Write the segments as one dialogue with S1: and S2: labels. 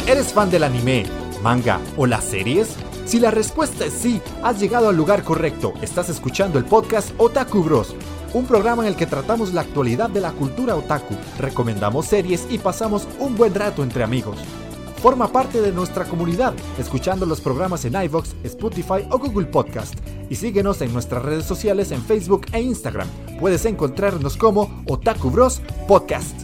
S1: ¿Eres fan del anime, manga o las series? Si la respuesta es sí, has llegado al lugar correcto. Estás escuchando el podcast Otaku Bros, un programa en el que tratamos la actualidad de la cultura otaku, recomendamos series y pasamos un buen rato entre amigos. Forma parte de nuestra comunidad, escuchando los programas en iVoox, Spotify o Google Podcast. Y síguenos en nuestras redes sociales en Facebook e Instagram. Puedes encontrarnos como Otaku Bros Podcast.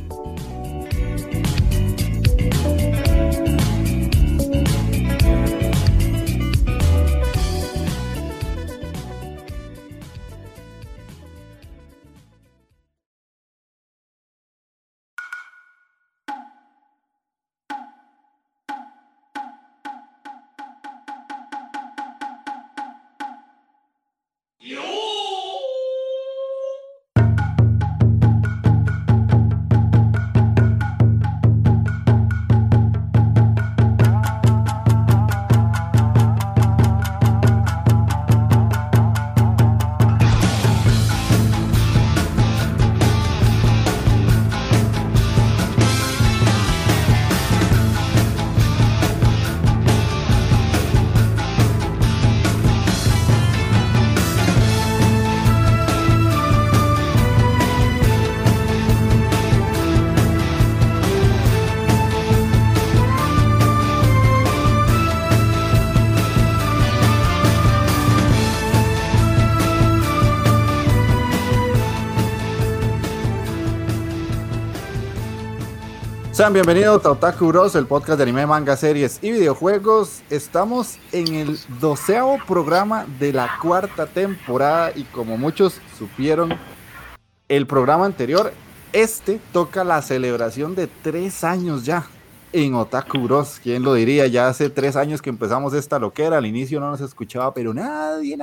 S1: Sean bienvenidos a Otaku Bros, el podcast de anime, manga, series y videojuegos. Estamos en el 12º programa de la 4ª temporada y como muchos supieron, el programa anterior, toca la celebración de 3 años ya en Otaku Bros. ¿Quién lo diría? Ya hace 3 años que empezamos esta loquera, al inicio no nos escuchaba, pero nadie.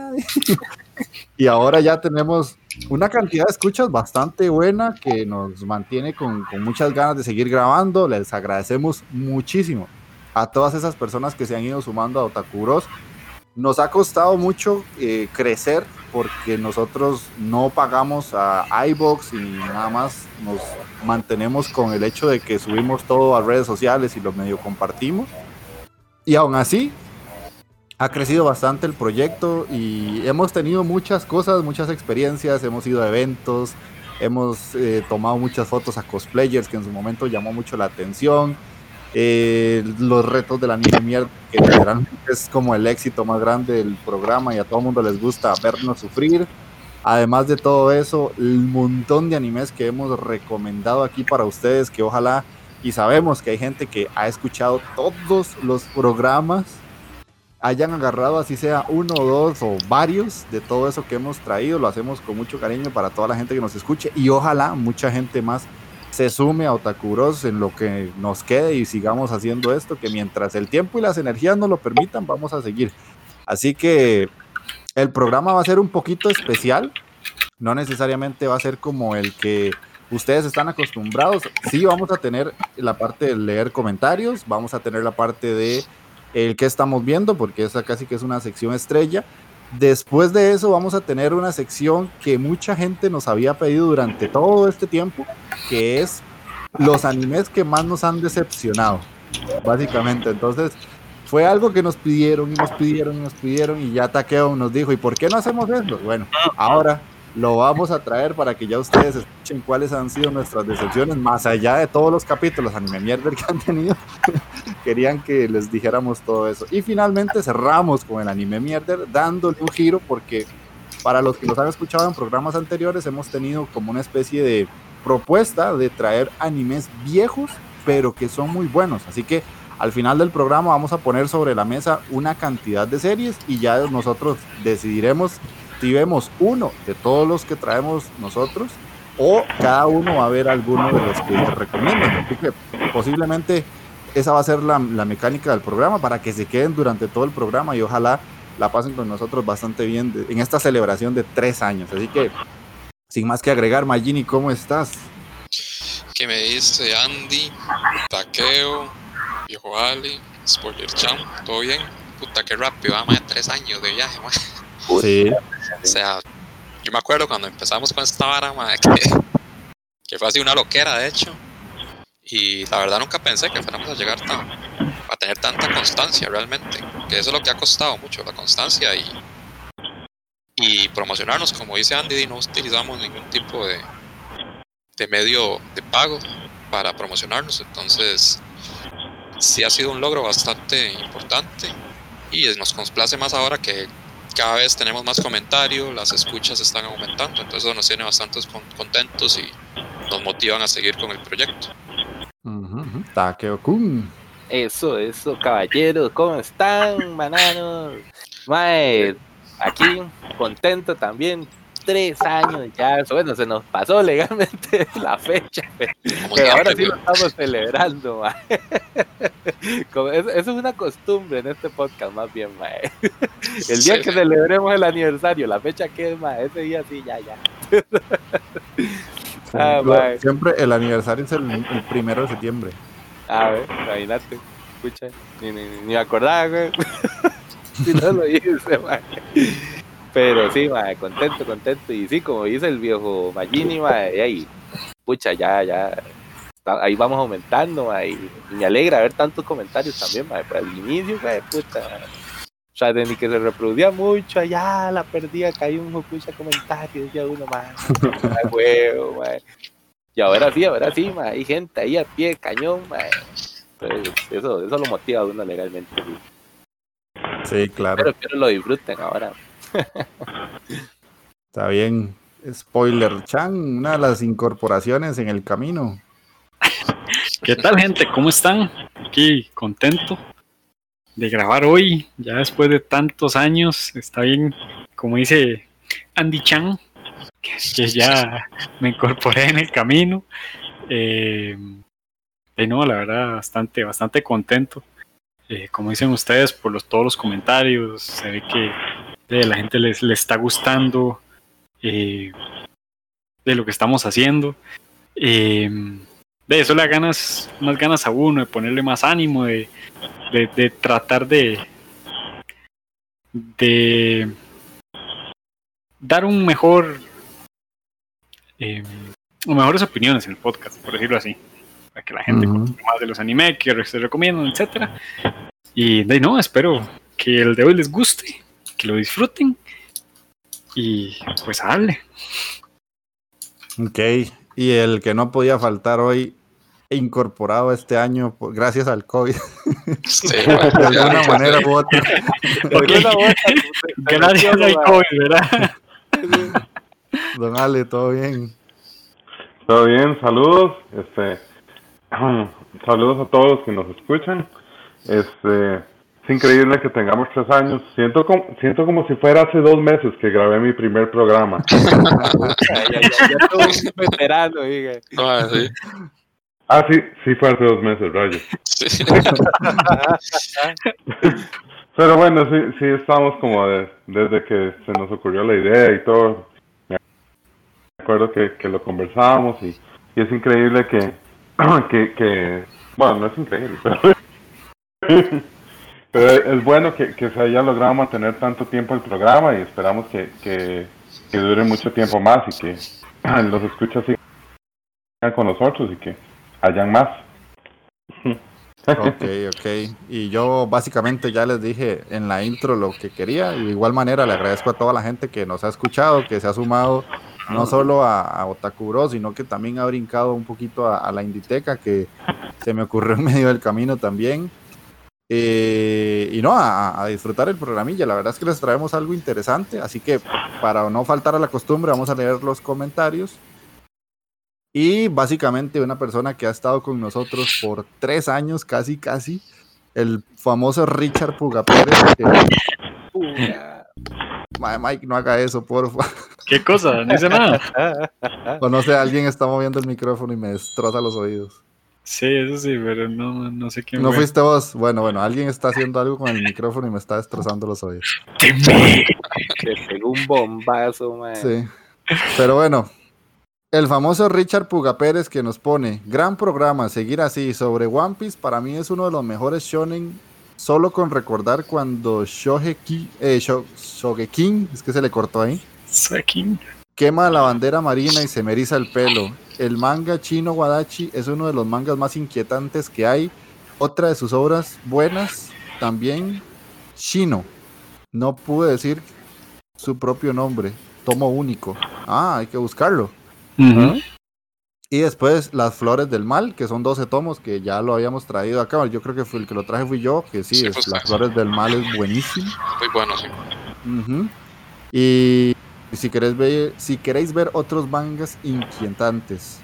S1: Y ahora ya tenemos una cantidad de escuchas bastante buena que nos mantiene con muchas ganas de seguir grabando. Les agradecemos muchísimo a todas esas personas que se han ido sumando a Otaku Bros. Nos ha costado mucho crecer porque nosotros no pagamos a iVoox y nada más nos mantenemos con el hecho de que subimos todo a redes sociales y lo medio compartimos. Y aún así ha crecido bastante el proyecto y hemos tenido muchas cosas, muchas experiencias, hemos ido a eventos, hemos tomado muchas fotos a cosplayers que en su momento llamó mucho la atención, los retos del anime mierda, que literalmente es como el éxito más grande del programa y a todo el mundo les gusta vernos sufrir. Además de todo eso, el montón de animes que hemos recomendado aquí para ustedes, que ojalá, y sabemos que hay gente que ha escuchado todos los programas, hayan agarrado así sea uno o dos o varios de todo eso que hemos traído. Lo hacemos con mucho cariño para toda la gente que nos escuche y ojalá mucha gente más se sume a Otaku Bros en lo que nos quede y sigamos haciendo esto, que mientras el tiempo y las energías nos lo permitan vamos a seguir. Así que el programa va a ser un poquito especial, no necesariamente va a ser como el que ustedes están acostumbrados. Sí, vamos a tener la parte de leer comentarios, vamos a tener la parte de el que estamos viendo, porque esa casi que es una sección estrella. Después de eso vamos a tener una sección que mucha gente nos había pedido durante todo este tiempo, que es los animes que más nos han decepcionado, básicamente. Entonces fue algo que nos pidieron y ya Takeo nos dijo, ¿y por qué no hacemos eso? Bueno, ahora lo vamos a traer para que ya ustedes escuchen cuáles han sido nuestras decepciones, más allá de todos los capítulos anime mierder que han tenido. Querían que les dijéramos todo eso. Y finalmente cerramos con el anime mierder, dándole un giro, porque para los que nos han escuchado en programas anteriores, hemos tenido como una especie de propuesta de traer animes viejos, pero que son muy buenos. Así que al final del programa vamos a poner sobre la mesa una cantidad de series y ya nosotros decidiremos si vemos uno de todos los que traemos nosotros o cada uno va a ver alguno de los que les recomiendan. Así que posiblemente esa va a ser la mecánica del programa para que se queden durante todo el programa y ojalá la pasen con nosotros bastante bien en esta celebración de 3 años. Así que, sin más que agregar, Magini, ¿cómo estás?
S2: ¿Qué me dice Andy, Takeo, Viejo Ali, Spoiler Champ? ¿Todo bien? Puta, qué rápido, más de 3 años de viaje, man.
S1: Sí.
S2: O sea, yo me acuerdo cuando empezamos con esta vara, man, que fue así una loquera, de hecho. Y la verdad nunca pensé que fuéramos a llegar a tener tanta constancia realmente, que eso es lo que ha costado mucho, la constancia y promocionarnos. Como dice Andy, no utilizamos ningún tipo de medio de pago para promocionarnos, entonces sí ha sido un logro bastante importante y nos complace más ahora que cada vez tenemos más comentarios, las escuchas están aumentando, entonces eso nos tiene bastante contentos y nos motivan a seguir con el proyecto.
S1: Takeo-kun.
S3: Eso, caballeros, ¿cómo están, mananos? Mae, aquí contento también. 3 años ya, bueno, se nos pasó legalmente la fecha, pero ahora sí lo estamos celebrando, mae. Eso es una costumbre en este podcast, más bien, mae. El día que celebremos el aniversario, la fecha que es, mae, ese día sí, ya.
S1: Siempre el aniversario es el 1 de septiembre.
S3: A ver, imagínate, escucha, ni me acordaba, güey. Si no lo hice, mae. Pero sí, mae, contento. Y sí, como dice el viejo Magini, mae, ahí, pucha, ya. Ahí vamos aumentando, mae. Y me alegra ver tantos comentarios también, mae. Pero al inicio, mae, puta. O sea, de ni que se reproducía mucho, allá la perdía, caí un pucha comentario, decía uno, mae. Huevo, mae. Y ahora sí, mae, hay gente ahí a pie de cañón, mae. Pues eso lo motiva a uno legalmente.
S1: Sí, claro.
S3: Espero lo disfruten ahora.
S1: Está bien. Spoiler Chan, una de las incorporaciones en el camino.
S4: ¿Qué tal, gente? ¿Cómo están? Aquí contento de grabar hoy, ya después de tantos años. Está bien, como dice Andy Chan, que ya me incorporé en el camino. No, la verdad, bastante contento. Como dicen ustedes, por todos los comentarios, se ve que la gente le está gustando de lo que estamos haciendo. De eso le da más ganas a uno, de ponerle más ánimo, de tratar de dar mejores opiniones en el podcast, por decirlo así, para que la gente conozca más de los anime que se recomiendan, etcétera. Y no, espero que el de hoy les guste, que lo disfruten y pues hable.
S1: Ok, y el que no podía faltar hoy, incorporado este año gracias al COVID.
S2: Sí,
S1: de alguna manera u otra.
S4: Gracias al COVID, ¿verdad?
S1: Don Ale, ¿todo bien?
S5: Todo bien, saludos. Saludos a todos los que nos escuchan. Es increíble que tengamos 3 años. Siento como si fuera hace 2 meses que grabé mi primer programa.
S3: ya todo un veterano, diga.
S2: Sí.
S5: Ah, sí fue hace 2 meses, rayos.
S2: Sí.
S5: Pero bueno, sí estamos como desde que se nos ocurrió la idea y todo. Me acuerdo que lo conversábamos y es increíble que bueno, no es increíble, pero es bueno que se haya logrado mantener tanto tiempo el programa y esperamos que dure mucho tiempo más y que los escuchas sigan con nosotros y que hayan más.
S1: Ok. Y yo básicamente ya les dije en la intro lo que quería. Y de igual manera le agradezco a toda la gente que nos ha escuchado, que se ha sumado no solo a Otaku Bros, sino que también ha brincado un poquito a la Inditeca, que se me ocurrió en medio del camino también. Y no, a disfrutar el programilla. La verdad es que les traemos algo interesante, así que para no faltar a la costumbre vamos a leer los comentarios. Y básicamente una persona que ha estado con nosotros por 3 años, casi, el famoso Richard Pugapérez. Mike, no haga eso, porfa.
S4: ¿Qué cosa? No hice nada.
S1: O no sé, alguien está moviendo el micrófono y me destroza los oídos.
S4: Sí, eso sí, pero no sé quién
S1: ¿No
S4: fue.
S1: fuiste vos? Bueno, alguien está haciendo algo con el micrófono y me está destrozando los oídos.
S3: Te pegó un bombazo, man.
S1: Sí. Pero bueno, el famoso Richard Pugapérez que nos pone: gran programa, seguir así. Sobre One Piece, para mí es uno de los mejores shonen, solo con recordar cuando Shogeki, es que se le cortó ahí, quema la bandera marina y se me eriza el pelo. El manga chino Wadachi es uno de los mangas más inquietantes que hay. Otra de sus obras buenas, también Shino. No pude decir su propio nombre. Tomo único. Hay que buscarlo.
S4: Ujú.
S1: Y después Las Flores del Mal, que son 12 tomos, que ya lo habíamos traído acá. Yo creo que fue el que lo traje fui yo, que sí,
S2: Sí, pues,
S1: Las Flores del Mal es buenísimo.
S2: Muy bueno, sí.
S1: Ujú. Y si queréis ver otros mangas inquietantes,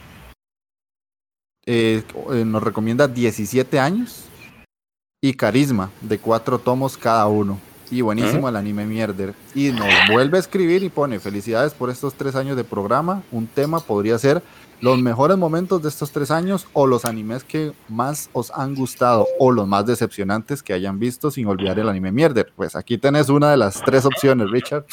S1: nos recomienda 17 años y Carisma, de 4 tomos cada uno. Y buenísimo el anime mierder. Y nos vuelve a escribir y pone: felicidades por estos 3 años de programa. Un tema podría ser los mejores momentos de estos 3 años o los animes que más os han gustado o los más decepcionantes que hayan visto, sin olvidar el anime mierder. Pues aquí tenés una de las 3 opciones, Richard,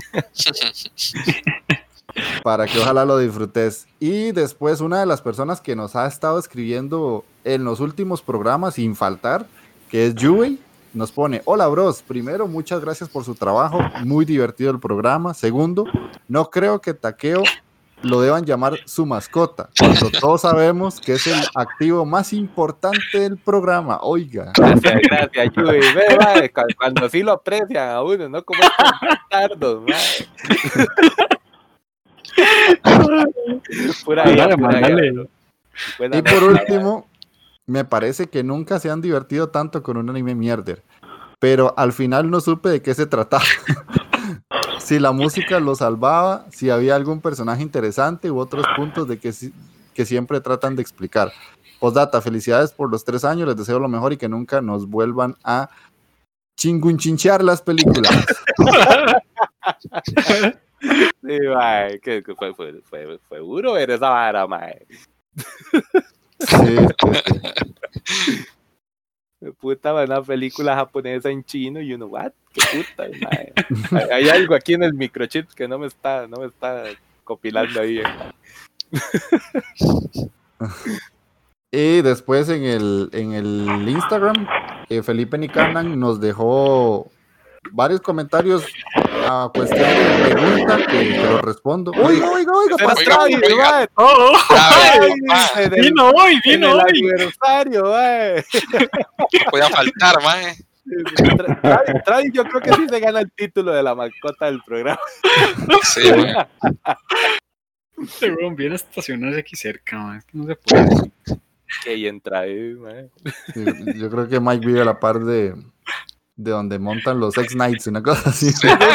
S1: para que ojalá lo disfrutes. Y después una de las personas que nos ha estado escribiendo en los últimos programas sin faltar, que es Yui, nos pone: hola bros, primero muchas gracias por su trabajo, muy divertido el programa. Segundo, no creo que Takeo lo deban llamar su mascota, cuando todos sabemos que es el activo más importante del programa. Oiga.
S3: Gracias, Yui. Ve, mae, cuando sí lo aprecian a uno, ¿no? Como estos bastardos, mae. Pura idea,
S4: Mándale.
S1: Y por último, me parece que nunca se han divertido tanto con un anime mierder, pero al final no supe de qué se trataba. Si la música lo salvaba, si había algún personaje interesante u otros puntos de que siempre tratan de explicar. Postdata, felicidades por los 3 años, les deseo lo mejor y que nunca nos vuelvan a chingunchinchear las películas.
S3: Sí, mae, que fue duro ver esa vara, mae.
S1: Sí.
S3: Puta, una película japonesa en chino y uno, what? Qué puta, mae. Hay algo aquí en el microchip que no me está compilando ahí.
S1: Y después en el Instagram, Felipe Nicanan nos dejó varios comentarios a cuestión de pregunta que lo respondo. Oiga,
S2: Oiga.
S4: Vino hoy.
S3: En el aniversario, mae.
S2: No podía faltar, mae.
S3: Travis, yo creo que sí se gana el título de la mascota del programa.
S2: Sí, mae.
S4: Este weón viene a estacionarse aquí cerca, man. Es que no se puede.
S3: Que entra ahí, mae.
S1: Yo creo que Mike vive a la par de donde montan los X-Nights, una cosa así.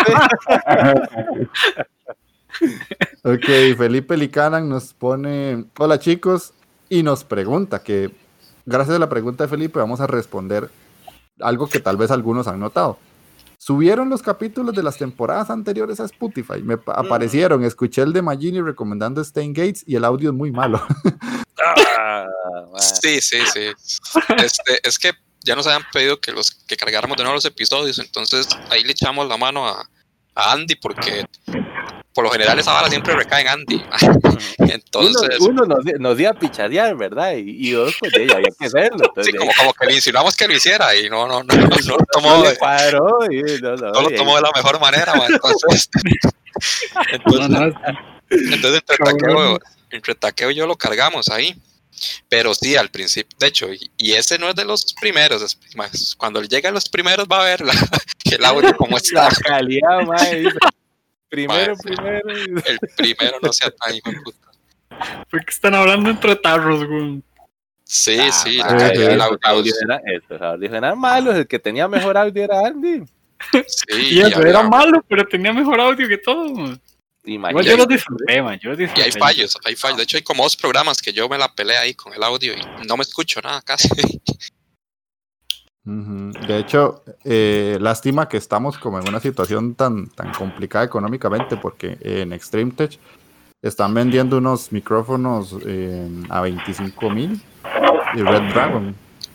S1: Ok, Felipe Licanan nos pone: hola chicos, y nos pregunta que, gracias a la pregunta de Felipe, vamos a responder algo que tal vez algunos han notado. Subieron los capítulos de las temporadas anteriores a Spotify, me aparecieron, escuché el de Magini recomendando Stein Gates y el audio es muy malo.
S2: Sí. Es que ya nos habían pedido que cargáramos de nuevo los episodios, entonces ahí le echamos la mano a Andy, porque por lo general esa vara siempre recae en Andy. Entonces,
S3: uno nos dio a pichadear, ¿verdad? Y dos, pues ya había que hacerlo. Entonces,
S2: sí, como que le insinuamos que lo hiciera y no lo tomó,
S3: no le cuadró,
S2: no lo tomó de la mejor manera, man. Entonces entre Takeo y yo lo cargamos ahí. Pero sí, al principio, de hecho, y ese no es de los primeros, es más, cuando lleguen los primeros va a ver el audio como está.
S3: La calidad, mae. Primero.
S2: El primero no sea tan hijo de puta.
S4: ¿Por qué están hablando entre tarros, güey?
S2: Sí,
S3: Estos audios eran malos, el que tenía mejor audio era Andy.
S2: Sí,
S4: y eso era malo, pero tenía mejor audio que todo, man.
S3: Igual
S4: Yo lo disfruté, man.
S2: Y hay fallos. De hecho, hay como 2 programas que yo me la peleé ahí con el audio y no me escucho nada casi.
S1: De hecho, lástima que estamos como en una situación tan complicada económicamente, porque en Extreme Tech están vendiendo unos micrófonos a 25,000 y Red Dragon.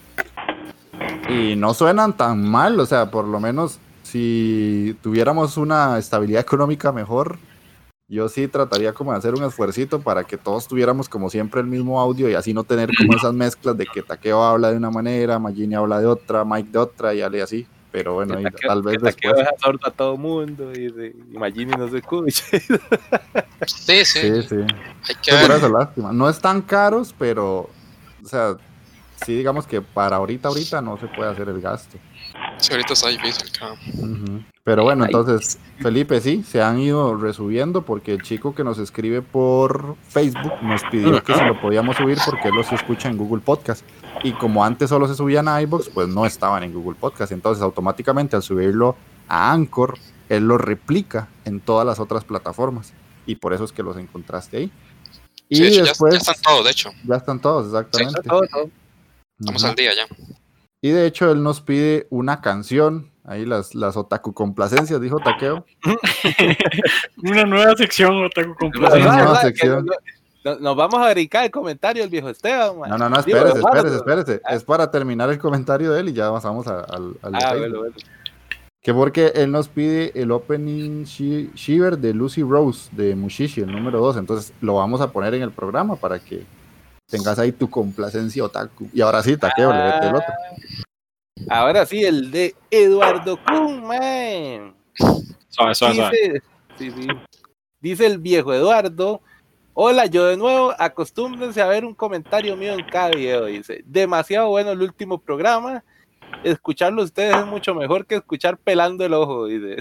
S1: Y no suenan tan mal, o sea, por lo menos si tuviéramos una estabilidad económica mejor, yo sí trataría como de hacer un esfuercito para que todos tuviéramos como siempre el mismo audio y así no tener como esas mezclas de que Takeo habla de una manera, Magini habla de otra, Mike de otra y Ale así. pero bueno,
S3: Que
S1: tal vez
S3: Takeo
S1: después.
S3: deja sordo a todo mundo y Magini no se escucha.
S2: Sí,
S1: Sí,
S2: sí.
S1: sí.
S2: Hay que
S1: Sí, por
S2: ver.
S1: eso, lástima. No están caros, pero, o sea, sí, digamos que para ahorita no se puede hacer el gasto.
S2: Sí, ahorita está difícil, cabrón.
S1: Ujú. Pero bueno, entonces, Felipe, sí, se han ido resubiendo porque el chico que nos escribe por Facebook nos pidió que si lo podíamos subir porque él los escucha en Google Podcast. Y como antes solo se subían a iVoox, pues no estaban en Google Podcast. Entonces, automáticamente al subirlo a Anchor, él lo replica en todas las otras plataformas. Y por eso es que los encontraste ahí. Y
S2: Sí, de hecho,
S1: después,
S2: ya están todos, de hecho.
S1: ya están todos, exactamente.
S3: Todo.
S2: Estamos
S1: Ujú.
S2: al día ya.
S1: Y de hecho, él nos pide una canción. Ahí las otaku complacencias, dijo Takeo.
S4: Una nueva sección, Otaku
S1: Una
S4: Complacencia.
S1: nueva
S3: Va,
S1: sección.
S3: nos vamos a brincar el comentario del viejo Esteban, man.
S1: No,
S3: Digo,
S1: espérese.
S3: Eduardo.
S1: Es para terminar el comentario de él y ya pasamos al de Facebook.
S3: Bueno.
S1: Que porque él nos pide el opening Shiver de Lucy Rose de Mushishi, el número 2. Entonces lo vamos a poner en el programa para que tengas ahí tu complacencia otaku. Y ahora sí, Takeo, léete el otro.
S3: Ahora sí, el de Eduardo Kun, man.
S4: Suave.
S3: Sí. Dice el viejo Eduardo: hola, yo de nuevo, acostúmbrense a ver un comentario mío en cada video. Dice: demasiado bueno el último programa. Escucharlo ustedes es mucho mejor que escuchar pelando el ojo. Dice.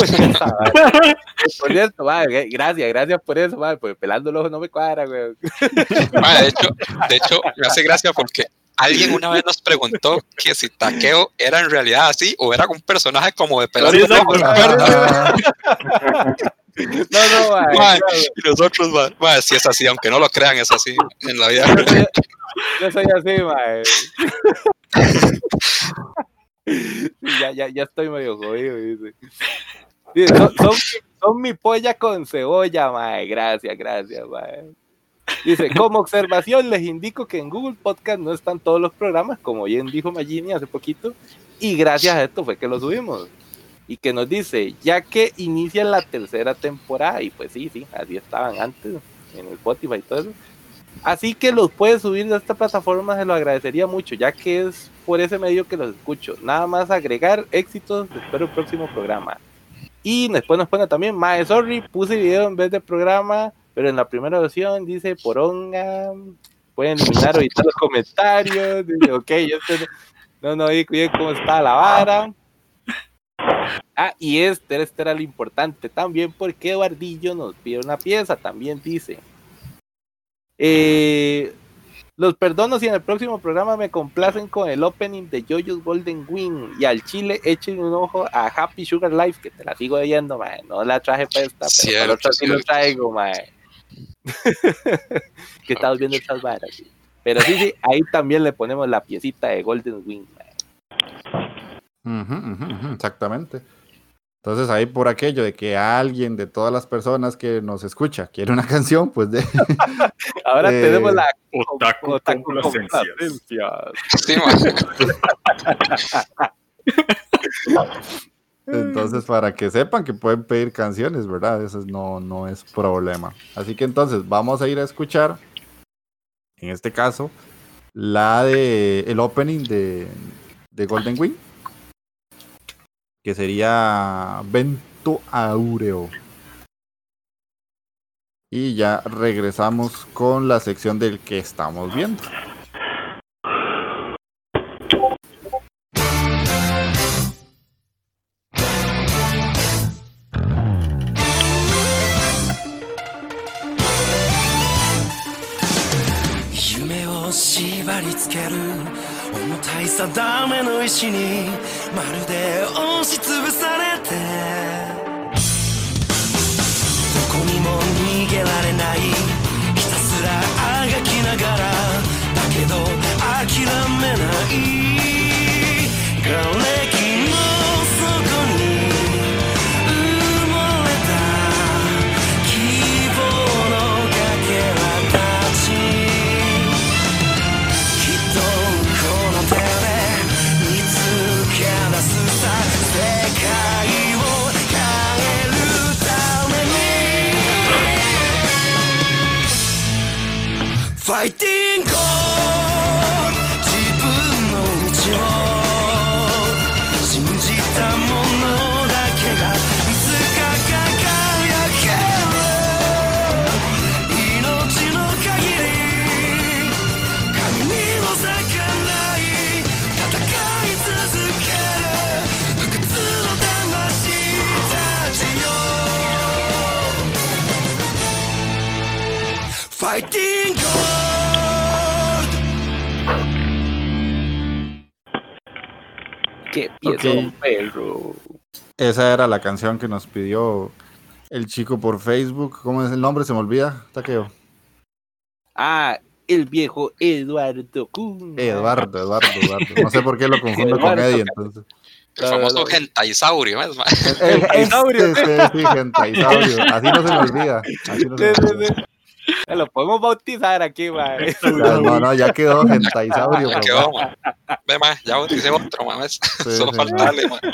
S3: Por cierto, gracias por eso, porque pelando el ojo no me cuadra, güey.
S2: De hecho, me hace gracia porque alguien una vez nos preguntó que si Takeo era en realidad así o era un personaje como de pelando el ojo.
S3: No,
S2: Y nosotros, si es así, aunque no lo crean, es así en la vida.
S3: Yo soy así, mae. Ya estoy medio jodido, dice. Son mi polla con cebolla, mae. Gracias, mae. Dice: como observación les indico que en Google Podcast no están todos los programas, como bien dijo Magini hace poquito, y gracias a esto fue que lo subimos. Y que nos dice, ya que inicia la tercera temporada, y pues sí, así estaban antes en el Spotify y todo eso. Así que los puedes subir de esta plataforma, se lo agradecería mucho, ya que es por ese medio que los escucho. Nada más agregar éxitos, espero el próximo programa. Y después nos pone también: mae, sorry, puse video en vez de programa, pero en la primera versión dice poronga, pueden eliminar o editar los comentarios. Dice, ok, no vi bien cómo está la vara. Y este era lo importante también, porque Eduardillo nos pide una pieza, también dice: los perdono si en el próximo programa me complacen con el opening de JoJo's Golden Wing, y al chile echen un ojo a Happy Sugar Life, que te la sigo viendo, mae. No la traje para esta, pero otra sí lo traigo, mae. Que estamos viendo estas varas, ¿sí? Pero sí, ahí también le ponemos la piecita de Golden Wing, mae.
S1: Exactamente. Entonces ahí por aquello de que alguien de todas las personas que nos escucha quiere una canción, pues de...
S3: Ahora tenemos la
S4: Otaku Complacencia.
S2: Sí,
S1: Entonces, para que sepan que pueden pedir canciones, ¿verdad? Eso no es problema. Así que entonces vamos a ir a escuchar, en este caso, el opening de Golden Wing, que sería Vento Aureo. Y ya regresamos con la sección del que estamos viendo.
S3: ¡Qué piezón, perro!
S1: Esa era la canción que nos pidió el chico por Facebook. ¿Cómo es el nombre? Se me olvida, Taqueo.
S3: Ah, el viejo Eduardo Kun.
S1: Eduardo. No sé por qué lo confundo con Eddie, entonces.
S2: El famoso gentaisaurio, ¿ves?
S3: Gentaisaurio,
S1: Sí, gentaisaurio. Así no se me olvida.
S3: Lo podemos bautizar aquí, man.
S1: No, ya quedó gentaisaurio.
S2: Ya quedó, man. Ve, man, ya bauticé otro, man. Solo faltarle, man.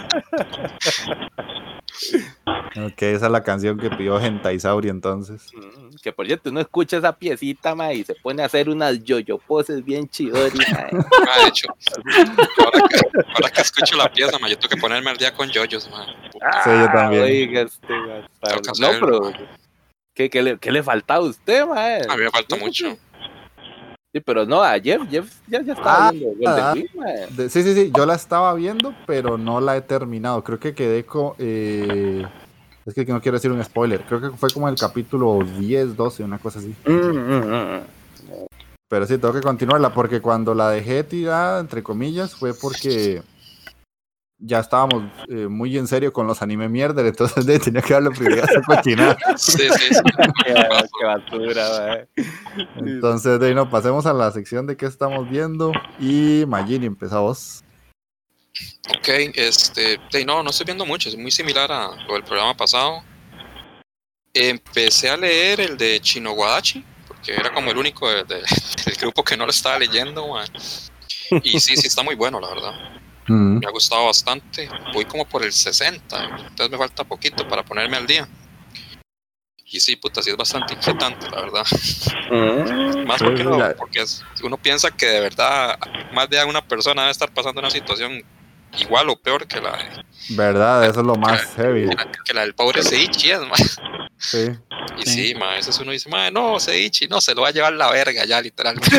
S1: Ok, esa es la canción que pidió Gentaisaurio entonces.
S3: Que por cierto, uno escucha esa piecita, ma, y se pone a hacer unas yo-yo poses bien chidori, ma.
S2: De hecho, ahora que escucho la pieza, ma, yo tengo que ponerme al día con yoyos, ma.
S1: Sí, yo también.
S3: Oiga, no, pero ¿qué le faltaba a usted, ma?
S2: A mí me falta mucho.
S3: Sí, pero no, a Jeff ya estaba viendo Golden Wing, ma.
S1: Sí, yo la estaba viendo, pero no la he terminado. Creo que quedé con... es que no quiero decir un spoiler. Creo que fue como el capítulo 10, 12, una cosa así. Pero sí, tengo que continuarla porque cuando la dejé tirada, entre comillas, fue porque ya estábamos muy en serio con los anime mierder, entonces tenía que darle prioridad a esa cochinada.
S2: Sí.
S3: Qué basura, ma.
S1: Entonces, no, pasemos a la sección de qué estamos viendo. Y Magini, empieza vos.
S2: Ok, no estoy viendo mucho, es muy similar a lo del programa pasado. Empecé a leer el de Shinowadachi, porque era como el único del grupo que no lo estaba leyendo, man. Y sí, está muy bueno, la verdad. Me ha gustado bastante. Voy como por el 60, entonces me falta poquito para ponerme al día. Y sí, puta, sí es bastante inquietante, la verdad. Más porque uno piensa que de verdad más de una persona debe estar pasando una situación igual o peor que la de...
S1: ¿Verdad? Eso es lo más heavy.
S2: Que la del pobre Seiichi es, man.
S1: Sí.
S2: Y sí, ma, a veces uno dice, ma, no, Seiichi, no, se lo va a llevar la verga ya, literalmente.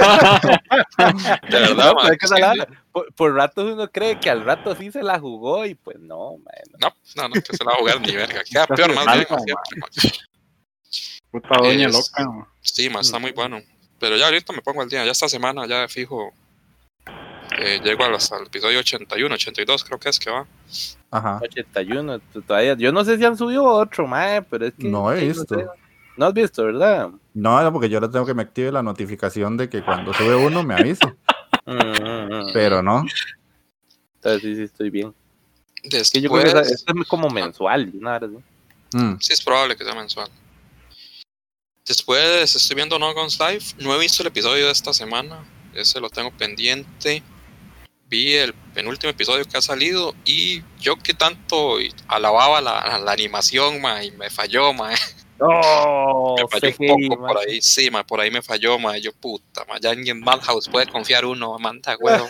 S2: De verdad,
S3: no,
S2: ma.
S3: Es que por ratos uno cree que al rato sí se la jugó y pues no, man.
S2: No, que se la va a jugar ni verga. Queda peor, más bien, siempre, ma.
S4: Puta doña loca, ma.
S2: Sí, ma, está muy bueno. Pero ya ahorita me pongo al día, ya esta semana ya de fijo llego hasta el episodio 81, 82 creo que es que va.
S1: Ajá.
S3: 81, todavía, yo no sé si han subido otro, mae, pero es que...
S1: No he visto.
S3: No sé. ¿No has visto, verdad?
S1: No, porque yo le tengo que me active la notificación de que cuando sube uno me aviso. Pero no.
S3: Entonces sí estoy bien.
S2: Después,
S3: que yo creo que esto es como mensual, una verdad.
S2: Sí, es probable que sea mensual. Después estoy viendo No Guns Life. No he visto el episodio de esta semana. Ese lo tengo pendiente. Vi el penúltimo episodio que ha salido y yo que tanto alababa la animación, ma, y me falló, ma. Me falló un poco por ahí, sí, ma, por ahí me falló, ma. Yo puta, ma, ya en Madhouse puede confiar uno, manda huevo.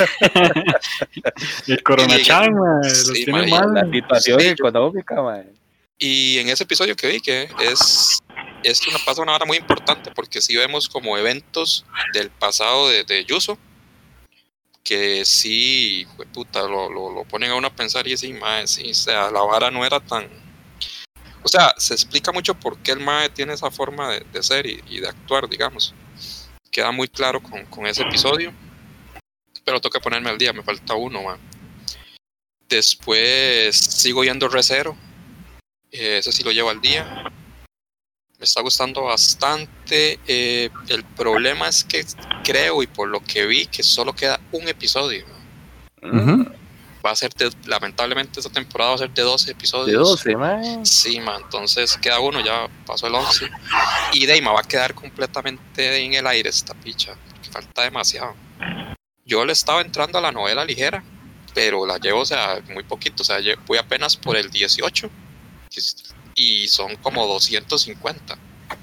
S4: El Corona-chan, ma,
S2: sí,
S4: tiene
S2: ma,
S4: mal.
S3: La situación económica, ma.
S2: Y en ese episodio que vi que pasa una hora muy importante porque sí vemos como eventos del pasado de Yuzo que sí, puta, lo ponen a uno a pensar y así, mae, sí, o sea, la vara no era tan... O sea, se explica mucho por qué el mae tiene esa forma de ser y de actuar, digamos. Queda muy claro con ese episodio, pero tengo que ponerme al día, me falta uno, mae. Después sigo yendo Re:Zero, ese sí lo llevo al día. Me está gustando bastante. El problema es que creo, y por lo que vi, que solo queda un episodio. Va a ser, lamentablemente, esta temporada va a ser de 12 episodios.
S3: ¿De 12, man?
S2: Sí, man. Entonces queda uno, ya pasó el 11. Y Deima va a quedar completamente en el aire esta picha, porque falta demasiado. Yo le estaba entrando a la novela ligera, pero la llevo, o sea, muy poquito. O sea, voy apenas por el 18. Y son como 250.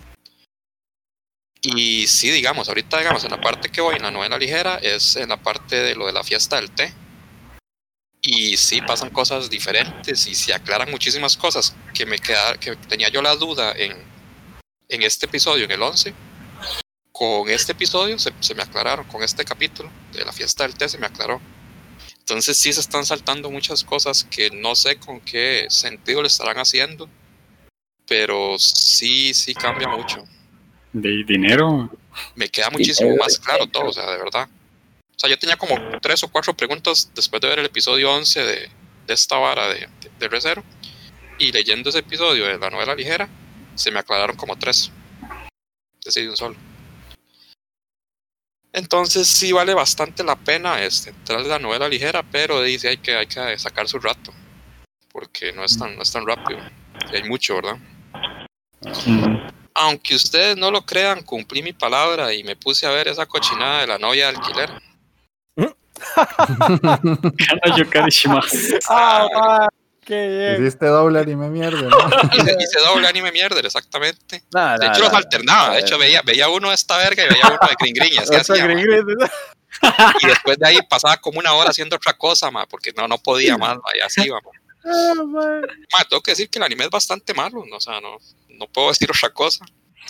S2: Y sí, digamos, ahorita en la parte que voy en la novela ligera es en la parte de lo de la fiesta del té. Y sí pasan cosas diferentes y se aclaran muchísimas cosas que tenía yo la duda en este episodio, en el 11. Con este episodio se me aclararon, con este capítulo de la fiesta del té se me aclaró. Entonces sí se están saltando muchas cosas que no sé con qué sentido le estarán haciendo. Pero sí cambia mucho.
S4: De dinero.
S2: me queda muchísimo más claro todo, o sea, de verdad. O sea, yo tenía como 3 o 4 preguntas después de ver el episodio 11 de esta vara de Re:Zero, y leyendo ese episodio de la novela ligera, se me aclararon como 3. Decidí un solo. Entonces sí vale bastante la pena entrar de la novela ligera, pero dice hay que sacar su rato, porque no es tan rápido. Y hay mucho, ¿verdad? Aunque ustedes no lo crean, cumplí mi palabra y me puse a ver esa cochinada de la novia de alquiler.
S4: Kana Yokari Shimasu.
S3: Qué bien.
S1: Hiciste doble anime mierda, ¿no?
S2: Hice doble anime mierda, exactamente.
S3: No,
S2: De hecho, los alternaba. De hecho, veía uno de esta verga y veía uno de Green Green. Y así hacía, ma. Y después de ahí pasaba como una hora haciendo otra cosa, ma, porque no podía más, ma, y así iba. Ma, tengo que decir que el anime es bastante malo. O sea, no puedo decir otra cosa.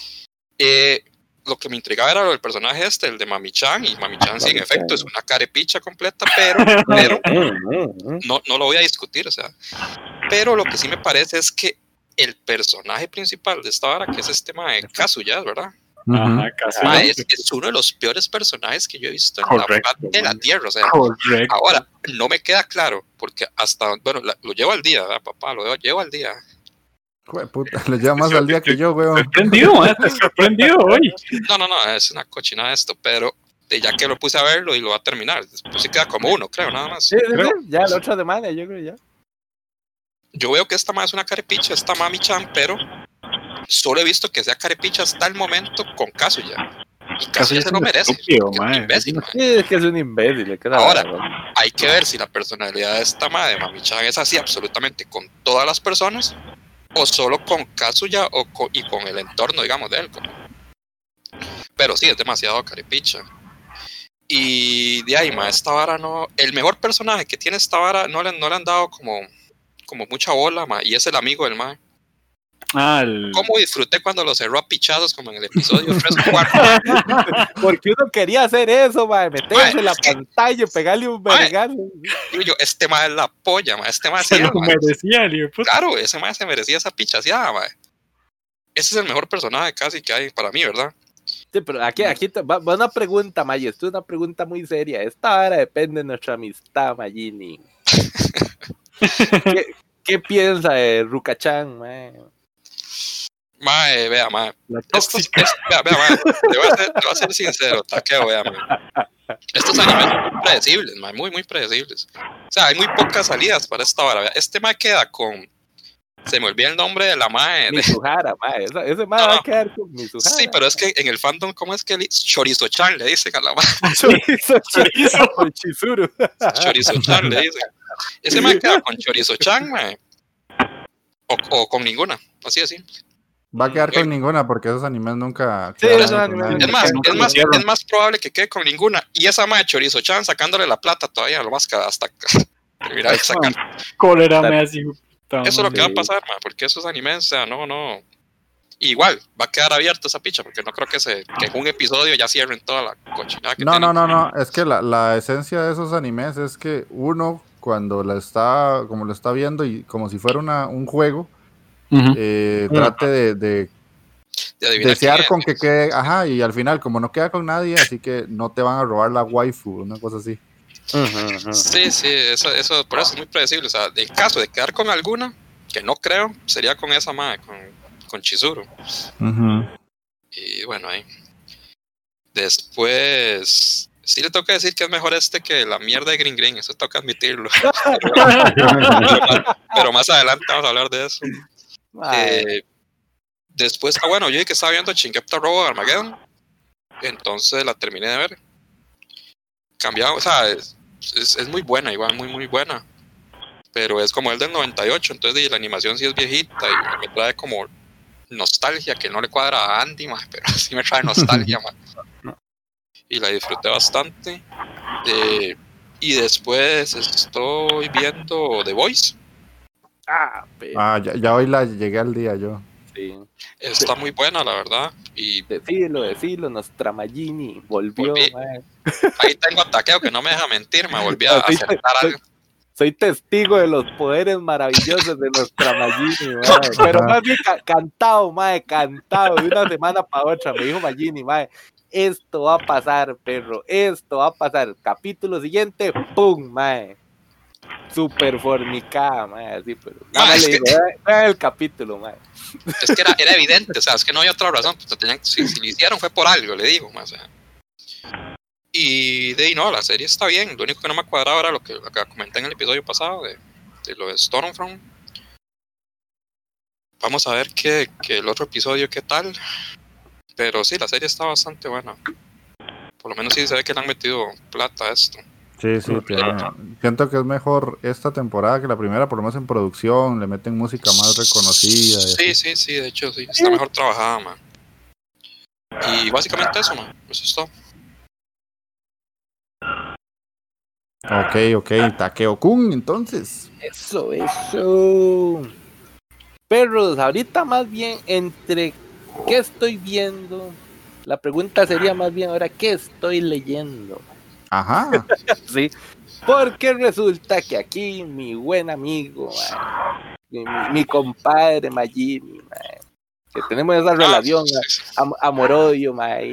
S2: Lo que me intrigaba era el personaje el de Mami-chan. Y Mami-chan, sí, en efecto, es una carepicha completa, pero no lo voy a discutir, o sea. Pero lo que sí me parece es que el personaje principal de esta vara, que es este mae Kazuya, ¿verdad?
S4: Ajá, casi.
S2: Mae, es uno de los peores personajes que yo he visto en la faz de la tierra, o sea.
S4: Correcto.
S2: Ahora, no me queda claro, porque lo llevo al día, ¿verdad, papá? Lo llevo al día.
S1: Puta, lo lleva más al día que yo, weón.
S4: Sorprendido, man, te sorprendido hoy.
S2: No, es una cochina esto, pero ya que lo puse a verlo y lo va a terminar, después sí queda como uno, creo, nada más.
S3: Sí, ya la otra semana, yo creo ya.
S2: Yo veo que esta madre es una carepicha, esta Mami-chan, pero solo he visto que sea carepicha hasta el momento con Kazuya. Y Kazuya se lo merece.
S4: Estúpido,
S2: Es un imbécil, mae.
S3: Sí, es que es un imbécil.
S2: Ahora, hay que ver si la personalidad de esta madre de Mami-chan es así absolutamente con todas las personas, o solo con Kazuya y con el entorno, digamos, de él. Pero sí, es demasiado carepicha. Y de ahí, ma, esta vara no... El mejor personaje que tiene esta vara no le han dado como mucha bola, ma, y es el amigo del ma. ¿Cómo disfruté cuando lo cerró a pichazos como en el episodio 3 o 4?
S3: Porque uno quería hacer eso, ma, meterse en la pantalla y pegarle un vergazo.
S2: Digo yo, este ma es la polla, ma, este ma
S4: se lo merecía,
S2: claro, ese ma se merecía esa pichaseada, ma. Ese es el mejor personaje casi que hay para mí, ¿verdad?
S3: Sí, pero aquí va una pregunta, Mayi. Esto es una pregunta muy seria. Esta vara depende de nuestra amistad, Mayini. ¿Qué piensa de Ruka-chan, mae?
S2: Mae, vea, mae.
S4: La tóxica.
S2: Vea, mae. Te voy a ser sincero, taqueo, vea, mae. Estos animes son muy predecibles, mae, muy, muy predecibles. O sea, hay muy pocas salidas para esta vara. Vea. Este mae queda con... Se me olvida el nombre de la mae.
S3: Mizuhara, mae. Ese mae va a quedar con Mizuhara.
S2: Sí, pero es que en el fandom, ¿cómo es que Chorizo-chan le dicen a la mae?
S3: Chorizo con Chizuru.
S2: Chorizo-chan le dicen. Ese mae queda con Chorizo-chan, mae. O con ninguna, así de simple.
S1: Va a quedar con ninguna porque esos animes nunca...
S3: Sí, esos animes.
S2: Es más probable que quede con ninguna. Y esa mae Chorizo-chan sacándole la plata todavía, lo más que hasta terminar de sacar.
S4: Cólera me así.
S2: Eso es lo que va a pasar, man, porque esos animes, o sea, no. Igual, va a quedar abierta esa picha, porque no creo que en un episodio ya cierren toda la cochinada que tienen.
S1: No. Es que la esencia de esos animes es que uno, cuando lo está viendo y como si fuera un juego, trate de desear con que quede, ajá, y al final, como no queda con nadie, así que no te van a robar la waifu, una cosa así.
S2: Sí, eso por eso es muy predecible. O sea, en caso de quedar con alguna, que no creo, sería con esa madre, con Chizuru. Y bueno, ahí. Después, sí le tengo que decir que es mejor que la mierda de Green Green, eso toca admitirlo. pero más adelante vamos a hablar de eso. Después, bueno, yo dije que estaba viendo Shingeki Robo Armageddon, entonces la terminé de ver. Cambiado, o sea, es muy buena, igual, muy, muy buena. Pero es como el del 98, entonces la animación sí es viejita y me trae como nostalgia, que no le cuadra a Andy, man, pero sí me trae nostalgia, man. Y la disfruté bastante. Y después estoy viendo The Voice.
S1: Ya hoy la llegué al día yo.
S3: Sí.
S2: Está muy buena, la verdad. Y
S3: decilo, nuestra Mayini volvió.
S2: Ahí tengo a Taqueo que no me deja mentir, me volví a aceptar algo.
S3: soy testigo de los poderes maravillosos de nuestra Magini, mae. Pero más bien cantado, mae, cantado, de una semana para otra, me dijo Magini, mae, esto va a pasar, perro, esto va a pasar. Capítulo siguiente, pum, mae. Super fornicada, mae, así, pero nada más le digo, vea el capítulo, mae.
S2: Es que era evidente, o sea, es que no había otra razón, pues, si lo hicieron fue por algo, le digo, o sea. Y de ahí no, la serie está bien, lo único que no me cuadraba era lo que comenté en el episodio pasado de lo de Stormfront. Vamos a ver que el otro episodio qué tal, pero sí, la serie está bastante buena, por lo menos sí se ve que le han metido plata a esto.
S1: Sí, siento que es mejor esta temporada que la primera, por lo menos en producción, le meten música más reconocida.
S2: Sí, de hecho sí, está mejor trabajada, man. Y básicamente eso, man, eso es todo.
S1: Ok, Takeo-kun, entonces.
S3: Eso. Perros, ahorita más bien entre qué estoy viendo, la pregunta sería más bien ahora qué estoy leyendo.
S1: Ajá.
S3: Sí, porque resulta que aquí mi buen amigo, mi compadre Magini, que tenemos esa relación amor-odio,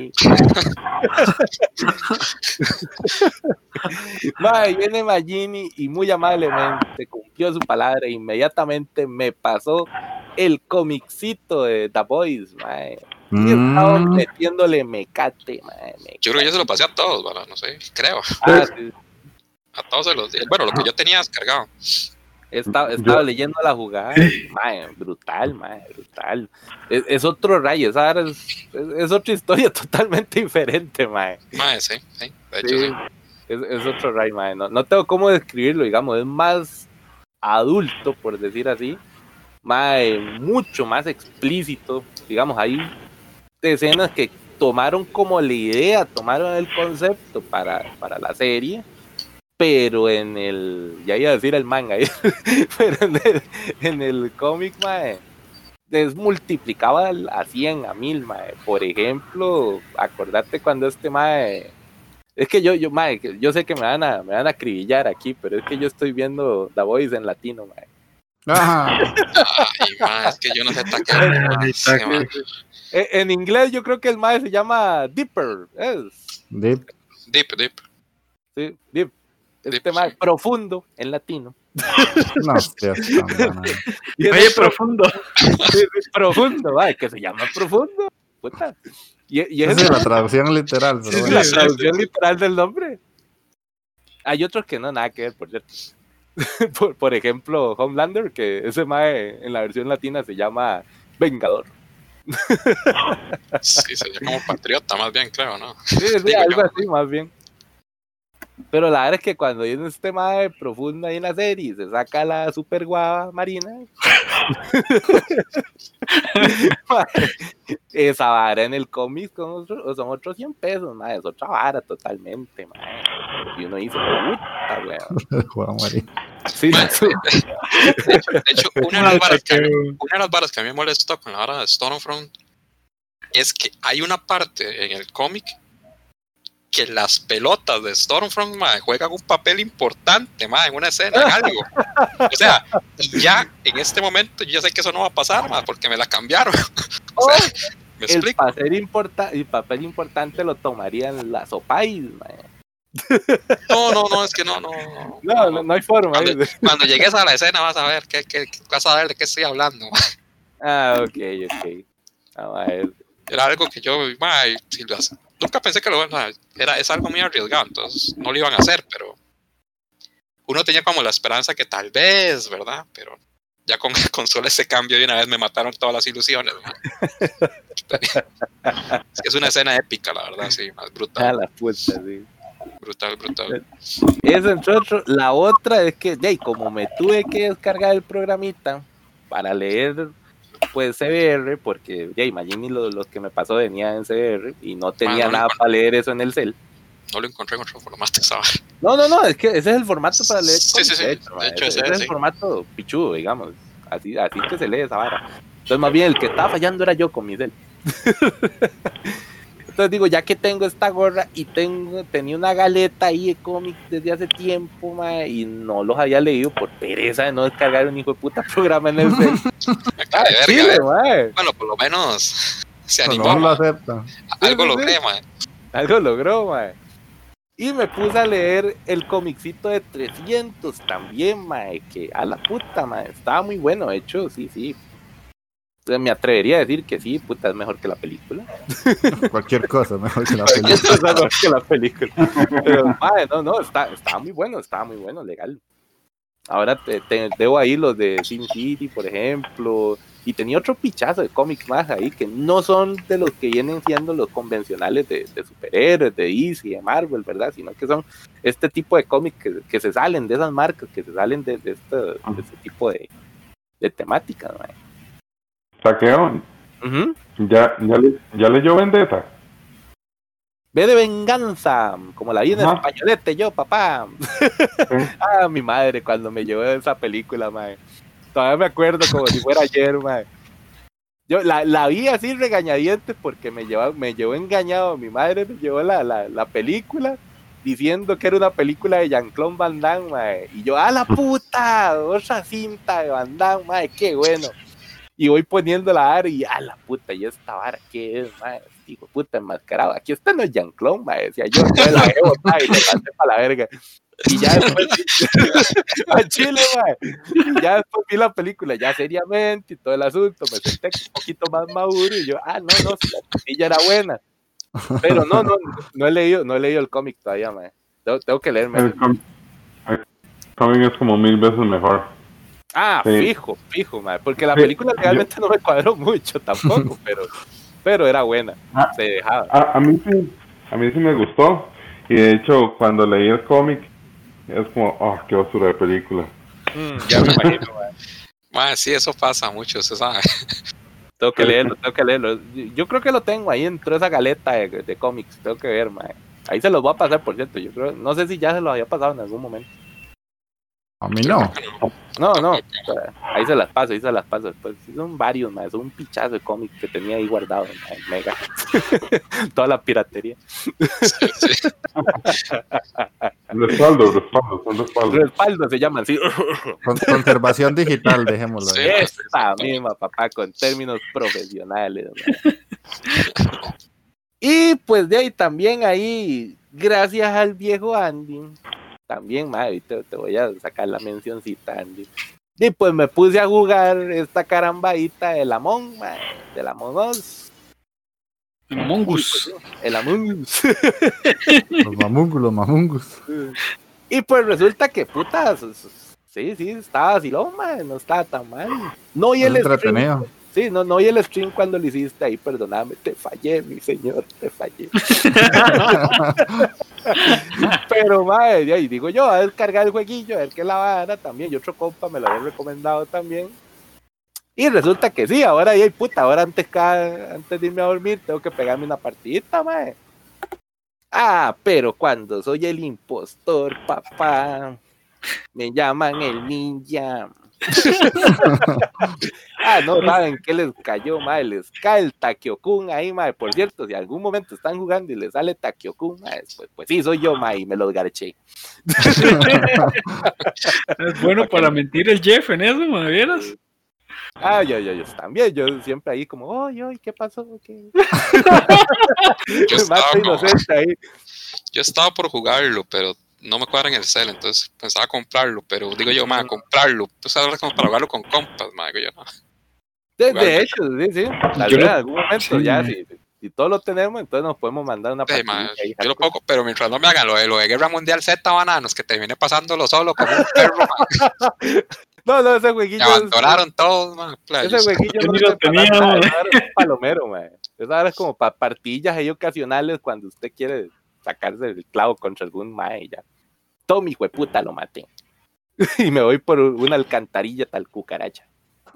S3: viene Magini y muy amablemente cumplió su palabra e inmediatamente me pasó el comicito de The Boys, y estaba metiéndole mecate,
S2: Yo creo que yo se lo pasé a todos, ¿verdad? No sé, creo.
S3: Sí.
S2: A todos se los di. Bueno, lo que yo tenía descargado.
S3: Estaba leyendo la jugada, brutal. Es otro rayo, es otra historia totalmente diferente,
S2: Sí, de hecho sí.
S3: Es otro rayo, no tengo cómo describirlo, digamos, es más adulto, por decir así, mucho más explícito, digamos, hay escenas que tomaron como la idea, tomaron el concepto para la serie, pero en el, ya iba a decir el manga, pero en el cómic, multiplicaba a 100, a 1000, por ejemplo, acordate cuando es que yo sé que me van a acribillar aquí, pero es que yo estoy viendo The Boys en latino,
S1: Ajá.
S2: Ay, es que yo no sé Takeo.
S3: En inglés yo creo que el se llama Deeper,
S1: Deep.
S3: Sí, Deep. Profundo en latino.
S1: No,
S4: Oye, profundo.
S3: Profundo, que se llama profundo. Puta. Y
S1: esa es la traducción literal. Pero
S3: bueno. La traducción literal del nombre. Hay otros que no, nada que ver, por cierto. Por ejemplo, Homelander, que ese en la versión latina se llama Vengador.
S2: Sí, sería como patriota, más bien, creo, ¿no?
S3: Sí, algo así, más bien. Pero la verdad es que cuando viene este profundo ahí en la serie, se saca la super guava marina. Esa vara en el cómic son otros 100 pesos, es otra vara totalmente, y uno dice, puta, weón. Sí,
S2: de hecho, una de las varas que a mí me molestó con la vara de Stormfront es que hay una parte en el cómic que las pelotas de Stormfront juegan un papel importante en una escena, en algo. O sea, y ya en este momento yo ya sé que eso no va a pasar, porque me la cambiaron. O sea, ¿me explico?
S3: El papel importante lo tomarían las Opais,
S2: No, es que no
S3: hay forma.
S2: Cuando llegues a la escena vas a ver vas a ver de qué estoy hablando.
S3: Ok.
S2: Era algo que yo nunca pensé que es algo muy arriesgado, entonces no lo iban a hacer, pero uno tenía como la esperanza que tal vez, ¿verdad? Pero ya con solo ese cambio de una vez me mataron todas las ilusiones. Es que es una escena épica, la verdad, sí, más brutal.
S3: La puta, sí.
S2: Brutal.
S3: Eso entre otros. La otra es que, como me tuve que descargar el programita para leer pues CBR, porque Magini los que me pasó venían en CBR y no tenía nada para leer eso en el cel.
S2: No lo encontré en otro formato, ¿sabes?
S3: No, es que ese es el formato para leer.
S2: Sí. De hecho,
S3: ese es el formato pichudo, digamos. Así que se lee esa vara. Entonces, más bien, el que estaba fallando era yo con mi cel. Entonces digo, ya que tengo esta gorra y tenía una galeta ahí de cómics desde hace tiempo, mae, y no los había leído por pereza de no descargar un hijo de puta programa en el cel.
S2: Chile, mae. Bueno, por lo menos se animó.
S1: No lo acepta.
S2: Algo logré, mae.
S3: Algo logró, mae. Y me puse a leer el comicito de 300 también, mae, que a la puta, mae, estaba muy bueno, de hecho, sí. Entonces, me atrevería a decir que sí, puta, es mejor que la película.
S1: Cualquier cosa mejor que la película.
S3: Mejor que la película. Pero, mae, no, estaba muy bueno, legal. Ahora te debo ahí los de Sin City, por ejemplo, y tenía otro pichazo de cómics más ahí que no son de los que vienen siendo los convencionales de superhéroes, de DC, de Marvel, ¿verdad? Sino que son este tipo de cómics que se salen de esas marcas, que se salen de este tipo de temáticas, mae.
S5: Saqueo.
S3: Uh-huh.
S5: ¿Ya leyó Vendetta?
S3: Ve de venganza, como la vi en españolete yo, papá. Mi madre cuando me llevó esa película, mae. Todavía me acuerdo como si fuera ayer, mae. Yo la vi así regañadientes porque me llevó engañado. Mi madre me llevó la película diciendo que era una película de Jean-Claude Van Damme, mae. Y yo, ¡a la puta! Otra cinta de Van Damme, mae, qué bueno. Y voy poniendo la vara y a la puta, ¿y esta vara qué es, mae? Digo, puta, enmascarado. Aquí está no es Jean-Claude, mae. Decía yo, la dejé botar y le pasé para la verga. Y ya después a Chile, mae. Y ya después vi la película, ya seriamente y todo el asunto. Me senté un poquito más maduro y yo, no, si la pastilla era buena. Pero no he leído el cómic todavía, mae. Tengo que leerme.
S5: El cómic es como 1000 veces mejor.
S3: Sí. Fijo, mae, porque la película realmente no me cuadró mucho tampoco, pero era buena, se dejaba.
S5: A mí sí me gustó, y de hecho cuando leí el cómic es como, qué basura de película.
S3: Ya me imagino, mae.
S2: Mae, sí, eso pasa mucho, se sabe.
S3: Tengo que leerlo. Yo creo que lo tengo ahí dentro de esa galeta de cómics, tengo que ver, mae. Ahí se los voy a pasar, por cierto, yo creo, no sé si ya se los había pasado en algún momento.
S1: A mí no.
S3: No, ahí se las paso después. Son varios, más, son un pichazo de cómics que tenía ahí guardado, mega. Toda la piratería.
S2: Sí.
S3: Respaldo se llaman, sí.
S1: Conservación digital, dejémoslo.
S2: Sí.
S3: Esa misma, papá, con términos profesionales. Y pues de ahí también ahí, gracias al viejo Andy. También, madre, te voy a sacar la mencioncita, Andy. Y pues me puse a jugar esta carambadita del Among Us. El Among Us.
S1: Los mamungus.
S3: Y pues resulta que putas, sí, estaba vacilón, madre, no estaba tan mal. No oí el stream. Sí, no oí el stream cuando lo hiciste ahí, perdóname, te fallé, mi señor, te fallé. Pero, madre, ahí digo yo, a descargar el jueguillo, a ver qué la vara también. Y otro compa me lo había recomendado también. Y resulta que sí, ahora antes de irme a dormir, tengo que pegarme una partidita, madre. Pero cuando soy el impostor, papá, me llaman el ninja. No saben qué les cayó, madre. Les cae el Takio-kun ahí, madre. Por cierto, si algún momento están jugando y les sale Takio-kun, madre, pues sí, soy yo, madre, y me los garché.
S4: Es bueno para mentir el Jeff en eso, madre, ¿vieras?
S3: Yo también, yo siempre ahí como, ¿qué pasó? ¿Qué?
S2: Yo estaba por jugarlo, pero no me cuadra en el cel, entonces pensaba comprarlo, pero digo yo, comprarlo, tú sabes, como para jugarlo con compas, digo yo, no.
S3: De hecho, sí, tal vez en algún momento ya, si todos lo tenemos, entonces nos podemos mandar una partida.
S2: Yo lo pongo, pero mientras no me hagan lo de Guerra Mundial Z, bananos, que termine pasándolo solo como un perro,
S3: No, ese jueguillo.
S2: Me abandonaron todos, man.
S3: Ese jueguillo no lo tenía, es palomero, man. Esa es como para partillas ahí ocasionales cuando usted quiere sacarse el clavo contra algún mae y ya. Todo mi hueputa lo maté. Y me voy por una alcantarilla tal cucaracha.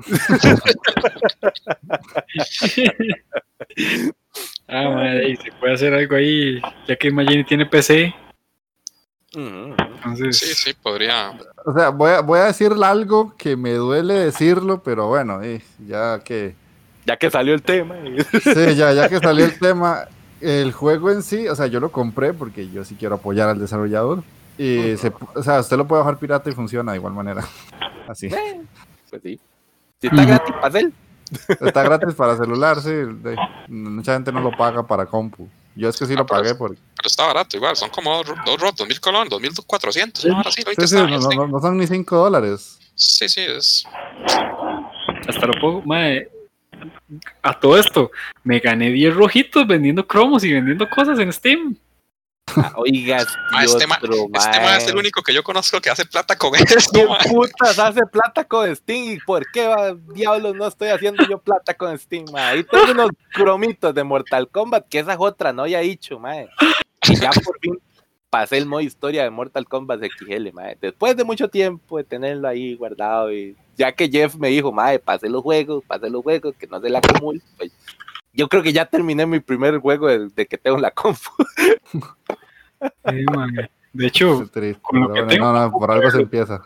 S4: Madre, se puede hacer algo ahí, ya que Magini tiene PC.
S2: Entonces... Sí, podría.
S1: O sea, voy a decirle algo que me duele decirlo, pero bueno, ya que
S3: salió el tema.
S1: Sí, ya que salió el tema, El juego en sí, o sea, yo lo compré porque yo sí quiero apoyar al desarrollador. Y o sea, usted lo puede bajar pirata y funciona de igual manera. Así.
S3: Pues sí. Si está gratis para él.
S1: Está gratis para celular, sí. Mucha gente no lo paga para compu. Yo es que sí lo pagué porque...
S2: Pero está barato igual, son como dos rotos, 2.000 colones, 2.400, ¿no? Ahora sí,
S1: Sí, sí, no son ni $5.
S2: Sí, es...
S4: Hasta lo puedo, mae. A todo esto, me gané 10 rojitos vendiendo cromos y vendiendo cosas en Steam.
S3: Oiga,
S2: este man es el único que yo conozco que hace plata con eso.
S3: ¿Qué putas hace plata con Steam? ¿Y por qué diablos no estoy haciendo yo plata con Steam, mae? Ahí tengo unos cromitos de Mortal Kombat, que esa es otra, no había dicho, mae. Y ya por fin pasé el modo historia de Mortal Kombat de XL, mae. Después de mucho tiempo de tenerlo ahí guardado, y ya que Jeff me dijo, mae, pasé los juegos, que no se le acumule, pues yo creo que ya terminé mi primer juego de que tengo la compu.
S4: Sí, de hecho,
S1: con lo que tengo, no, por algo se empieza.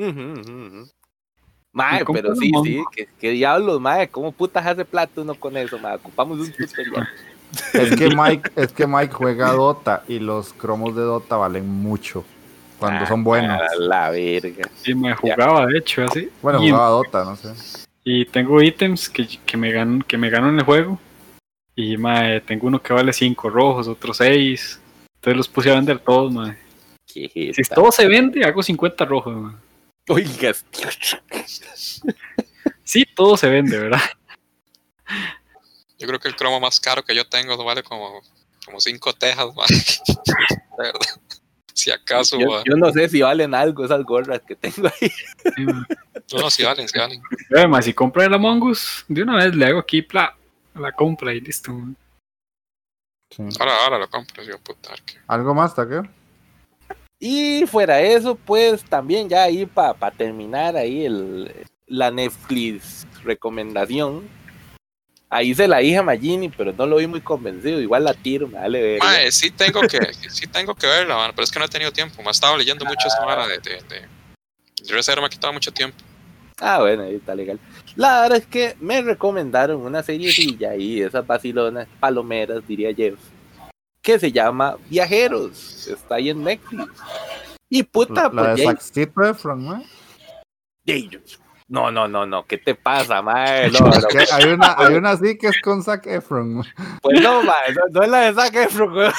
S3: Mae, pero sí, ¿qué diablos, mae? ¿Cómo putas hace plata uno con eso, mae? Ocupamos un tutorial.
S1: Es que Mike juega Dota y los cromos de Dota valen mucho cuando son buenos.
S3: La verga.
S4: Sí, me jugaba, de hecho, así.
S1: Bueno, jugaba Dota, no sé.
S4: Y tengo ítems que me gano en el juego. Y mae, tengo uno que vale 5 rojos, otro 6. Entonces los puse a vender todos, mae. Si todo se vende, hago 50 rojos, mae.
S3: Oiga,
S4: sí, todo se vende, ¿verdad?
S2: Yo creo que el cromo más caro que yo tengo vale como 5 tejas, man. De verdad. Si acaso.
S3: Yo no sé si valen algo esas gorras que tengo ahí.
S2: No, si valen.
S4: Además, si compra el Among Us, de una vez le hago aquí la compra y listo.
S1: Sí.
S2: Ahora lo compro, yo puta.
S1: ¿Algo más, Takeo?
S3: Y fuera de eso, pues también ya ahí para terminar ahí la Netflix recomendación. Ahí se la dije a Magini, pero no lo vi muy convencido. Igual la tiro, me vale ver.
S2: Mae, sí tengo que verla, man, pero es que no he tenido tiempo. Me ha estado leyendo mucho esta hora de reserva, me ha quitado mucho tiempo.
S3: Ah, bueno, ahí está legal. La verdad es que me recomendaron una seriecilla ahí, esas vacilonas, palomeras, diría Jeff, que se llama Viajeros. Está ahí en Netflix. Y puta,
S1: la de Zac Efron, ¿no?
S3: No, ¿qué te pasa, mae? No.
S1: Hay una así que es con Zac Efron.
S3: Pues no, mae, no es la de Zac Efron, güey.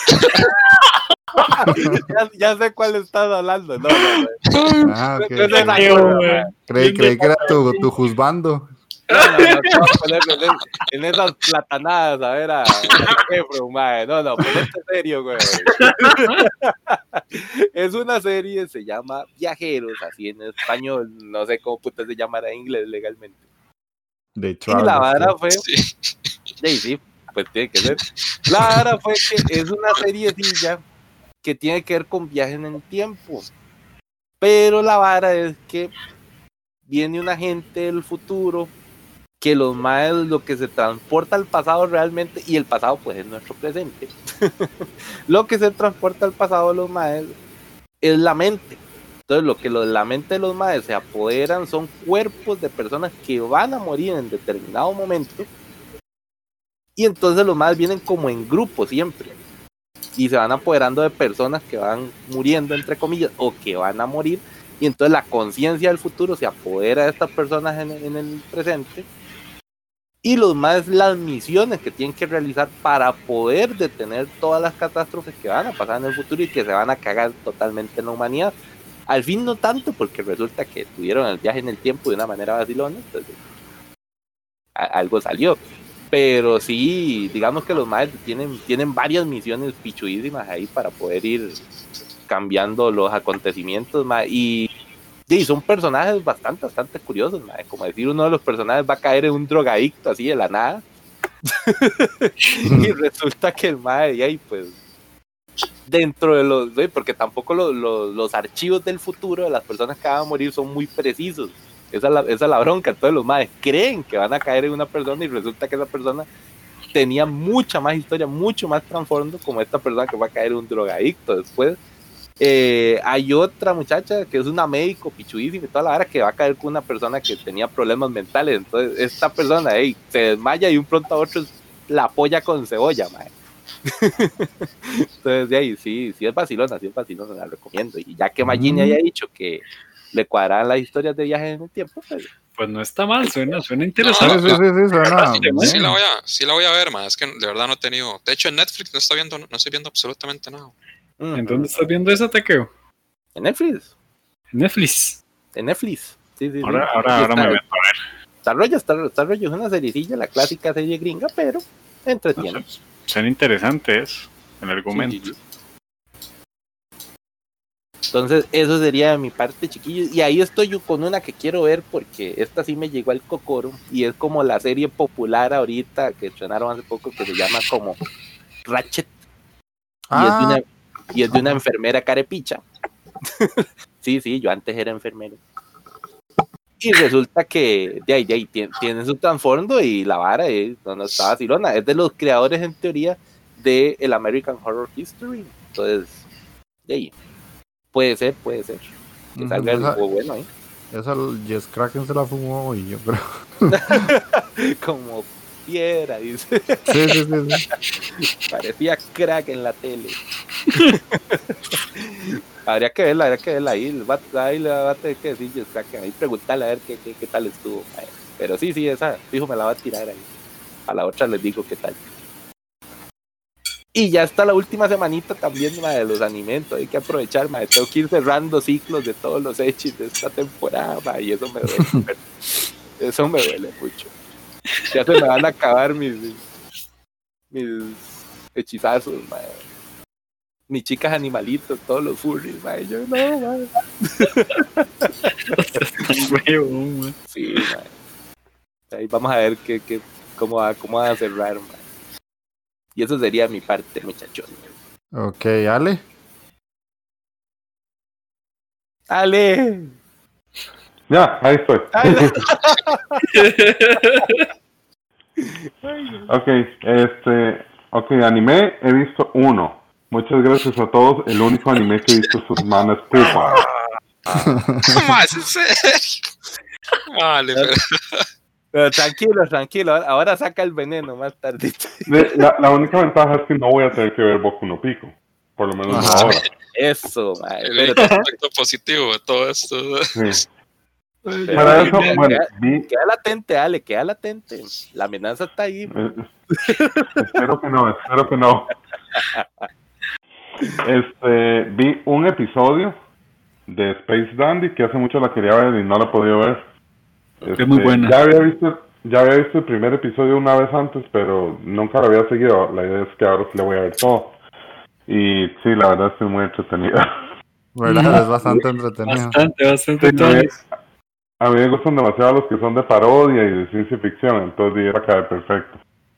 S3: ya sé cuál estás hablando. No.
S1: Okay. Creí que era tu juzgando.
S3: No, en esas platanadas, a ver, a Efron, mae. No, ponete serio, güey. Es una serie, se llama Viajeros, así en español. No sé cómo puta se llamará en inglés legalmente.
S1: De hecho,
S3: y la vara fue... Sí, pues tiene que ser. La vara fue que es una seriecilla que tiene que ver con viajes en el tiempo. Pero la vara es que viene un agente del futuro que los maes lo que se transporta al pasado realmente, y el pasado pues es nuestro presente. Lo que se transporta al pasado de los maes es la mente. Entonces lo que la mente de los maes se apoderan son cuerpos de personas que van a morir en determinado momento, y entonces los maes vienen como en grupo siempre y se van apoderando de personas que van muriendo entre comillas o que van a morir, y entonces la conciencia del futuro se apodera de estas personas en el presente, y los más las misiones que tienen que realizar para poder detener todas las catástrofes que van a pasar en el futuro y que se van a cagar totalmente en la humanidad. Al fin no tanto, porque resulta que tuvieron el viaje en el tiempo de una manera vacilona, entonces algo salió. Pero sí, digamos que los maestros tienen varias misiones pichuísimas ahí para poder ir cambiando los acontecimientos, y son personajes bastante curiosos, como decir, uno de los personajes va a caer en un drogadicto así de la nada y resulta que el mae ahí pues dentro de los, porque tampoco los archivos del futuro de las personas que van a morir son muy precisos, esa es la bronca. Entonces los maes creen que van a caer en una persona y resulta que esa persona tenía mucha más historia, mucho más trasfondo, como esta persona que va a caer en un drogadicto después. Hay otra muchacha que es una médico pichuísima y toda la vara, que va a caer con una persona que tenía problemas mentales. Entonces esta persona se desmaya y de un pronto a otro la apoya con cebolla, mae. Entonces, de ahí, sí es vacilona, la recomiendo. Y ya que Magini haya dicho que le cuadraban las historias de viajes en el tiempo,
S4: pues no está mal, suena
S1: Sí,
S4: interesante.
S1: sí, suena
S2: Sí la voy a ver, ma. Es que de verdad no he tenido. De hecho, en Netflix no estoy viendo absolutamente nada.
S4: ¿En dónde estás viendo esa, Taqueo?
S3: En Netflix.
S4: En Netflix.
S3: En Netflix. Sí.
S4: Ahora me voy a ver.
S3: Está rollo. Es una seriecilla, la clásica serie gringa, pero entretiene.
S4: Suena interesante eso, el argumento.
S3: Sí. Entonces, eso sería de mi parte, chiquillos. Y ahí estoy yo con una que quiero ver porque esta sí me llegó al cocoro. Y es como la serie popular ahorita que estrenaron hace poco que se llama como Ratchet. Y es de una enfermera carepicha. Sí, yo antes era enfermero. Y resulta que de ahí tiene su trasfondo y la vara no está vacilona. Es de los creadores, en teoría, de el American Horror History. Entonces, de ahí. Puede ser. Que salga algo bueno ahí.
S1: Esa Jess Kraken se la fumó hoy, yo creo.
S3: Como piedra, dice.
S1: Sí.
S3: Parecía crack en la tele. Habría que verla ahí. Ahí le va a tener que decir Jess Kraken. Ahí preguntarle a ver qué tal estuvo. Pero sí, esa, fijo, me la va a tirar ahí. A la otra les digo qué tal. Y ya está la última semanita también, de los alimentos. Hay que aprovechar, tengo que ir cerrando ciclos de todos los hechis de esta temporada, y eso me duele. Eso me duele mucho. Ya se me van a acabar mis hechizazos, mis chicas animalitos, todos los furries, yo no, Sí, ahí vamos a ver cómo va a cerrar, Y eso sería mi parte, muchachos.
S1: Ok, Ale.
S5: Ya, ahí estoy. Ok, anime he visto uno. Muchas gracias a todos. El único anime que he visto esta semana es Pupa.
S2: ¿Más? ¿En serio? Vale,
S3: pero tranquilo. Ahora saca el veneno más tardito.
S5: La única ventaja es que no voy a tener que ver Boku no Pico. Por lo menos no ahora.
S3: Eso,
S2: el aspecto positivo de todo esto.
S5: Sí. Para eso,
S3: queda latente, Ale, queda latente. La amenaza está ahí.
S5: Espero que no. Vi un episodio de Space Dandy que hace mucho la quería ver y no la he podido ver.
S4: Es muy buena.
S5: Ya había visto el primer episodio una vez antes, pero nunca lo había seguido. La idea es que ahora sí le voy a ver todo. Y sí, la verdad estoy muy entretenida.
S1: ¿Verdad? Es bastante entretenido.
S4: Bastante.
S5: A mí me gustan demasiado los que son de parodia y de ciencia ficción, entonces iba a caer perfecto.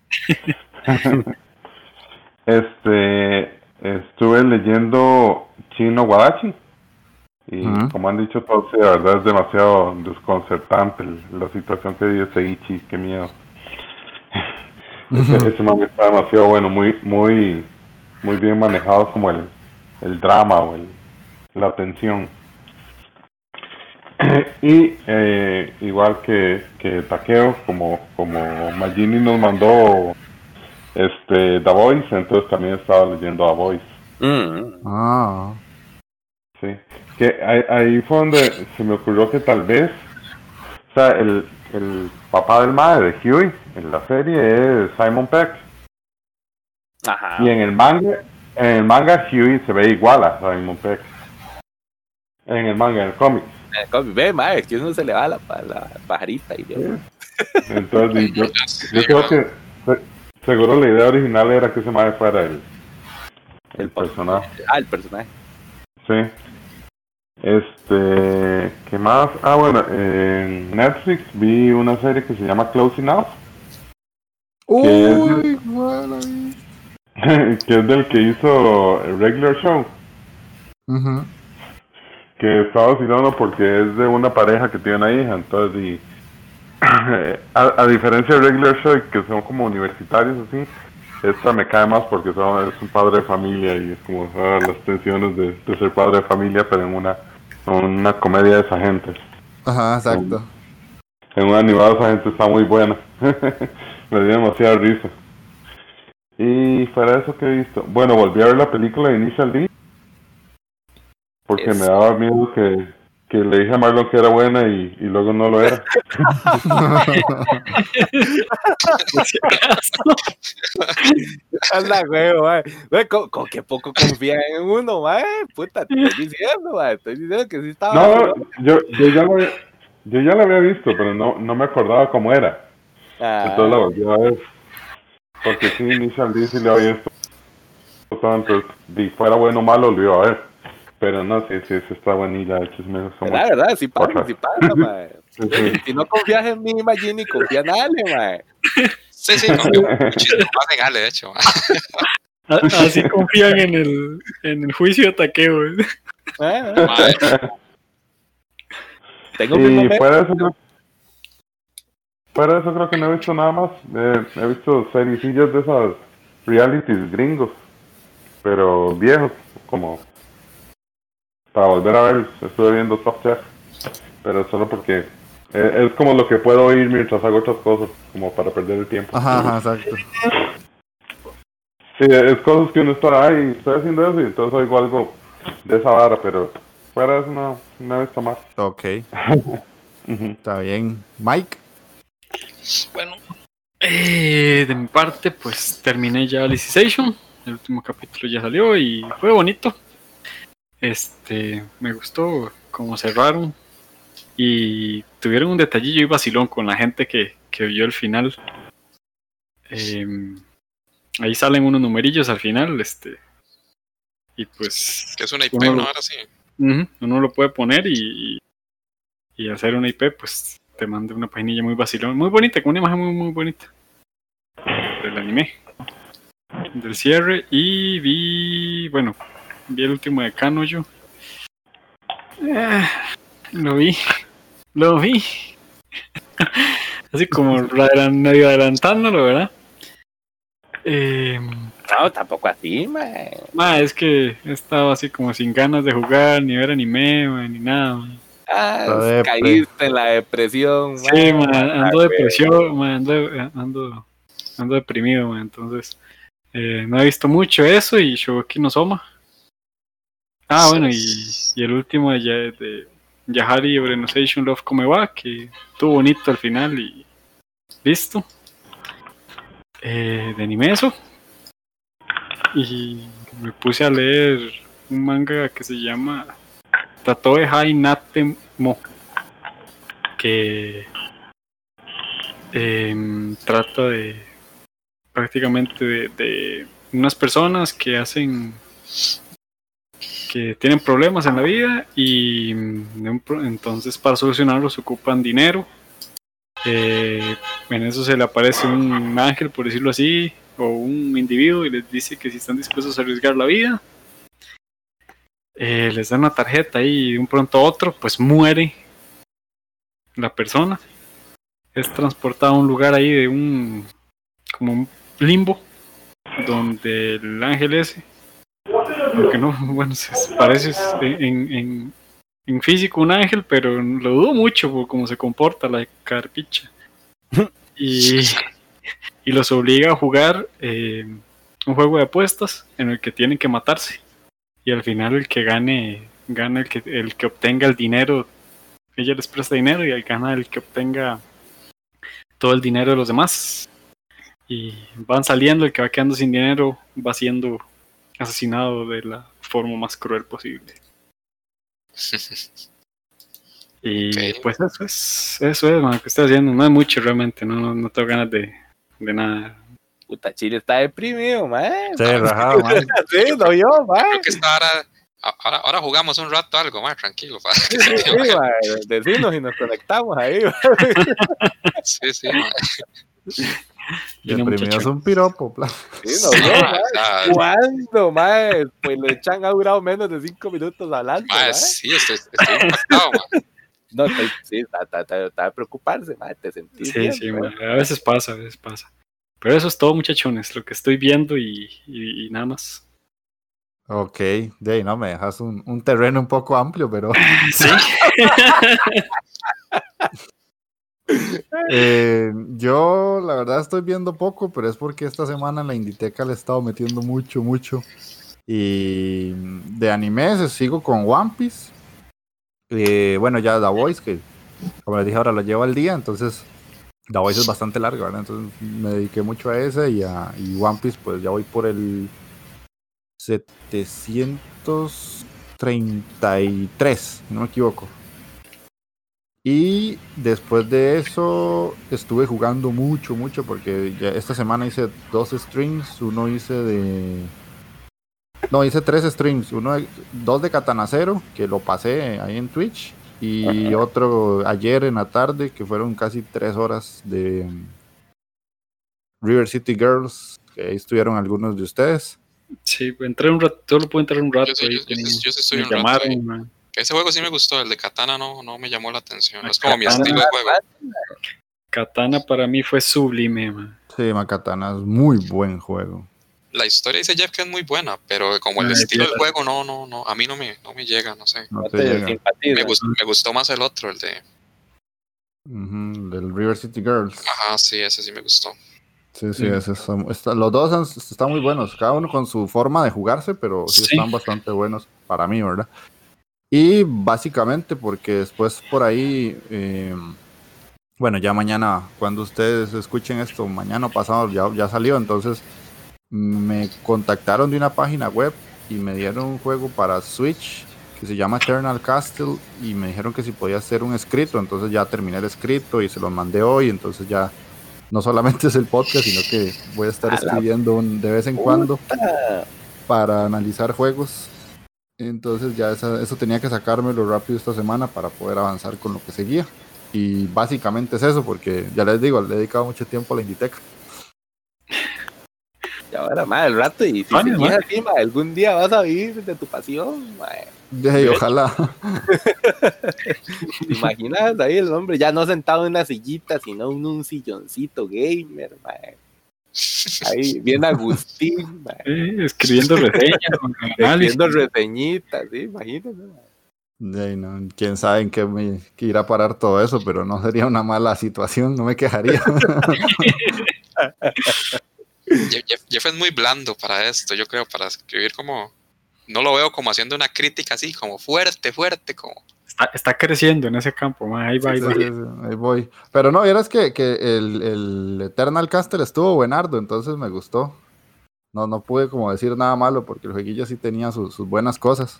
S5: Estuve leyendo Chino Wadachi y como han dicho todos, sí, la verdad es demasiado desconcertante la situación que vive Seiichi, qué miedo. Ese manga está demasiado bueno, muy bien manejado, como el drama o la tensión. Y igual que Takeo, como Magini nos mandó The Voice, entonces también estaba leyendo The Voice. Sí, que ahí fue donde se me ocurrió que tal vez, o sea, el papá del mae de Huey en la serie es Simon Pegg.
S3: Ajá.
S5: Y en el manga Huey se ve igual a Simon Pegg. En el cómic.
S3: Ve, es que uno se le va la pajarita.
S5: Entonces, yo creo que seguro la idea original era que ese mae fuera el personaje.
S3: El personaje.
S5: Sí. ¿Qué más? Bueno, en Netflix vi una serie que se llama Closing Out.
S1: Uy, bueno.
S5: Que es del que hizo el Regular Show. Que está vacilando porque es de una pareja que tiene una hija, entonces a diferencia de Regular Show, que son como universitarios así, esta me cae más porque es un padre de familia y es como las tensiones de ser padre de familia, pero en una comedia de esa gente.
S1: Ajá, exacto.
S5: En una animada esa gente está muy buena. Me dio demasiada risa. Y fuera de eso que he visto, bueno, volví a ver la película de Initial D porque me daba miedo que le dije a Marlon que era buena y luego no lo era.
S3: Anda, güey, mae. Güey, con qué poco confía en uno, mae. Puta, te estoy diciendo, mae. Estoy diciendo que sí estaba.
S5: No, yo ya la había visto, pero no me acordaba cómo era. Entonces la volví a ver. Porque sí, Initial D sí le había visto. Entonces, si fuera bueno o malo, lo iba a ver. Pero no, sí está buenilla. De hecho, me gusta mucho.
S3: La verdad, sí pasa, mae.
S5: Sí.
S3: Si no confías en mí, Magini, confía en Ale, mae.
S2: Sí, confío muchísimo más en Ale, de hecho.
S4: Así confían en el juicio de taqueo.
S3: Tengo mi momento.
S5: Fuera de eso creo que no he visto nada más. He visto seriecillas de esas realities gringos, pero viejos, como para volver a ver. Estuve viendo Top Chef, pero solo porque es como lo que puedo oír mientras hago otras cosas, como para perder el tiempo.
S1: Ajá, exacto.
S5: Sí, es cosas que uno está ahí, estoy haciendo eso y entonces oigo algo de esa vara, pero fuera de eso no he visto más.
S1: Ok. Está bien. Mike.
S2: Bueno.
S4: De mi parte, pues terminé ya Alicization. El último capítulo ya salió y fue bonito. Me gustó cómo cerraron. Y tuvieron un detallillo y vacilón con la gente que vio el final. Ahí salen unos numerillos al final. Y pues.
S2: Que es una IP, ¿no? Ahora sí.
S4: Uno lo puede poner y al hacer una IP, pues te manda una paginilla muy vacilón, muy bonita, con una imagen muy, muy bonita del anime, del cierre. Y vi el último de Kanojo. Lo vi así como medio adelantándolo, ¿verdad?
S3: No, tampoco así, mae.
S4: Es que he estado así como sin ganas de jugar, ni ver anime, ni nada, man.
S3: Caíste en la depresión,
S4: sí, ando depresión, ando deprimido, man. Entonces no he visto mucho eso y Shogeki no Soma. Bueno, y el último de Yahari Renunciation Love Come Va, que estuvo bonito al final y listo. De anime eso. Y me puse a leer un manga que se llama Tatoe Hai Nate Mo, que trata de prácticamente de unas personas que tienen problemas en la vida y entonces para solucionarlos ocupan dinero. En eso se le aparece un ángel, por decirlo así, o un individuo y les dice que si están dispuestos a arriesgar la vida, les dan una tarjeta y de un pronto a otro pues muere la persona. Es transportada a un lugar ahí de como un limbo donde el ángel ese, aunque no, parece en físico un ángel, pero lo dudo mucho por cómo se comporta la carpicha. Y los obliga a jugar un juego de apuestas en el que tienen que matarse. Y al final el que gane, gana el que obtenga el dinero. Ella les presta dinero y gana el que obtenga todo el dinero de los demás. Y van saliendo, el que va quedando sin dinero va siendo asesinado de la forma más cruel posible. Y pues eso es, man, que estoy haciendo. No es mucho realmente, no tengo ganas de nada.
S3: Puta, Chile está deprimido, man.
S1: Sí, rajado, man.
S3: Sí, no yo, man.
S2: Creo que está ahora jugamos un rato algo más tranquilo.
S3: Sí, man. Decinos y nos conectamos ahí.
S2: Sí, man.
S1: Deprimido es un piropo, plan.
S3: Sí, no yo, man. ¿Cuándo, man? Pues lo echan ha durado menos de 5 minutos hablando, man.
S2: Sí, estoy impactado, man.
S3: No, está de preocuparse, man. Te sentí bien,
S4: sí, man. A veces pasa. Pero eso es todo, muchachones, lo que estoy viendo y nada más.
S1: Ok, no me dejas un terreno un poco amplio, pero...
S4: Sí.
S1: Yo la verdad estoy viendo poco, pero es porque esta semana en la Inditeca le he estado metiendo mucho. Y de animes sigo con One Piece. Bueno, ya The Voice, que como les dije ahora lo llevo al día, entonces The Voice es bastante larga, ¿verdad? Entonces me dediqué mucho a ese y One Piece, pues ya voy por el 733, si no me equivoco. Y después de eso estuve jugando mucho porque ya esta semana hice 2 streams, hice 3 streams, dos de Katana Zero, que lo pasé ahí en Twitch, y otro ayer en la tarde, que fueron casi 3 horas de River City Girls, que ahí estuvieron algunos de ustedes.
S4: Sí, entré un rato, solo puedo entrar un rato.
S2: Yo sí estoy un rato ahí. Ese juego sí me gustó, el de Katana no me llamó la atención, es como mi estilo de juego.
S4: Katana para mí fue sublime, man.
S1: Sí, Katana es muy buen juego.
S2: La historia dice Jeff que es muy buena, pero como el estilo del juego no, a mí no me llega, no sé.
S1: No te llega.
S2: Me gustó más el otro, el de...
S1: del River City Girls.
S2: Ajá, sí, ese sí me gustó.
S1: Sí, los dos están muy buenos, cada uno con su forma de jugarse, pero sí están bastante buenos para mí, ¿verdad? Y básicamente porque después por ahí, bueno, ya mañana, cuando ustedes escuchen esto, mañana o pasado ya salió, entonces me contactaron de una página web y me dieron un juego para Switch que se llama Eternal Castle y me dijeron que si podía hacer un escrito, entonces ya terminé el escrito y se los mandé hoy, entonces ya no solamente es el podcast, sino que voy a estar escribiendo de vez en cuando para analizar juegos. Entonces ya eso tenía que sacármelo rápido esta semana para poder avanzar con lo que seguía. Y básicamente es eso, porque ya les digo, le he dedicado mucho tiempo a la Inditeca.
S3: Ya ahora, más el rato, y si sigues así, ma, algún día vas a vivir de tu pasión, ma.
S1: Ojalá.
S3: ¿Te imaginas ahí el hombre ya no sentado en una sillita, sino en un silloncito gamer, ma? Ahí, bien Agustín, ma.
S4: Escribiendo reseñas,
S3: escribiendo reseñitas, ¿sí? Imagínate.
S1: No, quién sabe en qué irá a parar todo eso, pero no sería una mala situación, no me quejaría.
S2: Jeff es muy blando para esto, yo creo, para escribir como... No lo veo como haciendo una crítica así, como fuerte, como...
S4: Está creciendo en ese campo, man. Ahí va.
S1: Ahí voy. Pero no, vieras que el Eternal Castle estuvo buenardo, entonces me gustó. No pude como decir nada malo, porque el jueguillo sí tenía sus buenas cosas.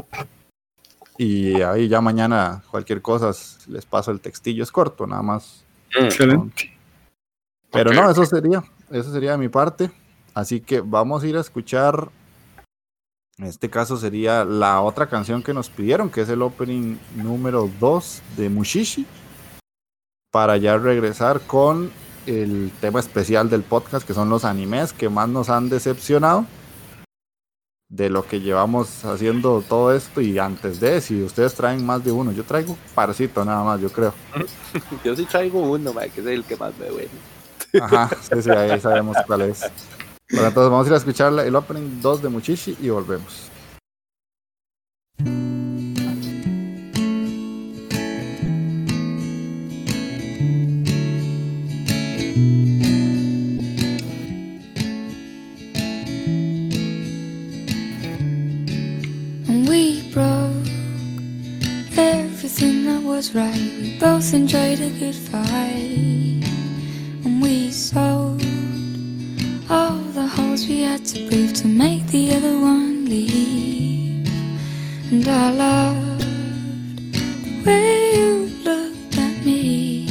S1: Y ahí ya mañana cualquier cosa les paso el textillo, es corto, nada más.
S4: Excelente.
S1: Pero no, eso sería de mi parte. Así que vamos a ir a escuchar. En este caso sería la otra canción que nos pidieron, que es el opening número 2 de Mushishi, para ya regresar con el tema especial del podcast, que son los animes que más nos han decepcionado de lo que llevamos haciendo todo esto. Y antes de, si ustedes traen más de uno, yo traigo parcito nada más, yo creo.
S3: Yo sí traigo uno, que es el que más me duele.
S1: Ajá, sí, ahí sabemos cuál es. Bueno, entonces vamos a ir a escuchar el opening 2 de Mushishi y volvemos.
S6: We broke everything that was right. We both enjoyed a good fight, and we sold all the holes we had to breathe to make the other one leave. And I loved the way you looked at me,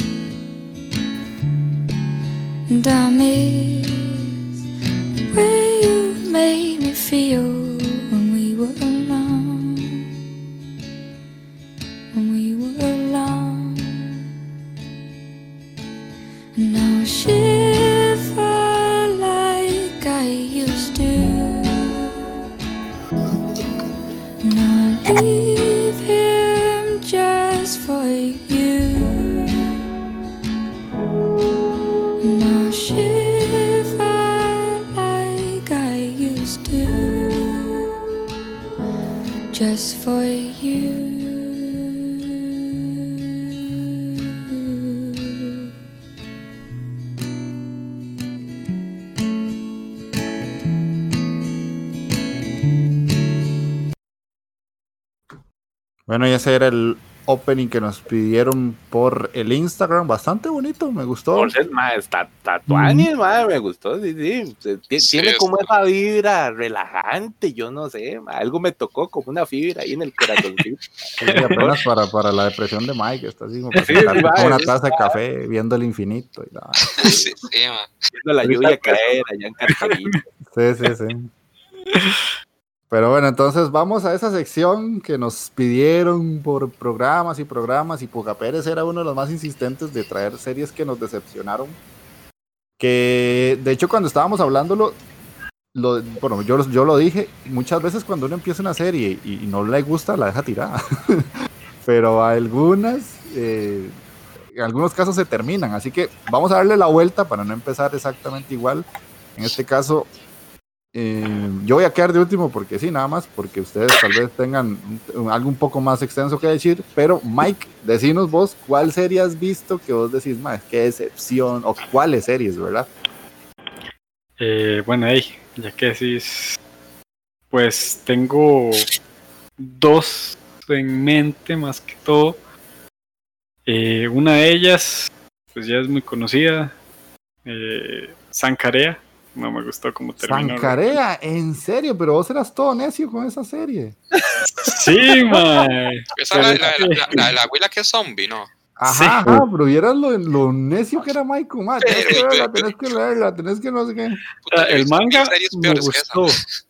S6: and I miss the way you made me feel when we were alone, when we were alone. And now I shiver like I used to, and I leave him just for you. And I shiver like I used to, just for you.
S1: Bueno, y ese era el opening que nos pidieron por el Instagram. Bastante bonito, me gustó.
S3: Por ser, está tuanis, me gustó, sí. Tiene como esa vibra relajante, yo no sé, algo me tocó como una fibra ahí en el corazoncito.
S1: Sí, apenas para la depresión de Mike, está así como,
S3: Sí,
S1: con una taza de café, viendo el infinito. Y nada.
S2: Sí, man.
S3: Viendo la lluvia caer allá en Cartagena.
S1: Sí. Pero bueno, entonces vamos a esa sección que nos pidieron por programas, y Puga Pérez era uno de los más insistentes de traer series que nos decepcionaron. Que de hecho cuando estábamos hablándolo, bueno, yo lo dije, muchas veces cuando uno empieza una serie y no le gusta, la deja tirada. Pero algunas, en algunos casos se terminan, así que vamos a darle la vuelta para no empezar exactamente igual. En este caso, yo voy a quedar de último porque sí, nada más, porque ustedes tal vez tengan algo un poco más extenso que decir, pero Mike, decinos vos, ¿cuál serie has visto que vos decís, más qué decepción, o cuáles series, verdad?
S4: Bueno, ya que decís, pues tengo 2 en mente más que todo. Una de ellas, pues ya es muy conocida, Sankarea. No me gustó cómo terminó.
S1: Sankarea, en serio, pero vos eras todo necio con esa serie.
S4: Sí, mae.
S2: Esa es la abuela que es zombie, ¿no?
S1: Ajá, pero vieras lo necio que era Michael, man. Tenés que leerla, tenés que no sé qué.
S2: Puta,
S4: El manga me
S2: peores
S4: gustó.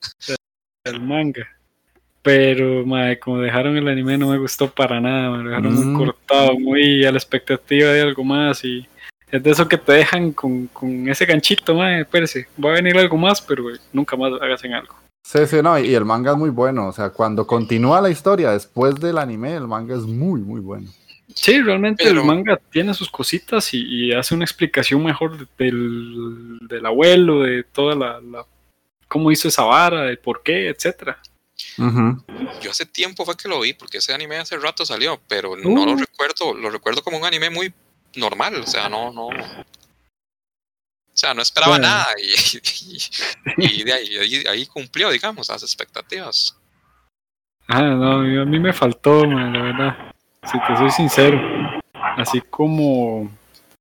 S4: El manga. Pero, mae, como dejaron el anime no me gustó para nada. Me lo dejaron muy cortado, muy a la expectativa de algo más. Y es de eso que te dejan con ese ganchito, mae. Espérese, va a venir algo más, pero nunca más hacen algo.
S1: Sí, no, y el manga es muy bueno. O sea, cuando continúa la historia después del anime, el manga es muy, muy bueno.
S4: Sí, realmente el manga tiene sus cositas y hace una explicación mejor del abuelo, de toda la cómo hizo esa vara, de por qué, etcétera.
S1: Uh-huh.
S2: Yo hace tiempo fue que lo vi, porque ese anime hace rato salió, pero no lo recuerdo como un anime muy normal, o sea, no esperaba nada y de ahí cumplió, digamos, las expectativas.
S4: No, a mí me faltó, man, la verdad, si te soy sincero, así como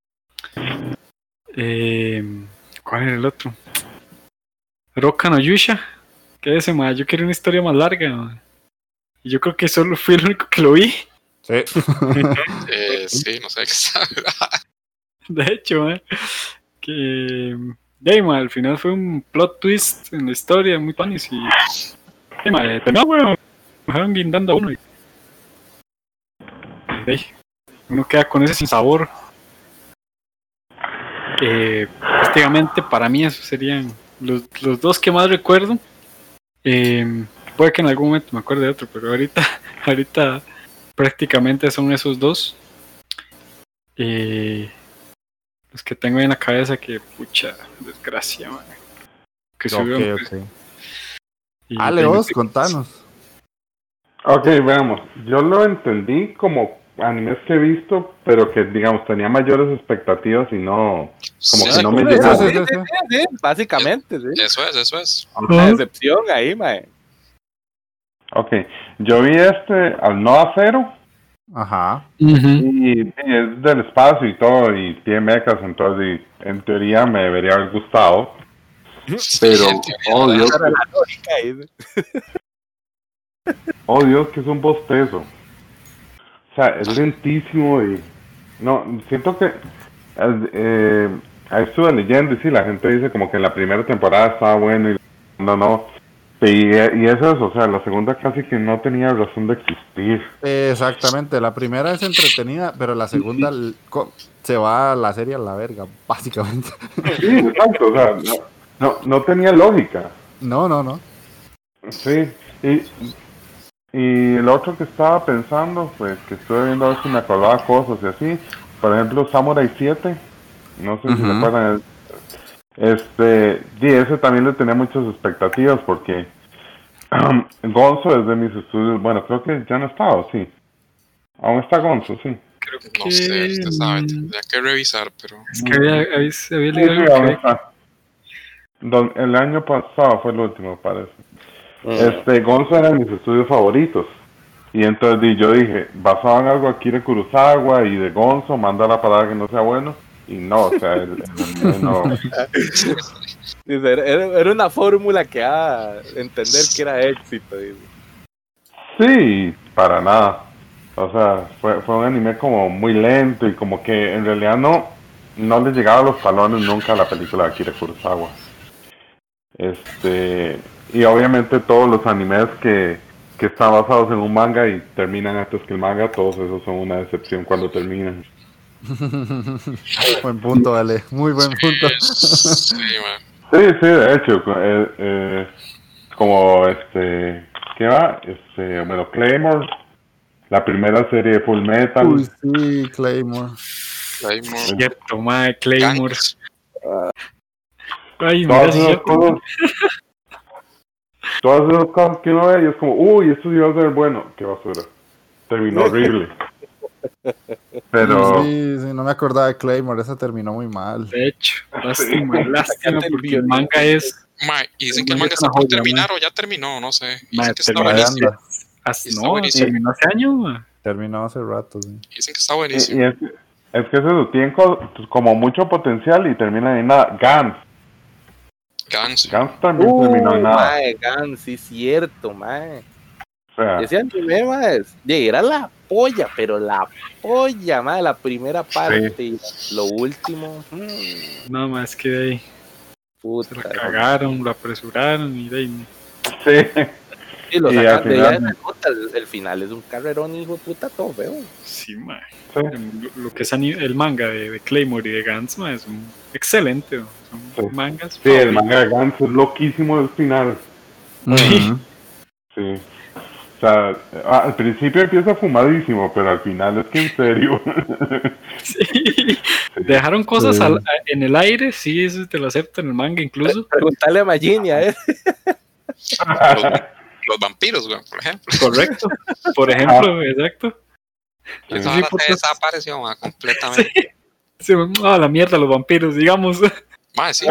S4: ¿cuál era el otro? Roka no Yusha, que ese, man, yo quería una historia más larga, man. Y yo creo que solo fui el único que lo vi.
S1: Sí.
S2: Sí, no sé qué está hablando.
S4: De hecho, que al final fue un plot twist en la historia muy panis y terminó, weón, me dejaron guindando a uno y uno queda con ese sin sabor. Prácticamente para mí esos serían los 2 que más recuerdo. Puede que en algún momento me acuerde de otro, pero ahorita prácticamente son esos 2 los que tengo en la cabeza. Que pucha desgracia, man. Que subió.
S1: Okay. Ale, vos, contanos.
S5: Ok, veamos. Yo lo entendí como animes que he visto, pero que, digamos, tenía mayores expectativas y no... Como que no me llegó.
S3: Sí, básicamente, sí.
S2: Eso es.
S3: La decepción ahí, mae.
S5: Ok, yo vi al Noda Cero.
S1: Ajá.
S5: Y es del espacio y todo, y tiene mechas, entonces en teoría me debería haber gustado. Pero, oh Dios, oh Dios, que es un bostezo. O sea, es lentísimo y no, siento que ahí estuve leyendo y sí, la gente dice como que en la primera temporada estaba bueno y no. Y eso es, o sea, la segunda casi que no tenía razón de existir.
S1: Exactamente, la primera es entretenida, pero la segunda se va la serie a la verga, básicamente.
S5: Sí, exacto, o sea, no tenía lógica.
S1: No.
S5: Sí, y el otro que estaba pensando, pues que estuve viendo a ver si me acordaba cosas y así, por ejemplo, Samurai 7, no sé si me acuerdan. Sí, ese también le tenía muchas expectativas porque Gonzo es de mis estudios, bueno, creo que ya no está, ¿o sí? Aún está Gonzo, sí.
S2: Creo que no sé, usted sabe, tendría que revisar, pero...
S4: Es que había leído
S5: aún está. El año pasado fue el último, parece. Gonzo era de mis estudios favoritos Y entonces yo dije, basado en algo de Akira Kurosawa y de Gonzo, manda la palabra que no sea bueno. Y no, o sea, el anime no.
S3: Era una fórmula que entender que era éxito. Dice.
S5: Sí, para nada. O sea, fue un anime como muy lento y como que en realidad no le llegaba a los talones nunca a la película de Akira Kurosawa. Y obviamente todos los animes que están basados en un manga y terminan antes que el manga, todos esos son una decepción cuando terminan.
S1: Buen punto, Ale. Muy buen punto.
S2: Sí, man.
S5: Sí, de hecho, como ¿qué va? Bueno, Claymore, la primera serie de Full Metal.
S1: Uy, sí, Claymore.
S4: Cierto, mae, Claymore.
S2: Gangs.
S4: Ay, mira,
S5: Todas
S4: sí,
S5: esas
S4: cierto.
S5: cosas que uno ve y es como, uy, esto sí va a ser bueno. Qué basura. Terminó horrible. Pero
S1: Sí, no me acordaba de Claymore, esa terminó muy mal.
S4: De hecho, lástima porque el manga es...
S2: Mae, y dicen que
S4: El
S2: el
S4: manga
S2: manga
S4: es
S2: está
S4: una
S2: por
S4: joya,
S2: terminar o ya terminó, no sé.
S4: Mae,
S2: Dicen que está
S4: terminó.
S2: buenísimo.
S1: Anda,
S4: No,
S2: buenísimo.
S4: terminó hace años, mae.
S1: terminó hace rato, sí.
S2: Dicen que está
S5: y
S2: buenísimo.
S5: es que eso tiene como mucho potencial y termina en nada.
S2: Gangs.
S5: Gans también terminó en nada.
S3: Mae, Gans, sí, cierto, mae.
S5: O sea,
S3: Ese anime, mae, era la polla, pero la polla, mae, la primera parte y lo último.
S4: No, mae, es que de ahí
S3: Puta.
S4: se la cagaron, lo apresuraron y de ahí...
S5: sí.
S3: Y lo
S5: Y
S3: sacan
S5: al
S3: de
S5: final-
S3: ahí de la nota, el final es un carrerón, hijo de puta, todo feo.
S4: Sí, mae.
S5: Sí.
S4: Lo que es el manga de Claymore y de Gantz, mae, es excelente. Son
S5: Sí.
S4: mangas.
S5: Sí, el manga de Gans es loquísimo el final.
S1: Ujú.
S5: Sí. O sea, al principio empieza fumadísimo, pero al final es que en serio.
S4: Sí. Dejaron cosas
S1: Sí.
S4: en el aire, sí, eso te lo acepto en el manga incluso.
S3: Preguntarle a Magini, a ver.
S2: Los vampiros, güey, por ejemplo.
S4: Correcto. Por ejemplo, exacto.
S2: Esa
S4: Sí,
S2: hora
S4: por
S2: se
S4: supuesto.
S2: desapareció, ma, completamente.
S4: Sí, la mierda, los vampiros, digamos.
S2: Mae, sí.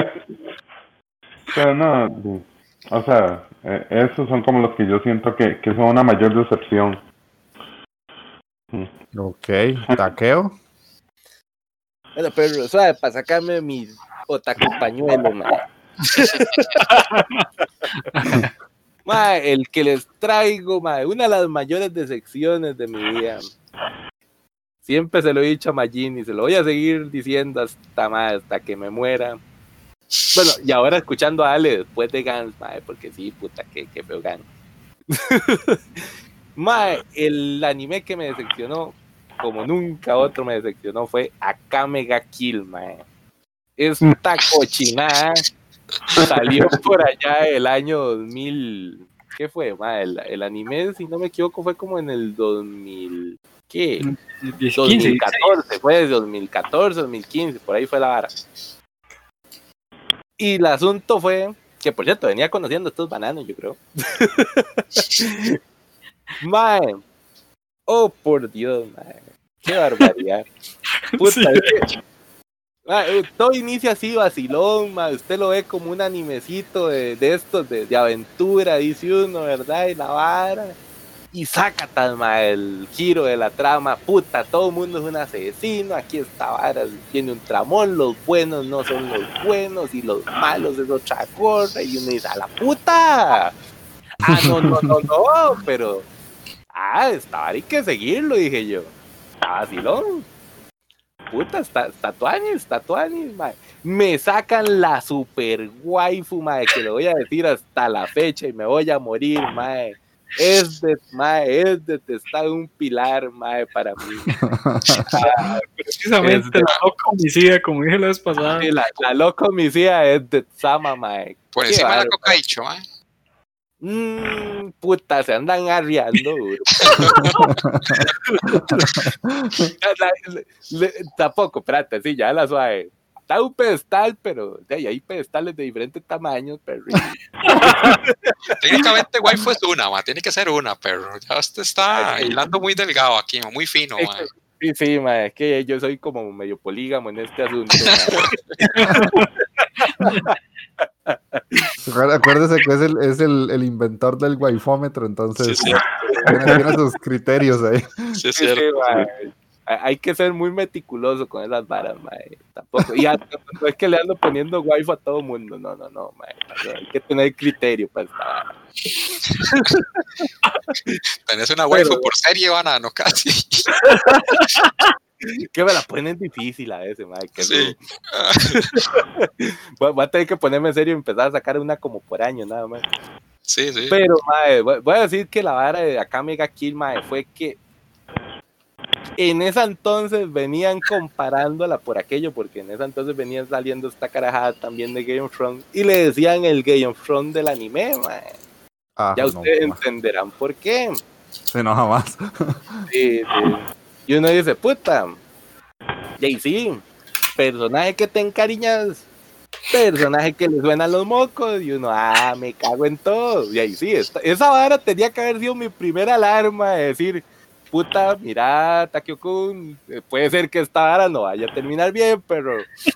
S5: Pero no, o sea, esos son como los que yo siento que son una mayor decepción.
S1: Ok, taqueo.
S3: Bueno, pero suave, para sacarme mi otaku pañuelo, man. El que les traigo, una de las mayores decepciones de mi vida. Siempre se lo he dicho a Magini y se lo voy a seguir diciendo hasta que me muera. Bueno, y ahora escuchando a Ale después de Gans, porque sí, puta, que feo Gans. El anime que me decepcionó, como nunca otro me decepcionó, fue Akame ga Kill, Esta cochinada salió por allá el año 2000. ¿Qué fue, el anime, si no me equivoco, fue como en el 2000. ¿Qué? 2014, fue de 2014, 2015, por ahí fue la vara. Y el asunto fue que, por cierto, venía conociendo estos bananos, yo creo. Oh, por Dios, qué barbaridad. Puta, sí. Todo inicia así, vacilón, usted lo ve como un animecito de estos, de aventura, dice uno, ¿verdad? Y la vara. Y sácate, el giro de la trama, puta, todo el mundo es un asesino, aquí esta vara tiene un tramón, los buenos no son los buenos y los malos es otra cosa, y uno dice, ¡a la puta! No, pero, esta vara hay que seguirlo, dije yo, vacilón. Puta, está tuanis, me sacan la super waifu, que le voy a decir hasta la fecha y me voy a morir, es detestar un pilar, para mí.
S4: Precisamente la loca homicida, como dije la vez pasada.
S3: Sí, la loca homicida es de Sama,
S2: Por encima de la coca dicho,
S3: puta, se andan arriando, tampoco, espérate, sí, ya la suave. Está un pedestal, pero hay pedestales de diferentes tamaños, perro.
S2: Técnicamente waifu es una, tiene que ser una, perro. Ya usted está hilando muy delgado aquí, muy fino,
S3: Sí, es que yo soy como medio polígamo en este asunto.
S1: Acuérdese que es el inventor del waifómetro, entonces
S2: Sí,
S1: tiene sus criterios ahí.
S2: sí, es
S3: Sí,
S2: cierto.
S3: mae. Hay que ser muy meticuloso con esas varas, mae. Tampoco. Y no es que le ando poniendo waifu a todo mundo. No, mae. Hay que tener criterio para esta vara.
S2: Tenés una waifu por serie, banano, casi.
S3: Que me la ponen difícil a veces, mae. Que
S2: Sí.
S3: voy a tener que ponerme en serio y empezar a sacar una como por año, nada más.
S2: Sí, sí.
S3: Pero, mae, voy a decir que la vara de Akame ga Kill, mae, fue que en ese entonces venían comparándola por aquello, porque en ese entonces venían saliendo esta carajada también de Game of Thrones y le decían el Game of Thrones del anime, mae.
S1: Ah,
S3: Ya
S1: no,
S3: ustedes
S1: no,
S3: entenderán por qué.
S1: sí, no, jamás.
S3: Sí. Y uno dice, puta, y sí, personaje que te encariñas, personaje que le suenan los mocos, y uno, me cago en todo. Y ahí sí, esa vara tenía que haber sido mi primera alarma de decir, puta, mira, Takeo-kun, puede ser que esta vara no vaya a terminar bien, pero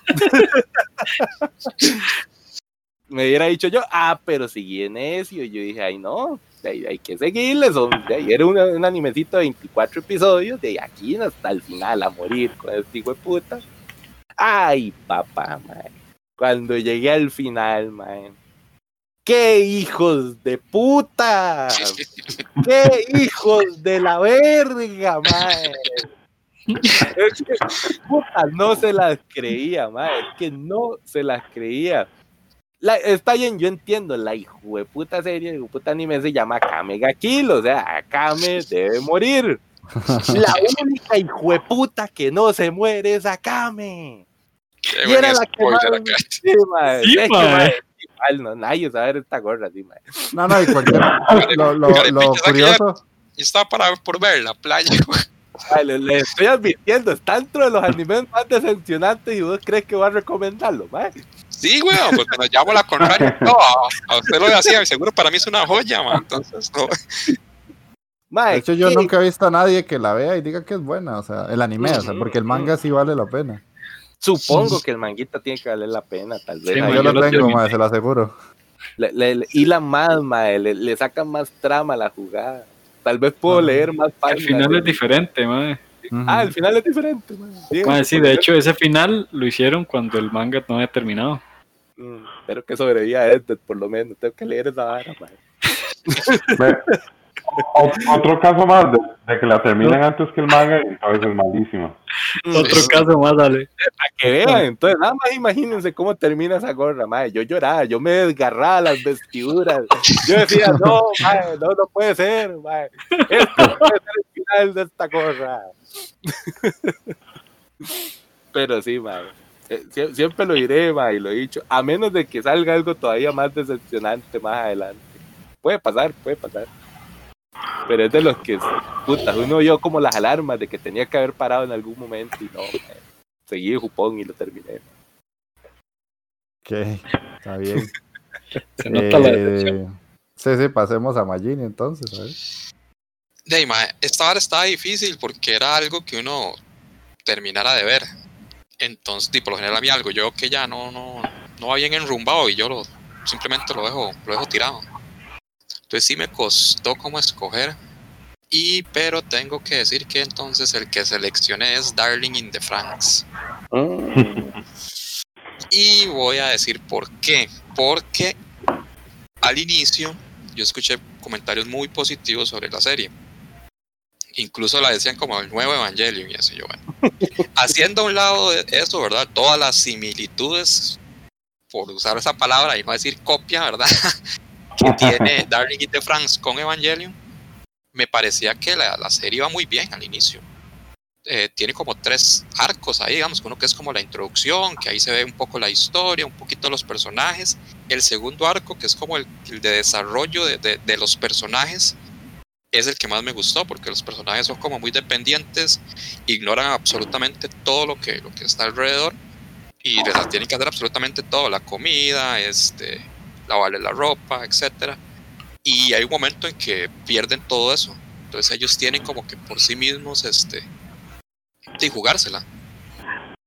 S3: me hubiera dicho yo, pero seguí en eso, y yo dije, ay no, hay que seguirle, era un animecito de 24 episodios, de aquí hasta el final a morir con este hijo de puta. Ay, papá, man. Cuando llegué al final, man. ¡Qué hijos de puta! ¡Qué hijos de la verga, man! Es que, puta, no se las creía, man. Es que no se las creía. Está bien, yo entiendo, la hijueputa serie, el hijueputa anime se llama Akame ga Kill, o sea, Akame debe morir. La única hijueputa que no se muere es Akame.
S2: Qué
S3: Y era
S2: buen
S3: la que más...
S2: spoiler acá.
S3: Sí, mae.
S4: Sí,
S3: Es que,
S4: mae.
S3: mae, igual, no, nadie sabe ver esta gorra, sí, mae.
S1: No, y cualquier. Lo curioso.
S2: Y estaba por ver la playa, güey.
S3: Mae, le estoy advirtiendo, está dentro de los animes más decepcionantes y vos crees que va a recomendarlo, mae.
S2: Sí, güey, porque nos llamo la contraria. No, a usted lo decía, y seguro para mí es una joya, man. Entonces, no.
S3: Mae,
S1: De hecho, yo
S3: ¿qué?
S1: nunca he visto a nadie que la vea y diga que es buena, o sea, el anime, o sea, porque el manga sí vale la pena.
S3: Supongo que el manguita tiene que valer la pena, tal vez.
S4: Sí,
S3: Ahí
S1: Yo
S4: yo
S1: lo
S4: lo
S1: tengo,
S4: terminé.
S1: mae, se lo aseguro.
S3: le hilan más, mae, le sacan más trama a la jugada. Tal vez puedo
S1: Ajá.
S3: leer más
S4: El
S3: páginas.
S4: final es diferente, mae.
S3: El final es diferente, mae. Sí,
S4: Mae, sí, de hecho, ese final lo hicieron cuando el manga no había terminado.
S3: Espero que sobreviva a este, por lo menos. Tengo que leer esa vara, mae.
S5: Otro caso más de que la terminan antes que el manga y a veces es malísima.
S4: Otro caso más, dale.
S3: Para que vean, entonces nada más imagínense cómo termina esa gorra, mae. Yo lloraba, yo me desgarraba las vestiduras. Yo decía, no, mae, no puede ser, mae. Esto no puede ser el final de esta gorra. Pero sí, mae. Siempre lo diré, mae, y lo he dicho. A menos de que salga algo todavía más decepcionante más adelante. Puede pasar. Pero es de los que, puta, uno oyó como las alarmas de que tenía que haber parado en algún momento y no, seguí el jupón y lo terminé.
S1: Ok, está bien.
S4: Se nota la decepción.
S1: Sí, pasemos a Magini entonces, a ver.
S2: Esta vara estaba difícil porque era algo que uno terminara de ver. Entonces, por lo general a mí algo, yo que ya no va bien enrumbado y yo simplemente lo dejo tirado. Entonces sí me costó como escoger, pero tengo que decir que entonces el que seleccioné es Darling in the Franxx. Y voy a decir por qué. Porque al inicio yo escuché comentarios muy positivos sobre la serie. Incluso la decían como el nuevo Evangelion y así yo, bueno. Haciendo a un lado de eso, ¿verdad? Todas las similitudes, por usar esa palabra y no decir copia, ¿verdad? Que tiene Darling in the Franxx con Evangelion, me parecía que la serie iba muy bien al inicio. Tiene como 3 arcos ahí, digamos, uno que es como la introducción, que ahí se ve un poco la historia, un poquito los personajes. El segundo arco, que es como el de desarrollo de los personajes, es el que más me gustó, porque los personajes son como muy dependientes, ignoran absolutamente todo lo que está alrededor, y les tienen que hacer absolutamente todo, la comida, lavarle la ropa, etcétera. Y hay un momento en que pierden todo eso. Entonces ellos tienen como que por sí mismos jugársela.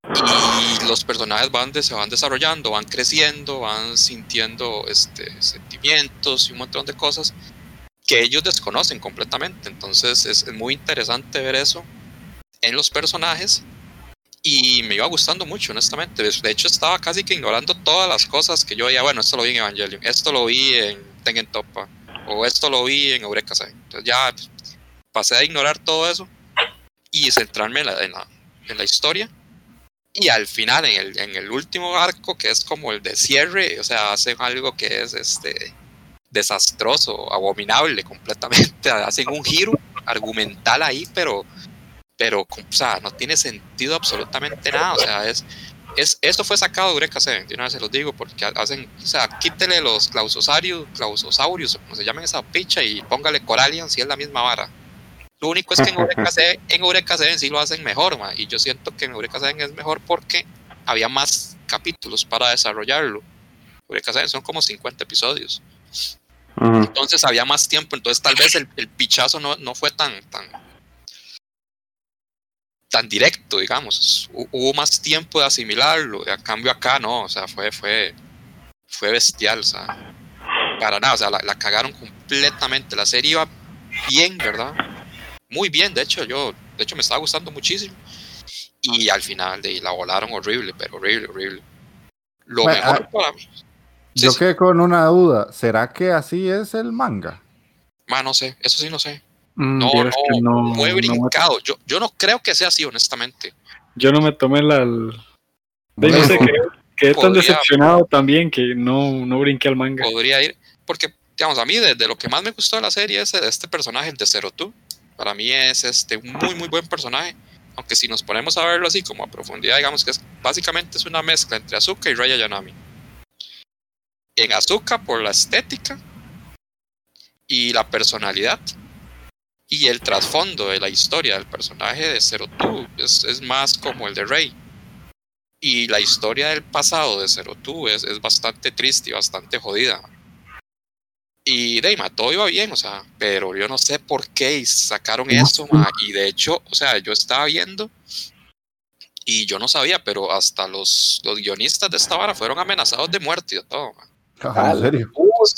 S2: y los personajes se van desarrollando, van creciendo, van sintiendo sentimientos y un montón de cosas que ellos desconocen completamente. Entonces es muy interesante ver eso en los personajes y me iba gustando mucho, honestamente. De hecho, estaba casi que ignorando todas las cosas que yo veía. Bueno, esto lo vi en Evangelion, esto lo vi en Tengen Toppa, o esto lo vi en Eureka Seven. Entonces ya pasé a ignorar todo eso y centrarme en la historia. Y al final, en el último arco, que es como el de cierre, o sea, hacen algo que es desastroso, abominable completamente. Hacen un giro argumental ahí, pero o sea, no tiene sentido absolutamente nada. O sea, esto fue sacado de Eureka Seven, de una vez se los digo, porque hacen, o sea, quítele los clausosaurios, o como se llaman esa picha, y póngale Corallian si es la misma vara. Lo único es que en Eureka Seven sí lo hacen mejor, y yo siento que en Eureka Seven es mejor porque había más capítulos para desarrollarlo. Eureka Seven son como 50 episodios. Entonces había más tiempo, entonces tal vez el pichazo no fue tan directo, digamos. Hubo más tiempo de asimilarlo, y a cambio acá no, o sea, fue bestial, o sea, para nada, o sea, la cagaron completamente. La serie iba bien, ¿verdad? Muy bien, de hecho me estaba gustando muchísimo, y al final la volaron horrible, pero horrible. Lo
S1: bueno,
S2: mejor para mí.
S1: Yo quedé con una duda, ¿será que así es el manga?
S2: No sé, eso sí no sé.
S4: No
S2: Muy brincado. Yo no creo que sea así, honestamente.
S4: Yo no me tomé no sé, quedé tan decepcionado también que no brinqué al manga.
S2: Podría ir, porque, digamos, a mí de lo que más me gustó de la serie es este personaje, el de Zero Two. Para mí es un muy, muy buen personaje. Aunque si nos ponemos a verlo así como a profundidad, digamos que básicamente es una mezcla entre Asuka y Raya Yanami. En Asuka por la estética y la personalidad y el trasfondo de la historia del personaje de Zero Two es más como el de Rei. Y la historia del pasado de Zero Two es bastante triste y bastante jodida. Y todo iba bien, o sea, pero yo no sé por qué sacaron eso, y de hecho, o sea, yo estaba viendo y yo no sabía, pero hasta los guionistas de esta vara fueron amenazados de muerte y de todo,
S1: ¿En serio?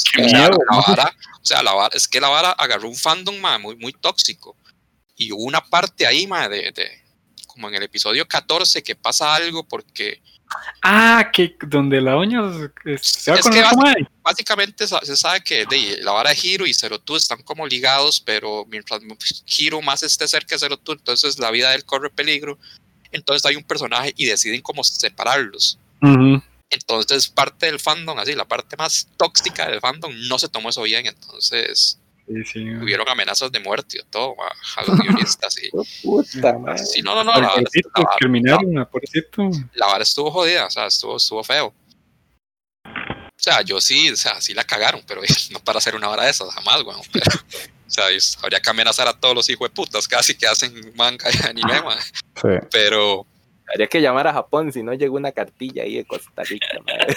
S2: La vara es que la vara agarró un fandom, muy, muy tóxico, y hubo una parte ahí, como en el episodio 14, que pasa algo porque...
S4: que donde la doña se va con
S2: que básicamente se sabe que la vara de Hiro y Zero Two están como ligados, pero mientras Hiro más esté cerca de Zero Two, entonces la vida de él corre peligro. Entonces hay un personaje y deciden como separarlos. Entonces parte del fandom, así la parte más tóxica del fandom, no se tomó eso bien. Entonces hubieron amenazas de muerte y todo a los guionistas.
S3: Puta madre.
S2: Sí,
S4: la
S2: vara estuvo jodida, o sea, estuvo feo. O sea, sí la cagaron, pero no para hacer una vara de esas, jamás, weón. Pero, o sea, habría que amenazar a todos los hijos de putas casi que hacen manga y anime, man.
S1: Sí.
S2: Pero...
S3: habría que llamar a Japón si no llegó una cartilla ahí de Costa Rica, madre.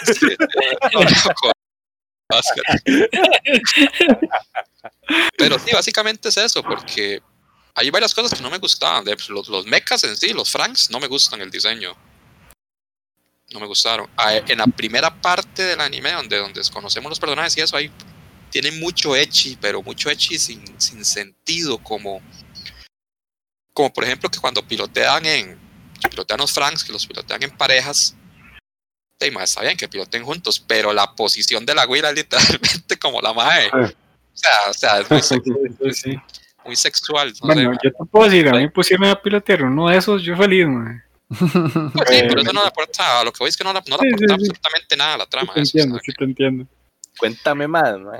S2: Pero sí, básicamente es eso, porque hay varias cosas que no me gustaban. Los mechas en sí, los Franks, no me gustan el diseño. No me gustaron. En la primera parte del anime, donde conocemos los personajes y eso, ahí tiene mucho ecchi, pero mucho ecchi sin sentido, como por ejemplo que cuando pilotean los Franks, que los pilotean en parejas, está bien que piloten juntos, pero la posición de la güila es literalmente como la mae. O sea, es muy sexual. Muy sexual.
S4: Bueno, yo te puedo decir, a mí pusieron a pilotear uno de esos, yo feliz, man.
S2: Pues sí, pero eso no le aporta, a lo que voy es que no le aporta absolutamente nada a la trama.
S4: Sí te entiendo.
S3: Cuéntame más, ¿no?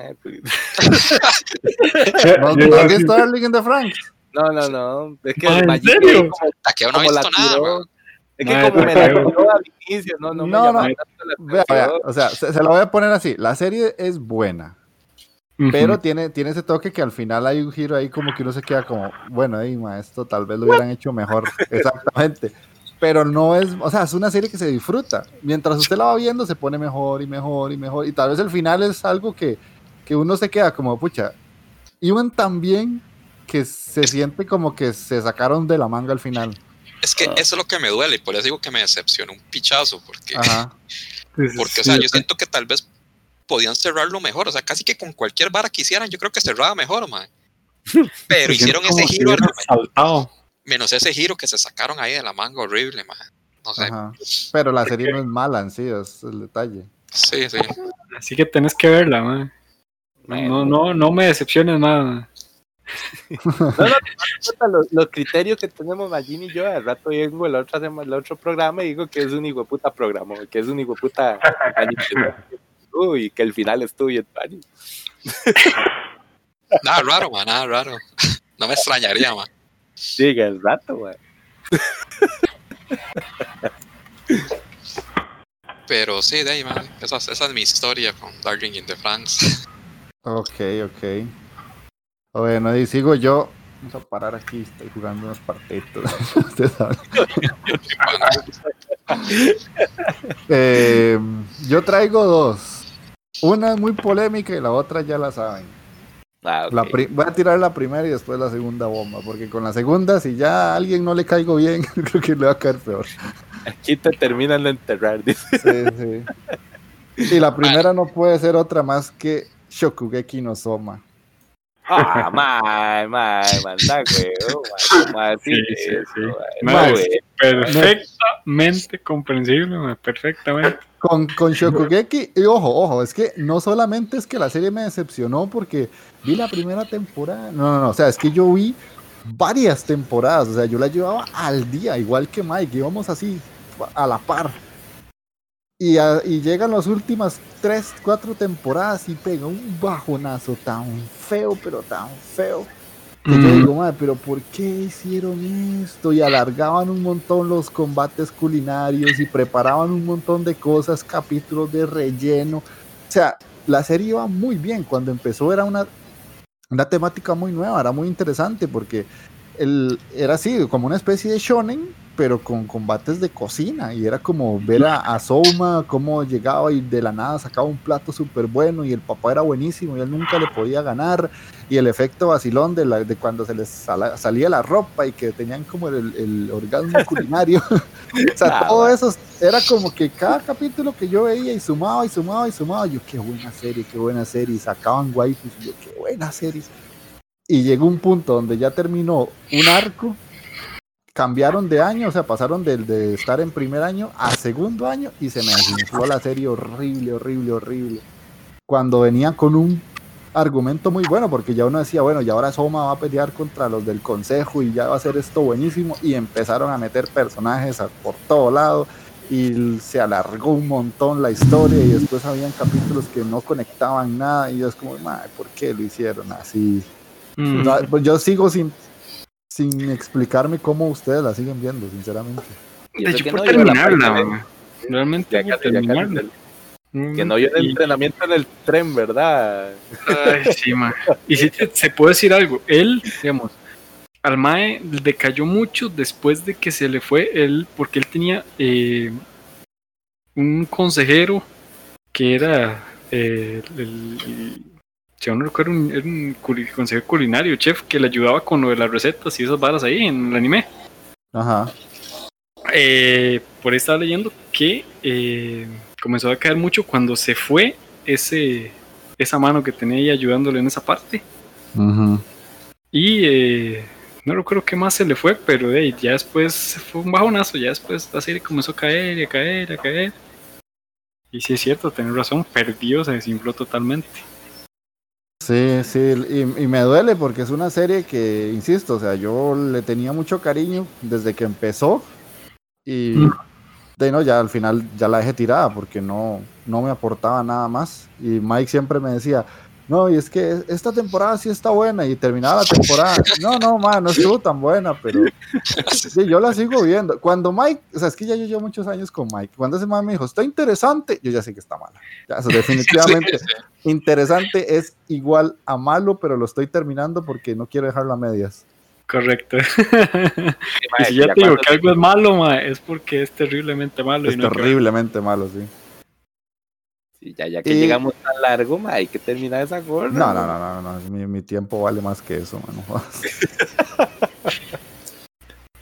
S1: ¿No has visto el League de Franks?
S3: No. Es que
S4: ¿En serio?
S2: Taqueo no ha visto nada, man.
S3: Es que como me la tiró al inicio, no me llamó tanto la atención.
S1: Vea, o sea, se lo voy a poner así. La serie es buena, pero tiene ese toque que al final hay un giro ahí como que uno se queda como, bueno, esto tal vez lo hubieran hecho mejor. Exactamente. Pero no es, o sea, es una serie que se disfruta. Mientras usted la va viendo, se pone mejor y mejor y mejor. Y tal vez el final es algo que uno se queda como, pucha, iban tan bien que se siente como que se sacaron de la manga al final.
S2: Es que eso es lo que me duele y por eso digo que me decepcionó un pichazo, porque,
S1: Ajá.
S2: porque o sea, yo siento que tal vez podían cerrarlo mejor, o sea, casi que con cualquier vara que hicieran, yo creo que cerraba mejor, man. Pero hicieron ese giro,
S4: saltado.
S2: menos ese giro que se sacaron ahí de la manga horrible, man. No sé.
S1: Ajá. Pero la serie no es mala en sí, es el detalle.
S2: Sí, sí.
S4: Así que tenés que verla, man. No me decepciones más, man.
S3: Los criterios que tenemos Magini y yo, al rato vengo el otro programa y digo que es un hijo de puta programa, que es un hijo de puta anime. Uy, que el final estuvo bien, Pani.
S2: Nada raro, man, nada raro. No me extrañaría, man.
S3: Sí, el rato, man.
S2: Pero sí, de ahí, man. Esa es mi historia con Darling in the France.
S1: Ok. Bueno, y sigo yo. Vamos a parar aquí, estoy jugando unos partidos. Usted sabe. Yo traigo dos. Una es muy polémica y la otra ya la saben.
S3: Okay.
S1: Voy a tirar la primera y después la segunda bomba, porque con la segunda, si ya a alguien no le caigo bien, creo que le va a caer peor.
S3: Aquí te terminan de enterrar, dice.
S1: Sí. Y la primera no puede ser otra más que Shokugeki no Soma.
S3: Manda, güey.
S4: Sí. Perfectamente comprensible, man, perfectamente.
S1: Con Shokugeki, y ojo, es que no solamente es que la serie me decepcionó porque vi la primera temporada, no, o sea, es que yo vi varias temporadas, o sea, yo la llevaba al día, igual que Mike, íbamos así, a la par. Y llegan las últimas 3-4 temporadas y pega un bajonazo tan feo, pero tan feo, que yo digo, madre, pero ¿por qué hicieron esto? Y alargaban un montón los combates culinarios y preparaban un montón de cosas, capítulos de relleno. O sea, la serie iba muy bien. Cuando empezó era una temática muy nueva, era muy interesante porque era así, como una especie de shonen, pero con combates de cocina, y era como ver a Souma cómo llegaba y de la nada sacaba un plato súper bueno y el papá era buenísimo y él nunca le podía ganar, y el efecto vacilón de cuando se les salía la ropa y que tenían como el orgasmo culinario. O sea, todo eso era como que cada capítulo que yo veía y sumaba, yo, qué buena serie, y sacaban waifus, y yo, qué buena serie. Y llegó un punto donde ya terminó un arco, cambiaron de año, o sea, pasaron de estar en primer año a segundo año y se me desinfló la serie horrible. Cuando venía con un argumento muy bueno, porque ya uno decía, bueno, y ahora Soma va a pelear contra los del consejo y ya va a ser esto buenísimo, y empezaron a meter personajes por todo lado y se alargó un montón la historia y después habían capítulos que no conectaban nada y yo es como, madre, ¿por qué lo hicieron así? No, pues yo sigo sin explicarme cómo ustedes la siguen viendo, sinceramente.
S4: De hecho, por terminarla, realmente por terminarla.
S3: Que no vio el entrenamiento en el tren, ¿verdad?
S4: Ay, sí, man. Y si se puede decir algo, él, digamos, al mae decayó mucho después de que se le fue él, porque él tenía un consejero que era yo no recuerdo, era un consejero culinario, chef, que le ayudaba con lo de las recetas y esas varas ahí en el anime.
S1: Ajá.
S4: Por ahí estaba leyendo que comenzó a caer mucho cuando se fue esa mano que tenía ahí ayudándole en esa parte.
S1: Uh-huh.
S4: Y no recuerdo qué más se le fue, pero ya después fue un bajonazo, ya después la serie comenzó a caer y a caer. Y sí es cierto, tenés razón, perdió, se desinfló totalmente.
S1: Sí, y me duele porque es una serie que, insisto, o sea, yo le tenía mucho cariño desde que empezó y ya al final ya la dejé tirada porque no me aportaba nada más, y Mike siempre me decía, no, y es que esta temporada sí está buena, y terminaba la temporada, no estuvo tan buena, pero sí, yo la sigo viendo. Cuando Mike, o sea, es que ya yo llevo muchos años con Mike, cuando ese man me dijo, está interesante, yo ya sé que está mala, ya, eso definitivamente. Sí. Interesante es igual a malo, pero lo estoy terminando porque no quiero dejarlo a medias.
S4: Correcto. Y si ya te digo que algo es malo, ma, es porque es terriblemente malo.
S1: Es terriblemente malo, sí.
S3: Sí, ya que llegamos tan largo, ma, hay que terminar esa gorra.
S1: No, mi tiempo vale más que eso, mano.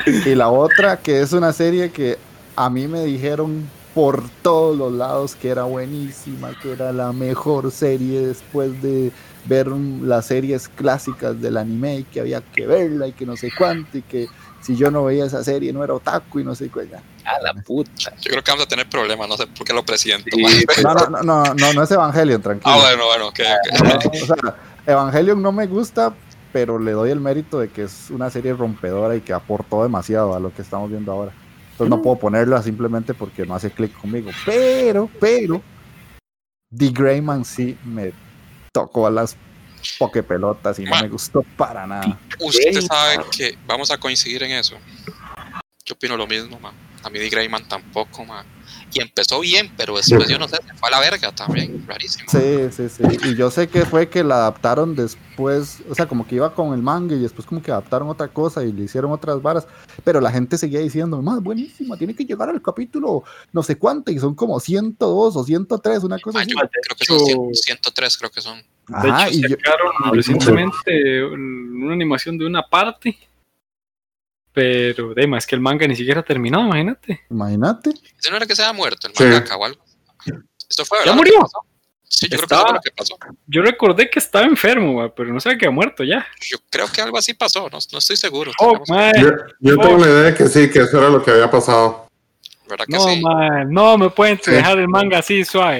S1: Y la otra, que es una serie que a mí me dijeron por todos los lados que era buenísima, que era la mejor serie después de ver las series clásicas del anime y que había que verla y que no sé cuánto y que si yo no veía esa serie no era otaku y no sé cuál.
S3: A la puta.
S2: Yo creo que vamos a tener problemas, no sé por qué lo presiento.
S3: Sí,
S2: man.
S1: No es Evangelion, tranquilo.
S2: Bueno, ok.
S1: O sea, Evangelion no me gusta, pero le doy el mérito de que es una serie rompedora y que aportó demasiado a lo que estamos viendo ahora. Entonces no puedo ponerla simplemente porque no hace clic conmigo. Pero, The Greyman sí me tocó a las pokepelotas y no me gustó para nada.
S2: Usted sabe que vamos a coincidir en eso. Yo opino lo mismo, man. A mí The Greyman tampoco, man. Y empezó bien, pero después yo no sé, se fue a la verga también, rarísimo.
S1: Sí. Y yo sé que fue que la adaptaron después, o sea, como que iba con el manga y después como que adaptaron otra cosa y le hicieron otras varas, pero la gente seguía diciendo, más buenísima, tiene que llegar al capítulo no sé cuánto, y son como 102 o 103, una cosa así.
S2: Yo creo que son 103, creo que son.
S4: De hecho, sacaron recientemente una animación de una parte. Pero, es que el manga ni siquiera ha terminado, imagínate.
S2: Ese no era que se haya muerto el mangaka o algo. Esto fue, ¿verdad?
S4: ¿Ya murió?
S2: Sí, yo creo que eso fue lo que pasó.
S4: Yo recordé que estaba enfermo, pero no sé que ha muerto ya.
S2: Yo creo que algo así pasó, no estoy seguro.
S5: Yo tengo la idea de que sí, que eso era lo que había pasado.
S2: ¿Verdad que sí?
S4: No me pueden dejar el manga así suave.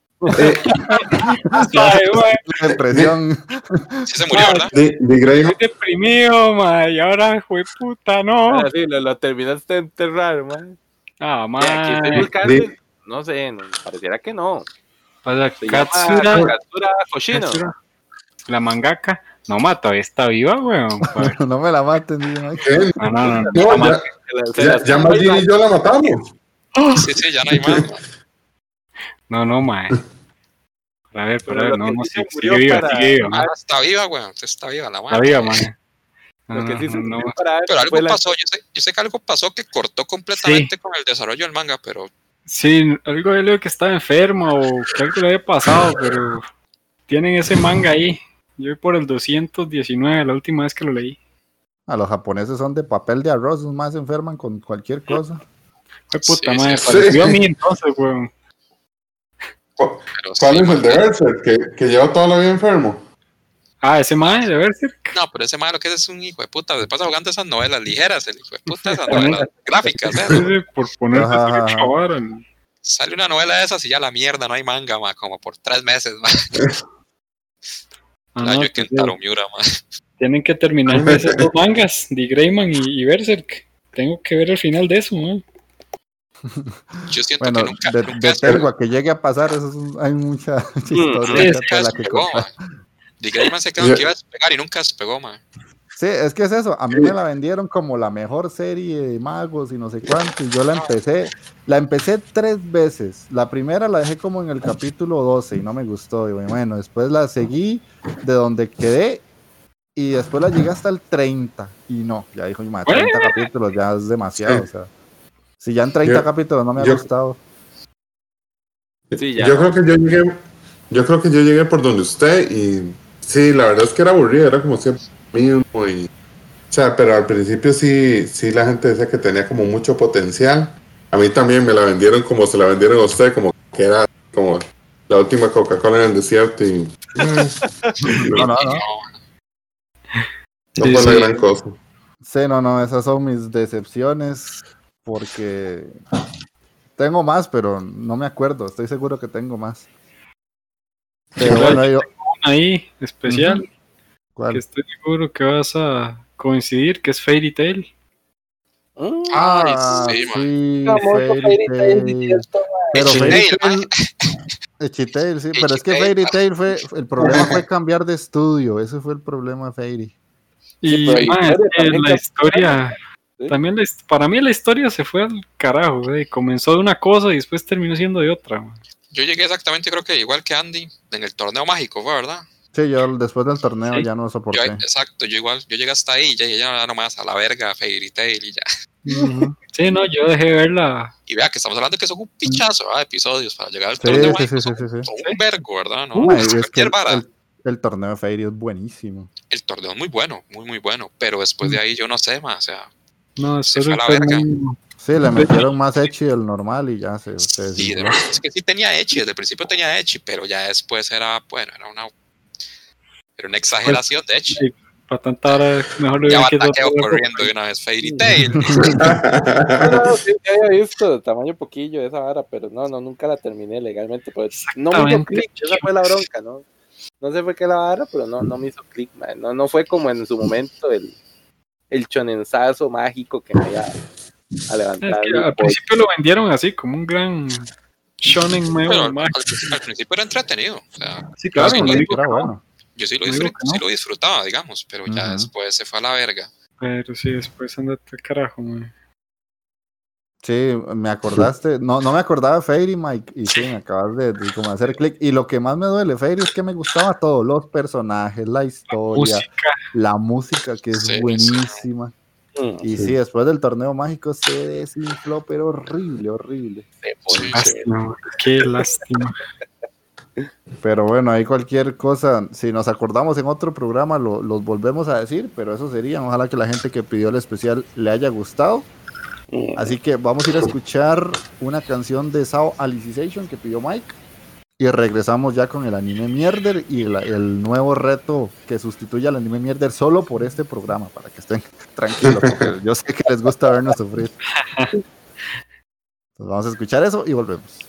S1: La depresión.
S2: Sí se murió, ¿verdad?
S4: Estoy deprimido, y ahora, puta, no.
S3: Ahora sí, lo terminaste de enterrar, man. Aquí estoy buscando, no sé, pareciera que no.
S4: Katsura
S3: Hoshino.
S4: La mangaka. No, todavía está viva, weón.
S1: No me la maten.
S5: No, ya Magin y yo la matamos.
S2: Sí, ya no hay más.
S4: No, mae. A ver, no, sigue viva.
S2: Está viva, weón. Está viva la madre.
S4: Está viva, mae.
S2: Pero algo pasó, yo sé que algo pasó que cortó completamente con el desarrollo del manga, pero...
S4: Sí, algo de lo que estaba enfermo o que algo le había pasado, pero tienen ese manga ahí. Yo voy por el 219, la última vez que lo leí.
S1: A los japoneses son de papel de arroz, más se enferman con cualquier cosa.
S4: Qué puta madre, pareció a mí entonces, weón.
S5: ¿Cuál es el de Berserk? Que lleva toda la vida enfermo.
S4: Ese mae de Berserk.
S2: No, pero ese mae lo que es un hijo de puta. Se pasa jugando esas novelas ligeras, el hijo de puta, esas novelas gráficas.
S4: Por ponerse a chavar.
S2: Sale una novela de esas y ya la mierda, no hay manga, ma, como por 3 meses, ma. Yo Kentaro Miura, ma.
S4: Tienen que terminar esos 2 mangas, The Greyman y Berserk. Tengo que ver el final de eso, ¿no?
S2: Yo siento que nunca
S1: detengo a que llegue a pasar, hay mucha historia la que
S2: The Greyman se quedó que iba a despegar y nunca despegó, man.
S1: Sí, es que es eso, a mí me la vendieron como la mejor serie de magos y no sé cuánto, y yo la empecé 3 veces. La primera la dejé como en el capítulo 12 y no me gustó, y bueno, después la seguí de donde quedé y después la llegué hasta el 30 y no, ya dijo mi madre, 30 capítulos ya es demasiado, o sea, si ya en 30 capítulos no me ha gustado.
S5: Sí, yo creo que yo llegué por donde usted y sí, la verdad es que era aburrido, era como siempre mismo y, o sea, pero al principio sí la gente decía que tenía como mucho potencial. A mí también me la vendieron como se la vendieron a usted, como que era como la última Coca-Cola en el desierto y no fue la gran cosa.
S1: Sí, no, esas son mis decepciones porque tengo más, pero no me acuerdo, estoy seguro que tengo más.
S4: Pero bueno, yo ahí especial.
S1: ¿Cuál?
S4: Que estoy seguro que vas a coincidir, que es Fairy Tail.
S1: Sí, Fairy Tail. Pero Fairy Tail, sí, pero es que Fairy Tail el problema fue cambiar de estudio, ese fue el problema de Fairy.
S4: Y la historia, también para mí la historia se fue al carajo, comenzó de una cosa y después terminó siendo de otra.
S2: Yo llegué exactamente, creo que igual que Andy, en el torneo mágico, ¿fue verdad?
S1: Sí, yo después del torneo ya no soporté.
S2: Exacto, yo llegué hasta ahí y ya nomás a la verga, Fairy Tail y ya.
S4: Sí, no, yo dejé de verla.
S2: Y vea que estamos hablando que son un pinchazo de episodios para llegar al torneo mágico. Son un vergo, ¿verdad? ¿No?
S1: Es que el torneo de Fairy es buenísimo.
S2: El torneo es muy bueno, muy bueno, pero después de ahí yo no sé más, o sea,
S4: No,
S2: Se
S4: después
S2: fue a
S4: el
S2: la
S4: fue
S2: verga.
S4: muy-
S1: Sí, le metieron más ecchi del normal y ya se
S2: Sí,
S1: desinfló.
S2: es que sí tenía Echi, desde el principio tenía Echi, pero ya después era, bueno, era una exageración de Echi.
S4: Sí, para tanta hora mejor le
S2: Ya
S4: hubieran
S2: va
S4: quitado
S2: taqueo
S4: todo el
S2: corriendo de una vez, Fairy Tail.
S3: No, sí, ya había visto tamaño poquillo de esa vara, pero no, nunca la terminé legalmente. Pues, no me hizo
S4: Exactamente.
S3: clic, esa fue la bronca, ¿no? No sé fue qué la vara, pero no me hizo clic, man. No fue como en su momento el chonenzazo mágico que me iba a
S4: Es
S3: levantar.
S4: que al principio lo vendieron así, como un gran shonen
S2: Pero
S4: nuevo,
S2: al
S4: mágico.
S2: principio era entretenido. O sea,
S4: Sí, claro,
S2: sí,
S4: no digo
S1: Era
S4: que no,
S1: bueno.
S2: yo sí
S4: No digo que no.
S2: sí lo disfrutaba, digamos, pero ya
S1: Ujú.
S2: después se fue a la verga.
S4: pero sí, después andate al carajo, man.
S1: Sí, me acordaste, no me acordaba de Fairy, Mike, y sí, me acabas de como hacer clic. Y lo que más me duele, Fairy, es que me gustaba todo, los personajes, la historia,
S4: Música,
S1: la música que es
S2: Sí, sí.
S1: buenísima. Y sí, después del torneo mágico se desinfló, pero horrible, horrible.
S2: Sí,
S4: lástima, man, qué lástima.
S1: Pero bueno, ahí cualquier cosa, si nos acordamos en otro programa, los volvemos a decir, pero eso sería, ojalá que la gente que pidió el especial le haya gustado. Así que vamos a ir a escuchar una canción de Sao Alicization que pidió Mike. Y regresamos ya con el anime Mierder y el nuevo reto que sustituye al anime Mierder solo por este programa, para que estén tranquilos, porque yo sé que les gusta vernos sufrir. Entonces vamos a escuchar eso y volvemos.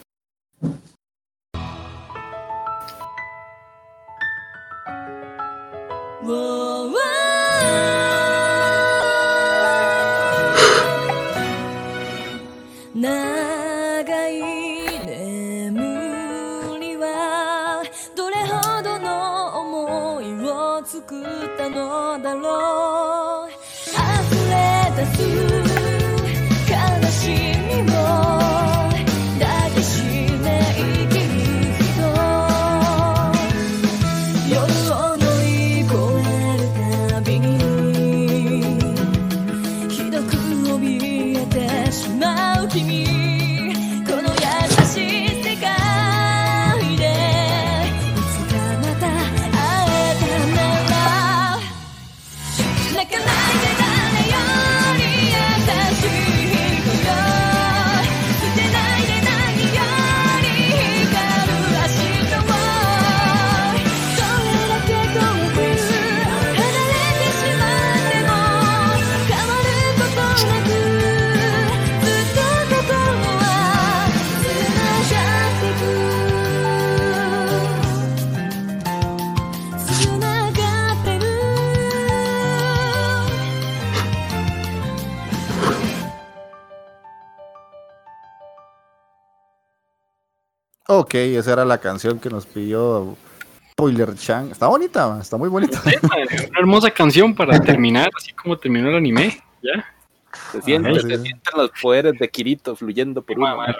S1: Ok, esa era la canción que nos pidió Spoiler Chan. Está bonita, está muy bonita.
S4: Una hermosa canción para terminar, así como terminó el anime, ¿ya?
S3: Se sienten
S1: sí.
S3: los poderes de Kirito fluyendo por uno.
S4: Mamá,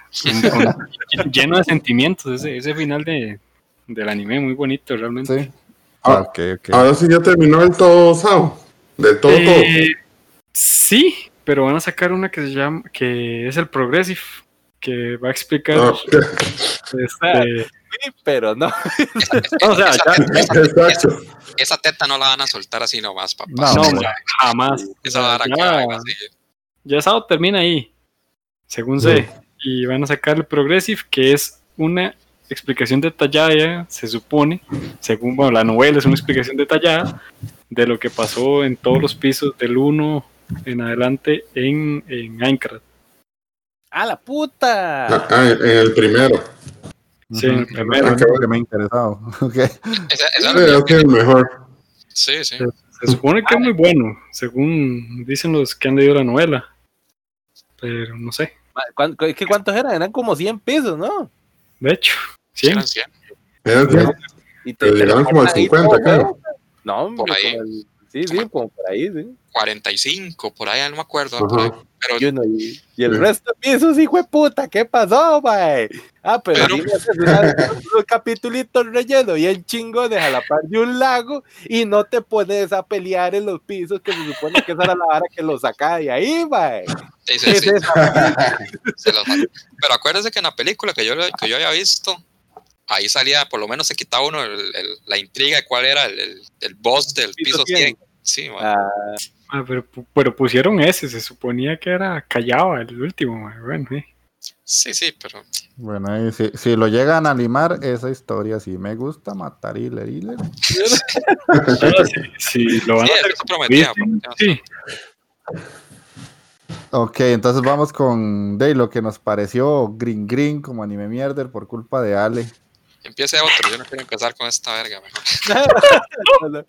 S4: lleno de sentimientos, ese final del anime, muy bonito realmente.
S1: Sí.
S5: Ah,
S1: Ok.
S5: Ahora sí ya terminó el todo Sao. Del todo todo.
S4: Sí, pero van a sacar una que se llama, que es el Progressive, que va a explicar
S5: Ah,
S3: Sí, pero no.
S4: o sea,
S5: exacto.
S2: Esa teta no la van a soltar así nomás, papá.
S1: No,
S4: no,
S1: hombre.
S4: jamás. O
S2: Esa
S4: sea,
S2: vara que va así.
S4: ya Sao termina ahí, según sé, y van a sacar el Progressive, que es una explicación detallada, ya, se supone, según la novela es una explicación detallada de lo que pasó en todos los pisos del 1 en adelante en Minecraft.
S3: ¡A la puta!
S5: En el primero.
S4: Sí, en el
S1: Es
S4: primero.
S1: lo único que me ha interesado. Okay.
S2: Esa
S5: Creo que es el mejor.
S2: Sí.
S4: Se supone que es muy bueno, según dicen los que han leído la novela, pero no sé,
S3: ¿Cuántos eran? Eran como 100 pesos, ¿no?
S4: de hecho,
S2: Sí,
S4: 100.
S2: eran 100.
S5: Era 100.
S3: Y
S5: Pero llegaron como al
S3: ahí
S5: 50,
S3: todo,
S5: creo.
S3: ¿no? No, hombre,
S2: Por ahí.
S3: como sí, como por ahí, sí.
S2: 45, por ahí, no me acuerdo.
S5: Ajá.
S2: Por ahí. Pero
S3: Y uno, y el resto de pisos, hijo de puta, ¿qué pasó, mae? Pero sí me haces unos capitulitos rellenos y en chingones a la par de un lago y no te pones a pelear en los pisos que se supone que esa era la vara que lo saca de ahí, mae.
S2: sí.
S3: ¿Qué es esa?
S2: Pero acuérdese que en la película que yo había visto, ahí salía, por lo menos se quitaba uno la intriga de cuál era el boss del piso 100. Sí, man.
S4: Pero pusieron ese, se suponía que era Callaba el último, mae. Bueno,
S2: Sí, pero
S1: Bueno, ahí si lo llegan a animar, esa historia sí me gusta matar Hitler.
S4: sí, lo van
S2: sí,
S4: a hacer
S2: eso prometía.
S4: sí.
S1: Ok, entonces vamos con lo que nos pareció Green como anime mierder por culpa de Ale.
S2: Empiece otro, yo no quiero empezar con esta verga mejor.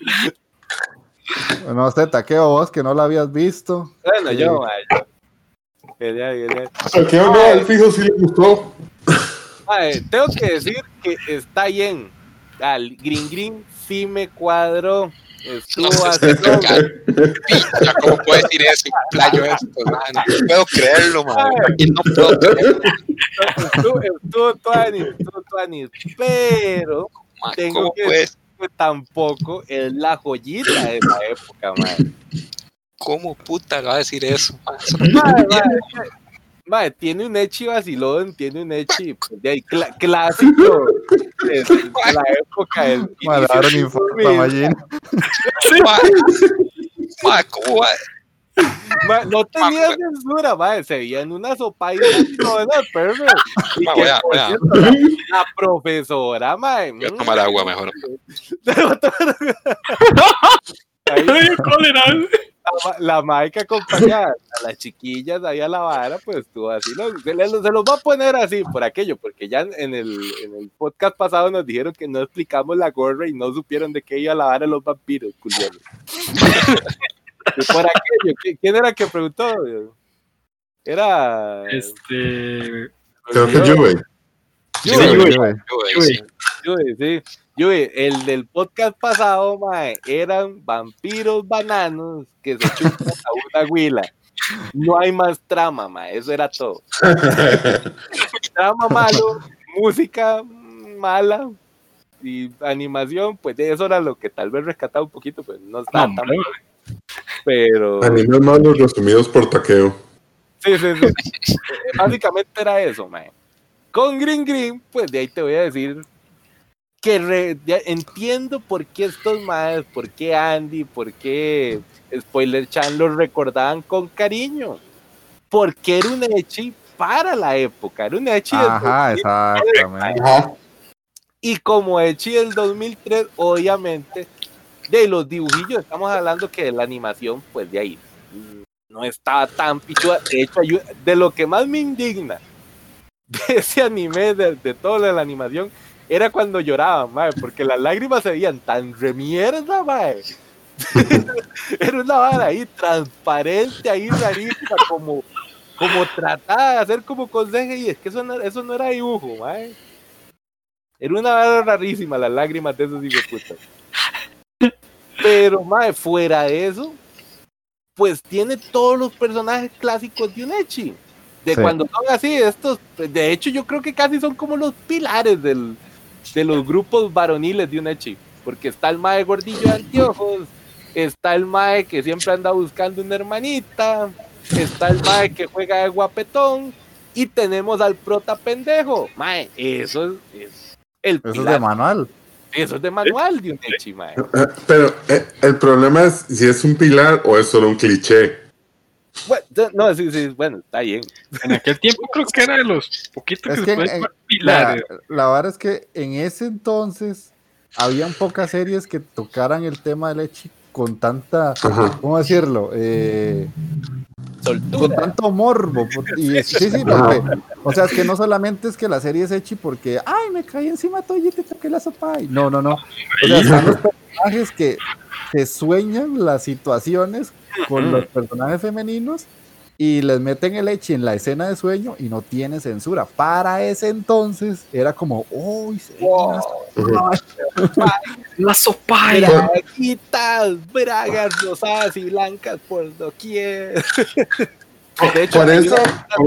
S1: No sé, Taqueo, vos que no lo habías visto.
S3: Bueno, yo, mae. Genial.
S5: ¿A qué no? Al fijo sí le gustó.
S3: Mae, tengo que decir que está bien. Al Green sí me cuadró. Estuvo
S2: No
S3: así.
S2: Picha, ¿cómo puede decir eso? Playo esto, man. No puedo creerlo, man. Aquí no puedo creerlo.
S3: Estuvo tuanis, pero
S2: Man,
S3: tengo
S2: ¿cómo
S3: que
S2: puede?
S3: decir que tampoco es la joyita de esa época, man.
S2: ¿Cómo puta va a decir eso? Man, eso no
S3: Mae, tiene un ecchi vacilón, tiene un ecchi pues, de ahí, clásico de la época del
S1: Malaron infarto a Magin.
S2: Man, ¿cómo va?
S3: Ma, no tenía censura, mae, se veían unas sopaídas todas, perfecto. Y
S2: Ma,
S3: que,
S2: vea.
S3: por cierto, la profesora, mae.
S2: Voy a tomar agua mejor.
S3: Ahí,
S4: Cólera.
S3: la mae que acompañaba a las chiquillas ahí a la vara, pues estuvo así. Se los va a poner así por aquello, porque ya en el podcast pasado nos dijeron que no explicamos la gorra y no supieron de qué iba la vara de los vampiros, culiados. Y por aquello, ¿quién era el que preguntó? Era.
S5: Creo que Juve.
S3: Yui, el del podcast pasado, mae, eran vampiros bananos que se chupan a una huila. No hay más trama, mae, eso era todo. Trama malo, música mala y animación, pues eso era lo que tal vez rescataba un poquito, pues no está tan mal. Pero.
S5: Animes malos resumidos por Taqueo.
S3: Sí. Básicamente era eso, mae. Con Green, pues de ahí te voy a decir que ya entiendo por qué estos maes, por qué Andy, por qué Spoiler Chan los recordaban con cariño. Porque era un ecchi para la época, era un ecchi del 2003,
S1: Exactamente.
S3: y como ecchi del 2003, obviamente, de los dibujillos, estamos hablando que de la animación, pues de ahí, no estaba tan pichuda. De hecho, de lo que más me indigna de ese anime, de toda la animación, era cuando lloraban, mae, porque las lágrimas se veían tan remierda, mae. Era una vara ahí transparente, ahí rarísima, como tratada de hacer como conseje, y es que eso no era dibujo, mae. Era una vara rarísima las lágrimas de esos hijueputas. Pero, mae, fuera de eso, pues tiene todos los personajes clásicos de un ecchi. De sí. Cuando son así, estos, de hecho yo creo que casi son como los pilares de los grupos varoniles de un ecchi, porque está el mae gordillo de anteojos, está el mae que siempre anda buscando una hermanita, está el mae que juega de guapetón, y tenemos al prota pendejo. Mae, eso es el pilar.
S1: Eso es de manual.
S3: Eso es de manual de un ecchi, mae.
S5: Pero el problema es si es un pilar o es solo un cliché.
S3: Bueno, no, sí, bueno, está bien.
S4: En aquel tiempo creo que era de los poquitos que se pueden llamar pilares.
S1: La verdad es que en ese entonces habían pocas series que tocaran el tema del ecchi con tanta, ¿cómo decirlo? Con tanto morbo. Y sí, porque, o sea, es que no solamente es que la serie es ecchi porque, ay, me caí encima todo y te toqué la sopa. No. O sea, están los personajes que se sueñan las situaciones con los personajes femeninos y les meten el ecchi en la escena de sueño y no tiene censura. Para ese entonces era como, uy,
S4: la sopaya,
S3: bragas rosadas y blancas por doquier.
S5: De hecho, por eso,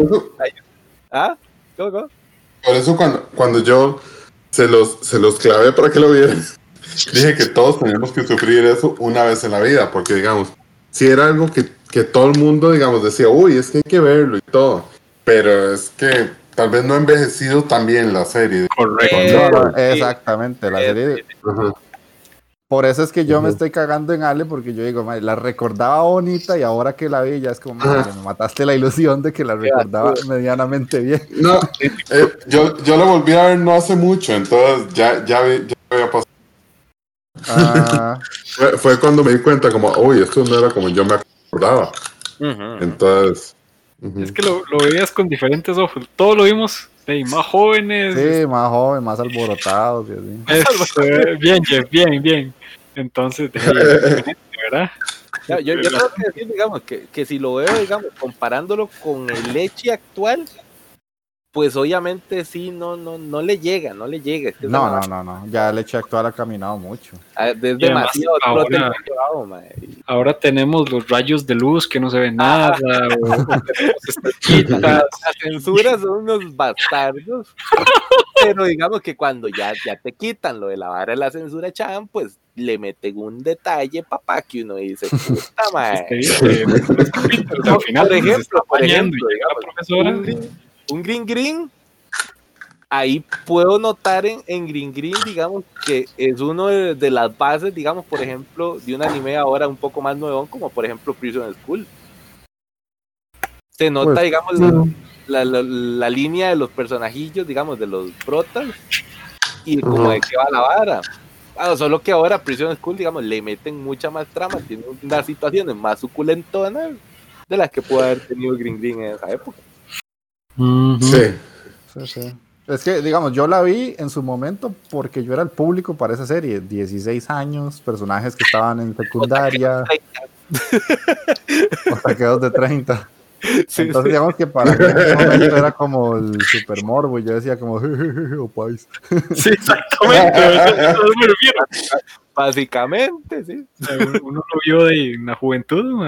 S3: ¿Cómo?
S5: Por eso cuando yo se los clavé para que lo vieran, dije que todos tenemos que sufrir eso una vez en la vida, porque digamos, si era algo que todo el mundo, digamos, decía, uy, es que hay que verlo y todo, pero es que tal vez no ha envejecido tan bien la serie.
S4: Correcto.
S1: Exactamente, la serie. Por eso es que yo me estoy cagando en Ale, porque yo digo, la recordaba bonita y ahora que la vi ya es como, me mataste la ilusión de que la recordaba medianamente bien.
S7: No, yo lo volví a ver no hace mucho, entonces ya había pasado. Fue cuando me di cuenta como, uy, esto no era como yo me acordaba. Entonces...
S4: Es que lo veías con diferentes ojos. Todos lo vimos más jóvenes.
S1: Sí, más jóvenes, más alborotados.
S4: Bien, Jeff, bien. Entonces, ¿verdad?
S3: Yo tengo que decir, digamos, que si lo veo, digamos, comparándolo con el Leche actual, pues obviamente sí, no le llega. Es que
S1: no, ya el Leche actual ha caminado mucho.
S3: Es demasiado
S4: ahora tenemos los rayos de luz que no se ve nada,
S3: las censuras son unos bastardos, pero digamos que cuando ya te quitan lo de la vara de la censura Chan, pues le meten un detalle, papá, que uno dice, puta madre.
S4: Al final,
S3: por ejemplo,
S4: digamos,
S3: un Green, ahí puedo notar en Green, digamos, que es uno de las bases, digamos, por ejemplo, de un anime ahora un poco más nuevo, como por ejemplo Prison School. Se nota, pues, digamos, la línea de los personajillos, digamos, de los protas, y como de qué va la vara. Solo que ahora Prison School, digamos, le meten mucha más trama, tiene unas situaciones más suculentonas de las que pudo haber tenido Green en esa época.
S1: Sí. Es que, digamos, yo la vi en su momento porque yo era el público para esa serie. 16 años, personajes que estaban en secundaria. O saqueos de 30. Sí, entonces, digamos que para mí en ese momento era como el super morbo. Y yo decía como, opais.
S4: Sí, exactamente. Eso me refiero.
S3: Básicamente, sí.
S4: Uno lo vio en la juventud.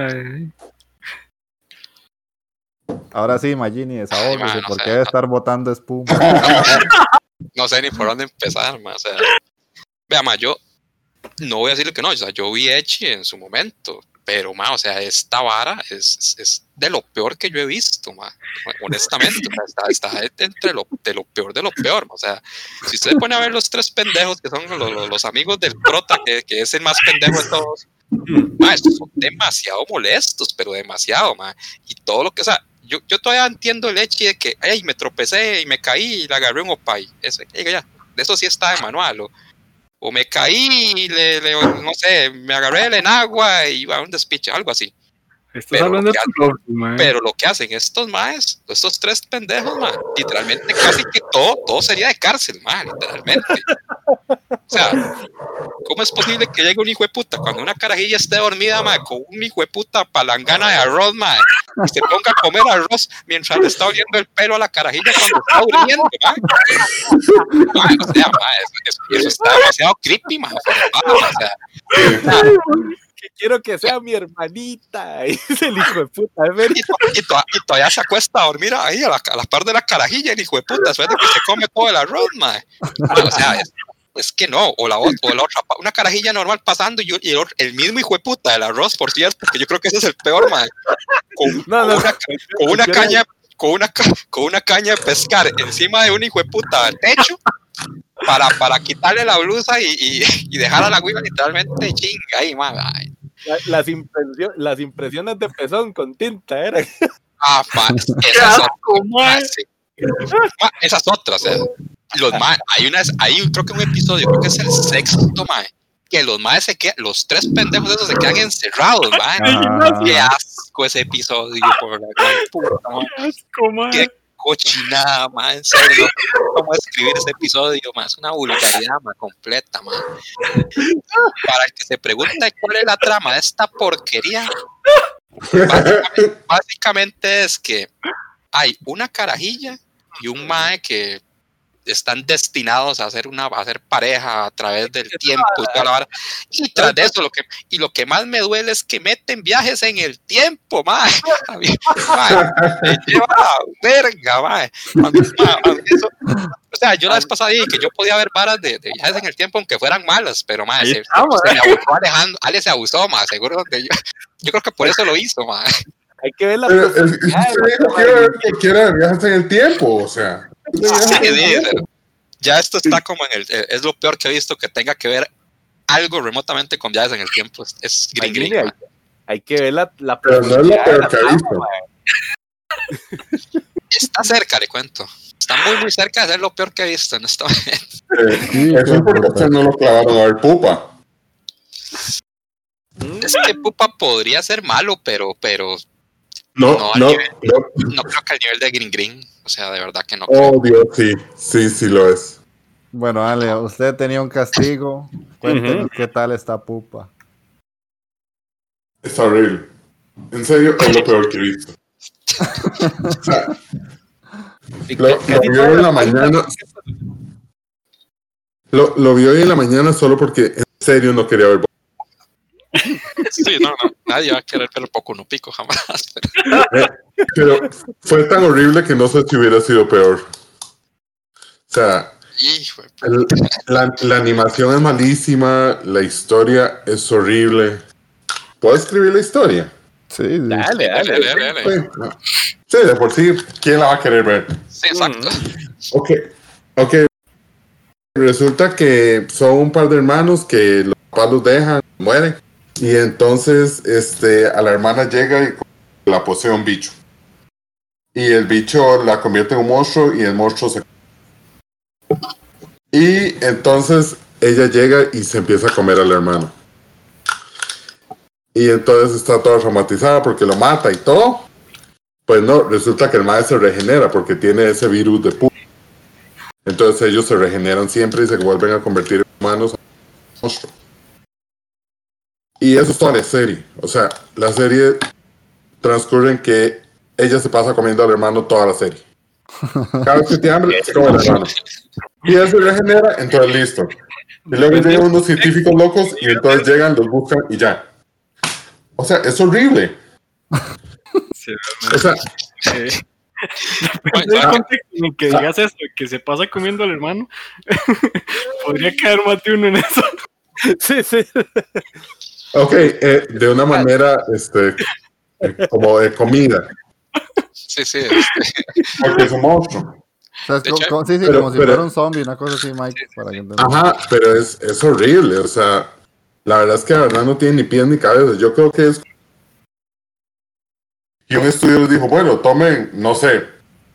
S1: Ahora sí, Magini, desahógese, porque debe estar botando espuma.
S2: No sé ni por dónde empezar, ma. O sea, vea, ma, yo no voy a decirle que no, o sea, yo vi Echi en su momento, pero, ma, o sea, esta vara es de lo peor que yo he visto, ma. Honestamente, está entre de lo peor, ma. O sea, si usted pone a ver los tres pendejos que son los amigos del prota, que es el más pendejo de todos, ma, estos son demasiado molestos, pero demasiado, ma. Y todo lo que, o sea, yo todavía entiendo el hecho de que, hey, me tropecé y me caí y le agarré un opay. Eso, ya, de eso sí está de manual. O me caí y no sé, me agarré el enagua y iba a un despiche, algo así. Pero lo que hacen estos maes, estos tres pendejos, ma, literalmente casi que todo sería de cárcel, ma, literalmente. O sea, ¿cómo es posible que llegue un hijo de puta cuando una carajilla esté dormida, ma, con un hijo de puta palangana de arroz, ma, y se ponga a comer arroz mientras le está oliendo el pelo a la carajilla cuando está durmiendo, ma? O sea, ma, eso está demasiado creepy, ma. O sea,
S3: que quiero que sea mi hermanita. Y es el hijo de puta.
S2: Y todavía se acuesta a dormir ahí a la par de la carajilla, el hijo de puta, después de que se come todo el arroz, ma. O sea, es que no, o la otra, una carajilla normal pasando y el mismo hijo de puta del arroz, por cierto, porque yo creo que ese es el peor, ma. Con una caña de pescar encima de un hijo de puta al techo para quitarle la blusa y dejar a la güey literalmente chinga ahí, man.
S3: Las impresiones de pezón con tinta eran.
S2: Esas otras, o sea, hay creo que un episodio, creo que es el sexto, man, que los tres pendejos esos se quedan encerrados, man. Qué asco ese episodio, por la gran puta, man. Qué cochinada, man, en serio, cómo escribir ese episodio, man, es una vulgaridad, man, completa, man. Para el que se pregunta cuál es la trama de esta porquería, básicamente es que hay una carajilla y un mae que están destinados a hacer pareja a través del tiempo y toda la vara. Y tras de eso, lo que más me duele es que meten viajes en el tiempo, mae. Me lleva la verga, mae. O sea, yo la vez pasada dije que yo podía ver varas de viajes en el tiempo aunque fueran malas, pero mae, se me abusó Alejandro, Ale se abusó, mae, seguro que yo creo que por eso lo hizo, mae.
S3: Hay que ver la
S7: que quiera viajes en el tiempo, o sea.
S2: Ya esto está como es lo peor que he visto que tenga que ver algo remotamente con viajes en el tiempo es Green Green.
S3: Hay que ver la
S7: Pero no es lo peor que ha visto.
S2: Está cerca, le cuento. Está muy, muy cerca de ser lo peor que he visto en esta vez.
S7: Eso es porque ustedes no lo clavaron a ver Pupa.
S2: Es que Pupa podría ser malo, pero
S7: No
S2: creo que al nivel de Green Green. O sea, de verdad que no creo.
S7: Oh, Dios, sí lo es.
S1: Bueno, Ale, usted tenía un castigo. Cuéntenos qué tal está Pupa.
S7: Está horrible. En serio, es lo peor que he visto. O sea, lo vio hoy en la mañana. Lo vio hoy en la mañana solo porque en serio no quería ver.
S2: Sí, no, nadie va a querer ver Poco no Pico jamás.
S7: Pero fue tan horrible que no sé si hubiera sido peor. O sea, la animación es malísima, la historia es horrible. ¿Puedo escribir la historia?
S1: Sí.
S3: Dale.
S7: Sí, de por sí, ¿quién la va a querer ver?
S2: Sí, exacto.
S7: Ok. Resulta que son un par de hermanos que los papás los dejan, mueren. Y entonces a la hermana llega y la posee un bicho. Y el bicho la convierte en un monstruo y el monstruo se... Y entonces ella llega y se empieza a comer al hermano. Y entonces está toda traumatizada porque lo mata y todo. Pues no, resulta que el maestro se regenera porque tiene ese virus de pupa. Entonces ellos se regeneran siempre y se vuelven a convertir en humanos. Y eso es toda la serie. O sea, la serie transcurre en que ella se pasa comiendo al hermano toda la serie. Cada vez que tiene hambre, se come al hermano. Y él se regenera, entonces listo. Y luego llegan unos científicos locos y entonces llegan, los buscan y ya. O sea, es horrible.
S4: Sí,
S7: o sea,
S4: sí. Depende del contexto en el que digas eso, que se pasa comiendo al hermano. Podría caer más de uno en eso.
S3: Sí.
S7: Ok, de una manera como de comida.
S2: Sí.
S7: Porque es un monstruo.
S1: O sea, como si fuera un zombie, una cosa así, Mike. Para que
S7: Ajá, pero es horrible. O sea, la verdad es que la verdad no tiene ni pies ni cabeza. Yo creo que es... Y un estudio les dijo, bueno, tomen, no sé,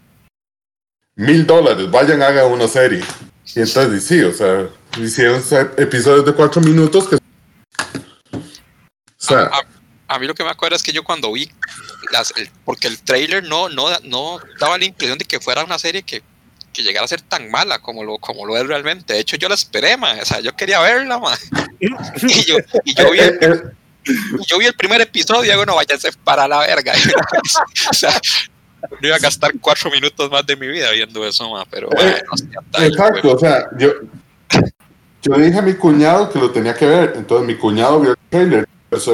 S7: $1,000, vayan, hagan una serie. Y entonces sí, o sea, hicieron episodios de 4 minutos que... O sea...
S2: A mí lo que me acuerdo es que yo cuando vi porque el trailer no daba la impresión de que fuera una serie que llegara a ser tan mala como lo es realmente. De hecho, yo la esperé, man. O sea, yo quería verla, man. y yo vi el primer episodio y digo, no, váyanse para la verga. O sea, no iba a gastar 4 minutos más de mi vida viendo eso, man. Pero, man,
S7: exacto, o sea, yo le dije a mi cuñado que lo tenía que ver. Entonces mi cuñado vio el trailer.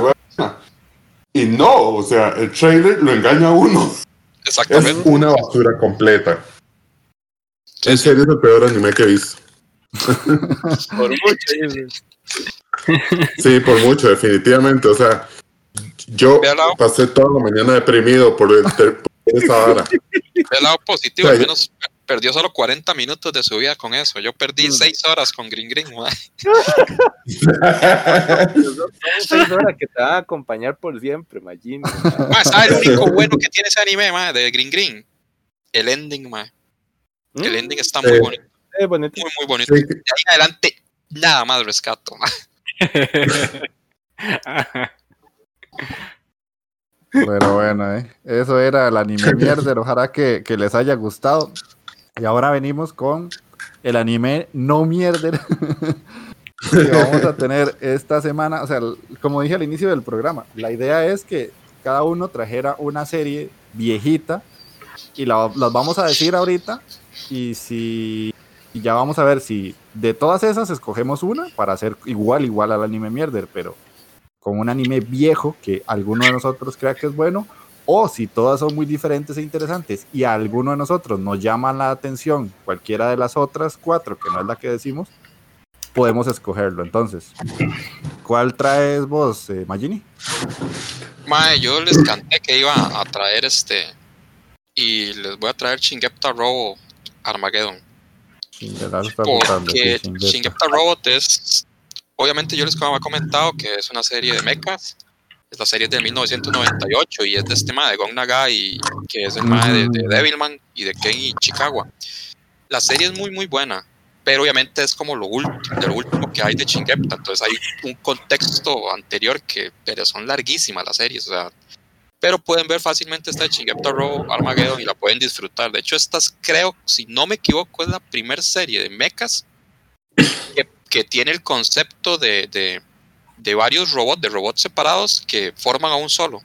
S7: Y no, o sea, el trailer lo engaña a uno.
S2: Exactamente.
S7: Es una basura completa. En serio es el peor anime que he visto.
S3: Por mucho.
S7: Sí, por mucho, definitivamente. O sea, yo pasé toda la mañana deprimido por esa vara.
S2: Del lado positivo, al menos perdió solo 40 minutos de su vida con eso. Yo perdí 6 horas con Green Green, man.
S3: Son 6 horas que te van a acompañar por siempre, imagínate.
S2: ¿Sabes lo único bueno que tiene ese anime, man, de Green Green? El ending, man. El ending está muy bonito. Muy bonito.
S7: Sí.
S2: De ahí en adelante, nada más rescato, man.
S1: Pero bueno, eso era el anime mierder. Ojalá que les haya gustado. Y ahora venimos con el anime no mierder que vamos a tener esta semana. O sea, como dije al inicio del programa, la idea es que cada uno trajera una serie viejita y las vamos a decir ahorita. Y ya vamos a ver si de todas esas escogemos una para hacer igual al anime mierder, pero con un anime viejo que alguno de nosotros crea que es bueno, o si todas son muy diferentes e interesantes y a alguno de nosotros nos llama la atención cualquiera de las otras 4, que no es la que decimos, podemos escogerlo. Entonces, ¿cuál traes vos, Magini?
S2: Mae, yo les canté que iba a traer y les voy a traer Shingepta Robo Armageddon. Porque Shingepta Robot es obviamente yo les había comentado que es una serie de mechas. Es la serie del 1998 y es de este mae de Gon Nagai, que es el mae de Devilman y de Ken Ichikawa. La serie es muy muy buena, pero obviamente es como lo último que hay de Chingepta, entonces hay un contexto anterior pero son larguísimas las series, o sea, pero pueden ver fácilmente esta de Chingepta Robo Armageddon y la pueden disfrutar. De hecho, estas creo, si no me equivoco, es la primera serie de mechas que tiene el concepto de varios robots separados que forman a un solo.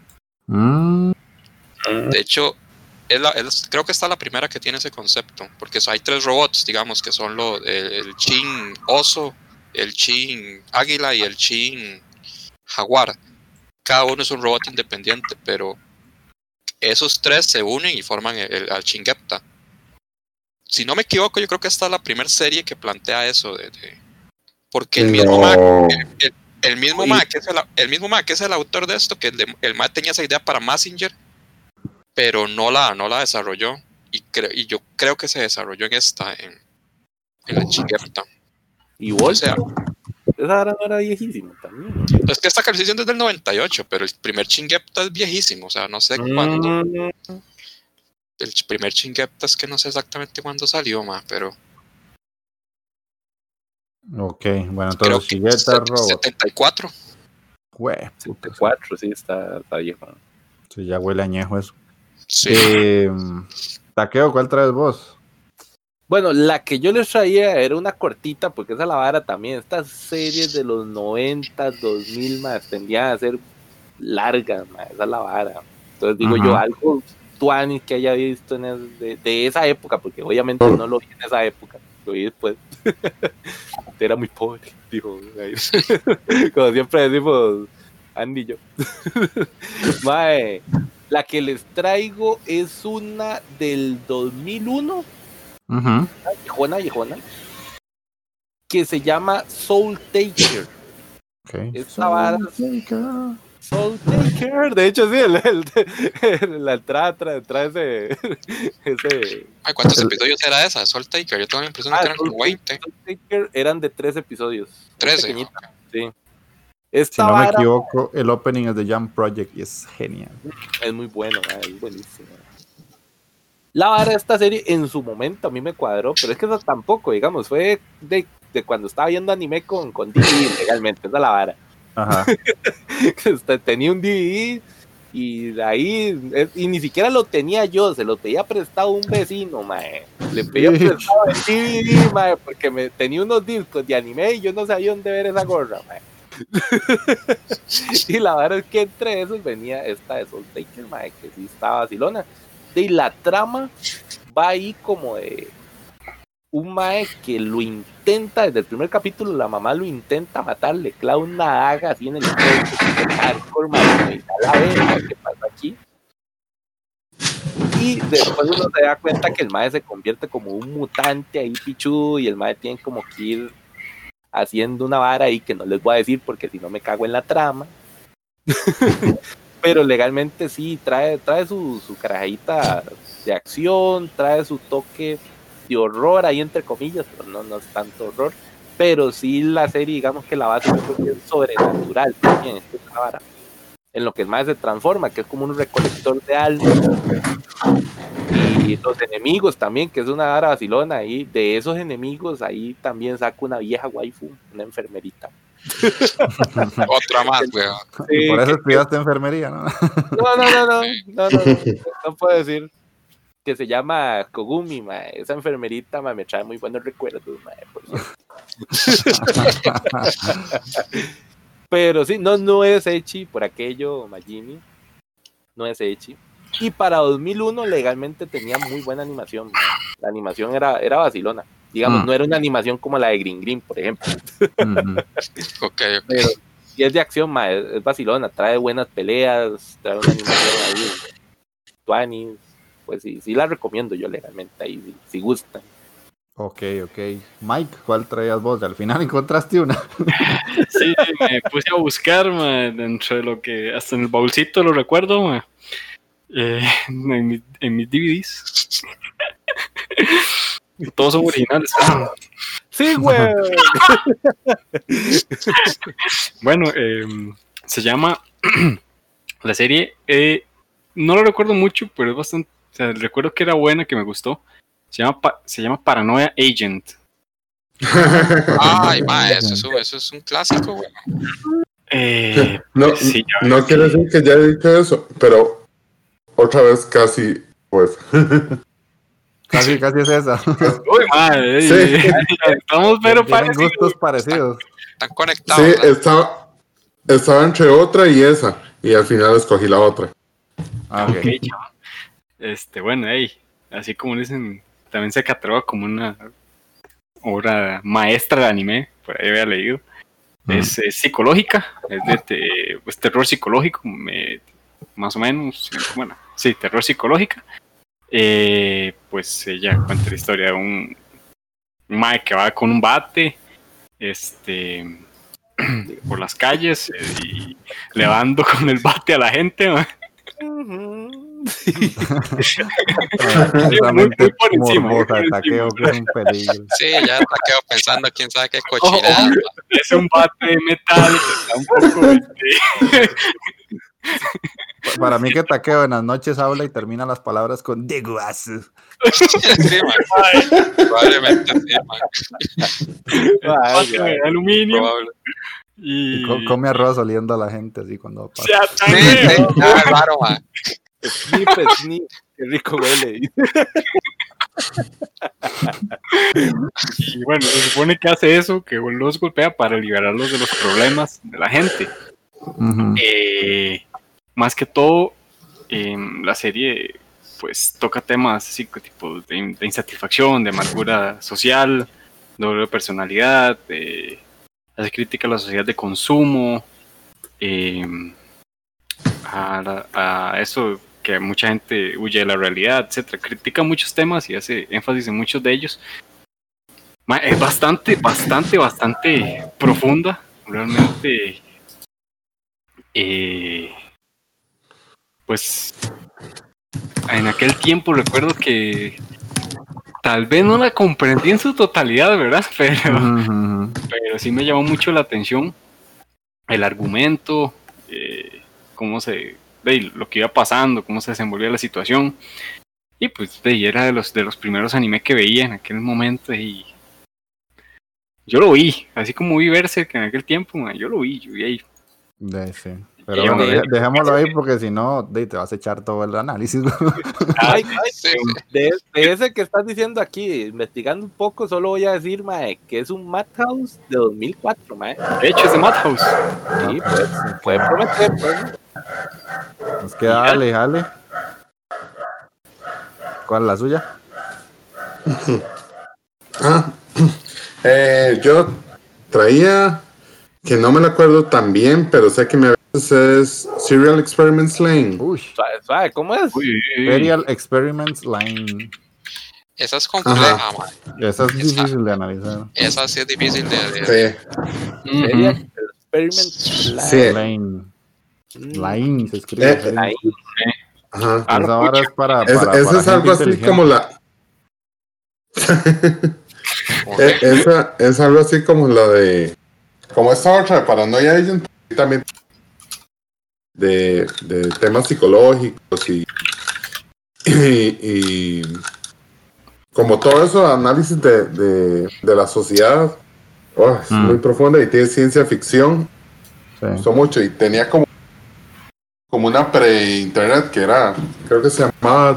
S2: De hecho, creo que esta es la primera que tiene ese concepto, porque hay 3 robots, digamos, que son el Shin Oso, el Shin Águila y el Shin Jaguar. Cada uno es un robot independiente, pero esos 3 se unen y forman al Chingepta. Si no me equivoco, yo creo que esta es la primera serie que plantea eso, porque el mismo el mismo mae que es el autor de esto, que el mae tenía esa idea para Mazinger, pero no la desarrolló, y yo creo que se desarrolló en la Chingepta.
S3: Y Volta, esa era no era viejísima también.
S2: Es que esta canción es del 98, pero el primer Chingepta es viejísimo, o sea, no sé cuándo. El primer Chingepta es que no sé exactamente cuándo salió, pero...
S1: Ok, bueno, entonces Chingepta Robo
S2: 74.
S1: Jue,
S3: 74, sí, está viejo.
S1: Sí, ya huele añejo eso.
S2: Sí.
S1: Taqueo, ¿cuál traes vos?
S3: Bueno, la que yo les traía era una cortita, porque esa es la vara también. Estas series de los 90, 2000, más tendían a ser largas, esa es la vara. Entonces digo yo, algo tuanis que haya visto de esa época, porque obviamente no lo vi en esa época, lo vi después. Era muy pobre, dijo. Como siempre decimos, Andy y yo. Mae, la que les traigo es una del 2001. Viejona, que se llama Soul Taker.
S1: Okay.
S3: Soul Taker. De hecho, sí, la entrada ese.
S2: Ay, ¿cuántos episodios era esa? Soul Taker. Yo tengo la impresión de que eran como 20.
S3: Soul Taker eran de 3 episodios.
S2: 13. Okay.
S3: Sí.
S1: Si no me equivoco, el opening es de Jump Project y es genial.
S3: Es muy bueno, es buenísimo. La vara de esta serie en su momento a mí me cuadró, pero es que eso tampoco, digamos, fue de cuando estaba viendo anime con DVD legalmente, esa es la vara.
S1: Ajá.
S3: Tenía un DVD y de ahí, y ni siquiera lo tenía yo, se lo pedía prestado un vecino, mae. Le pedía prestado el DVD, mae, porque tenía unos discos de anime y yo no sabía dónde ver esa gorra, mae. Y la verdad es que entre esos venía esta de Soul Taker, mae, que sí estaba vacilona. Y la trama va ahí como de un mae que lo intenta desde el primer capítulo, la mamá lo intenta matar, le clava una daga así en el pecho, hardcore, mae, y a ver qué pasa aquí. Y después uno se da cuenta que el mae se convierte como un mutante ahí pichudo y el mae tiene como que ir haciendo una vara ahí que no les voy a decir porque si no me cago en la trama. Pero legalmente sí, trae su carajita de acción, trae su toque de horror ahí entre comillas, pero no es tanto horror. Pero sí la serie, digamos que la base es sobrenatural también, es una vara. En lo que más se transforma, que es como un recolector de almas. Y los enemigos también, que es una vara vacilona ahí. De esos enemigos, ahí también saca una vieja waifu, una enfermerita.
S2: Otra más, weón.
S1: Sí, por eso estudiaste enfermería, ¿no?
S3: No puedo decir. Que se llama Kogumi, mae. Esa enfermerita, mae, me trae muy buenos recuerdos, mae, por Pero sí, no es ecchi por aquello, Majimi. No es ecchi. Y para 2001 legalmente tenía muy buena animación, mae. La animación era vacilona. Digamos, no era una animación como la de Green, por ejemplo.
S2: Okay.
S3: Pero si es de acción, mae, es vacilona. Trae buenas peleas, trae una animación ahí. Tuanis. Pues sí la recomiendo yo legalmente ahí, si gustan.
S1: Ok. Mike, ¿cuál traías vos? Al final encontraste una.
S4: Sí, me puse a buscar, dentro de lo que hasta en el baúlcito lo recuerdo, en mis DVDs. Todos son originales.
S3: Sí, güey.
S4: Bueno, se llama la serie, no lo recuerdo mucho, pero es bastante, o sea, recuerdo que era buena, que me gustó. Se llama Paranoia Agent.
S2: Ay, ma, eso es un clásico, güey.
S5: No,
S4: Sí,
S5: no quiere decir que ya he dicho eso, pero otra vez casi, pues.
S1: Casi es esa.
S4: Uy, madre,
S5: Sí.
S4: estamos pero
S1: Tienen
S4: parecidos.
S1: gustos parecidos.
S2: Están conectados.
S5: Sí,
S2: ¿verdad?
S5: estaba entre otra y esa, y al final escogí la otra.
S1: Ah,
S4: Ok,
S1: ok.
S4: chaval. Bueno, así como dicen, también se cataloga como una obra maestra de anime, por ahí había leído. Es psicológica, es de pues, terror psicológico, más o menos, bueno, sí, terror psicológica. Pues ella cuenta la historia de un mae que va con un bate, por las calles y le va dando con el bate a la gente, mae.
S1: Exactamente,
S4: muy por encima, muy
S1: morbosa
S4: por
S1: de taqueo,
S4: encima.
S1: que es un peligro.
S2: Sí, ya está quedo pensando quién sabe qué
S4: Ojo,
S2: cochinada. ma.
S4: es un bate de metal que está un poco
S1: Para mí que taqueo en las noches habla y termina las palabras con de guasu.
S2: Sí, ma. Probablemente sí, ma.
S3: Ay,
S4: bate de aluminio
S2: Probable.
S1: Y
S4: y
S1: come arroz oliendo a la gente así cuando pasa.
S4: sea tan
S2: Sí, sí,
S4: feo.
S2: ya es raro, ma.
S3: Snip, qué rico huele.
S4: Y bueno, se supone que hace eso, que los golpea para liberarlos de los problemas de la gente.
S1: Ujú.
S4: Más que todo, la serie pues toca temas así tipo de insatisfacción, de amargura social, doble personalidad, hace crítica a la sociedad de consumo, a eso que mucha gente huye de la realidad, etcétera. Critica muchos temas y hace énfasis en muchos de ellos. Es bastante profunda, realmente. Pues en aquel tiempo recuerdo que tal vez no la comprendí en su totalidad, ¿verdad? Pero sí me llamó mucho la atención el argumento, cómo lo que iba pasando, cómo se desenvolvía la situación. Y pues era de los primeros anime que veía en aquel momento y yo lo vi, así como vi Berserk en aquel tiempo, yo lo vi ahí.
S1: Sí. Pero bueno, dejémoslo ahí porque si no, te vas a echar todo el análisis.
S3: Ay,
S2: Sí, sí.
S3: de ese que estás diciendo aquí, investigando un poco, solo voy a decir, mae, que es un Madhouse de 2004, mae.
S4: De hecho es de Madhouse.
S3: Sí, pues, puede prometer, pues.
S1: Nos queda dale. ¿Cuál es la suya?
S5: Yo traía, que no me la acuerdo tan bien, pero sé que me es Serial Experiments Lane.
S1: Uy,
S3: ¿Sabe cómo es?
S1: Serial Experiments Line.
S2: Esa es compleja, ma.
S1: Esa es difícil de analizar.
S2: Esa sí es difícil de.
S5: Sí,
S3: Sería Experiment
S5: sí.
S1: Lane. Line se escribe.
S3: Line.
S5: Ajá.
S1: Esa vara es para
S5: Esa es
S1: gente
S5: algo así
S1: inteligente.
S5: como la. Esa es algo así como la de. Como esta otra de Paranoia Agent, también de temas psicológicos y como todo eso, análisis de la sociedad. Es muy profunda y tiene ciencia ficción.
S1: Sí.
S5: Me gustó mucho y tenía como una pre-internet que era, creo que se llamaba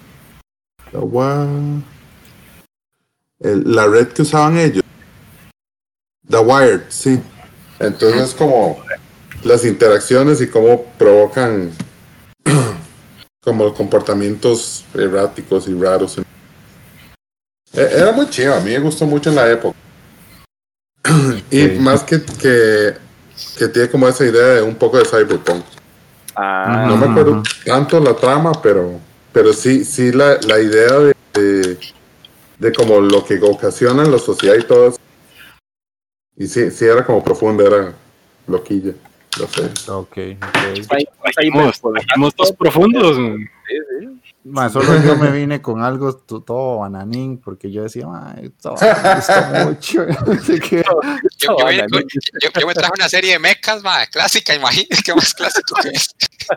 S5: la red que usaban ellos, The Wired, sí. Entonces como las interacciones y cómo provocan como comportamientos erráticos y raros. Era muy chido, a mí me gustó mucho en la época. Y más que tiene como esa idea de un poco de cyberpunk. No me acuerdo tanto la trama, pero sí la idea de como lo que ocasiona en la sociedad y todo eso. Y sí era como profunda, era loquilla. Lo sé.
S1: Ok.
S4: Trajimos dos profundos.
S1: Solo yo me vine con algo todo bananín, porque yo decía, esto me gusta mucho. Así que,
S2: Yo me traje una serie de mechas, clásica, imagínate qué más clásico que es.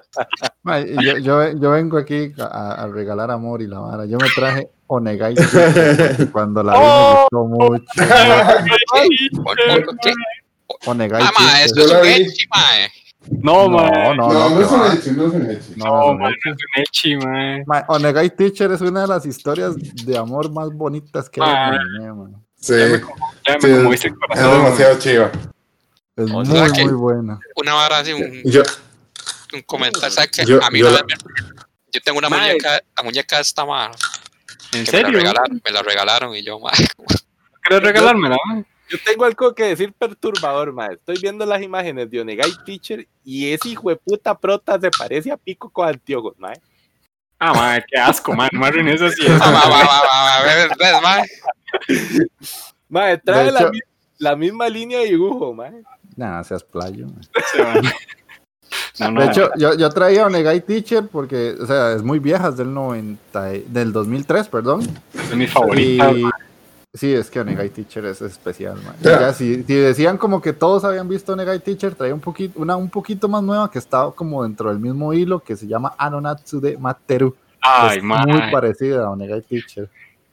S1: yo vengo aquí a regalar amor y la vara. Yo me traje Onegai Teacher, cuando la vi me gustó mucho.
S2: ¿Qué?
S1: Onegai
S2: Esto
S1: Teacher.
S2: es un ecchi, mae.
S4: No, mae.
S5: No es un hecho, no es un hecho.
S4: No, mae, no es un ecchi, mae.
S1: Onegai Teacher es una de las historias de amor más bonitas que hay en el anime, man.
S7: Sí,
S4: Ya
S7: sí,
S4: me conmoviste el
S7: es
S4: corazón.
S7: demasiado chiva.
S1: Es
S2: O
S1: muy,
S2: sea que-
S1: muy buena.
S2: Una vara así, un comentario, ¿sabes qué?
S7: Yo-
S2: A mí
S7: yo
S2: una
S7: la-
S2: vez yo tengo una
S3: Mae.
S2: muñeca, la muñeca esta, mae,
S4: ¿En
S2: que
S4: serio?
S2: me la regalaron y yo, mae,
S4: ¿Quieres regalármela, mae?
S3: Yo tengo algo que decir perturbador, mae. Estoy viendo las imágenes de Onegai Teacher y ese hijo de puta prota se parece a Pico con anteojos, mae.
S4: Ah, mae, qué asco, mae. No me arruines así.
S2: ves, mae.
S3: Mae, trae
S1: De hecho-
S3: la misma línea de dibujo, mae.
S1: Nada, seas playo. Man.
S4: No,
S1: De hecho, yo traía Onegai Teacher porque, o sea, es muy vieja, es del 2003, perdón.
S4: es mi favorita.
S1: Y sí, es que Onegai Teacher es especial, man.
S7: Ya.
S1: Ya, si decían como que todos habían visto Onegai Teacher, traía una un poquito más nueva que estaba como dentro del mismo hilo, que se llama Anonatsu de Materu.
S4: Ay,
S1: Es
S4: mae.
S1: muy parecida a Onegai Teacher.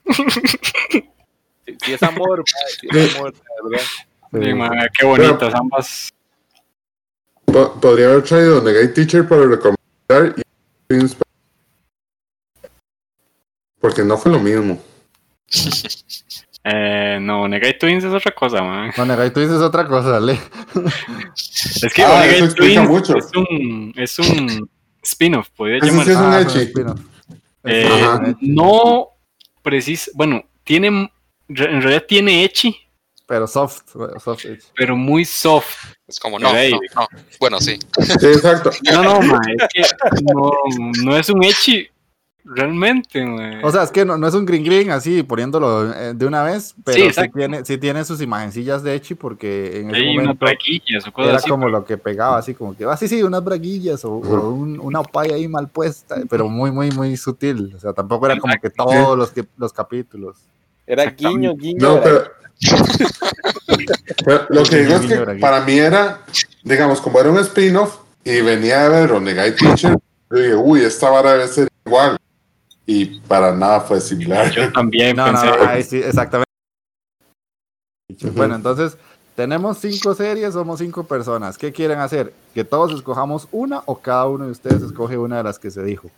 S3: Si es amor, mae. Si es amor, la verdad.
S4: Sí, mae, qué bonitas ambas.
S7: Podría haber traído Negai Teacher para recomendar y porque no fue lo mismo.
S4: No, Onegai Twins es otra cosa, mae.
S1: Onegai Twins es otra cosa, dale.
S4: Es que
S7: Eso
S4: Onegai
S7: explica
S4: Twins
S7: mucho.
S4: es un spin-off, podría
S7: Ese
S4: llamarse.
S7: sí es un
S1: Ah,
S7: ecchi.
S1: spin-off.
S7: Ajá.
S4: No preciso, bueno, en realidad tiene ecchi,
S1: Pero soft edge.
S4: pero muy soft.
S2: Es como,
S4: Ey.
S2: no. Bueno, sí.
S7: Sí, exacto.
S4: No, mae, es que no es un ecchi realmente, mae.
S1: O sea, es que no es un green así poniéndolo de una vez, pero
S4: Sí,
S1: sí,
S4: exacto.
S1: tiene sus imagencillas de Echi porque en ese
S4: Hay unas
S1: momento
S4: braquillas o cosas
S1: era
S4: así.
S1: como lo que pegaba, así como que, sí, unas braguillas o una opaya ahí mal puesta, pero muy, muy, muy sutil. O sea, tampoco era como que todos los capítulos.
S3: Era guiño, guiño.
S7: No,
S3: era-
S7: pero lo que digo es que para mí era, digamos, como era un spin-off y venía de ver Onegai Teacher, yo dije, uy, esta vara debe ser igual. Y para nada fue similar.
S4: Yo también
S1: No,
S4: pensé.
S1: ahí sí, exactamente. Bueno, entonces, tenemos 5 series, somos 5 personas. ¿Qué quieren hacer? ¿Que todos escojamos una o cada uno de ustedes escoge una de las que se dijo?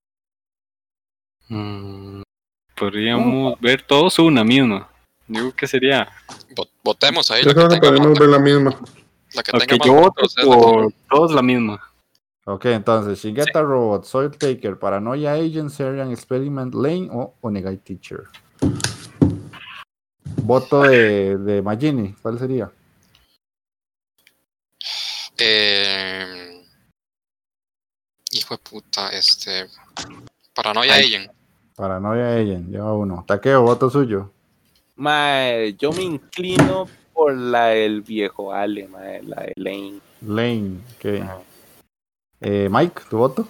S4: Podríamos ver todos una misma. Digo que sería.
S2: Votemos ahí
S7: Yo
S2: la que
S7: creo que
S2: tenga
S7: podemos
S2: más,
S7: ver la misma.
S2: la que
S4: Ok,
S2: tenga más
S4: yo voto
S2: votos es la que-
S4: por todos la misma.
S1: Ok, entonces, Shingeta Robot, Soul Taker, Paranoia Agent, Serial Experiment Lane o Onegai Teacher. Voto de Magini, ¿cuál sería?
S2: Hijo de puta, Paranoia Agent.
S1: Paranoia Agent, lleva uno. Taqueo, voto suyo.
S3: Mae, yo me inclino por la del viejo Ale, mae, la de Lane.
S1: Lane, ok. Mike, ¿tu voto?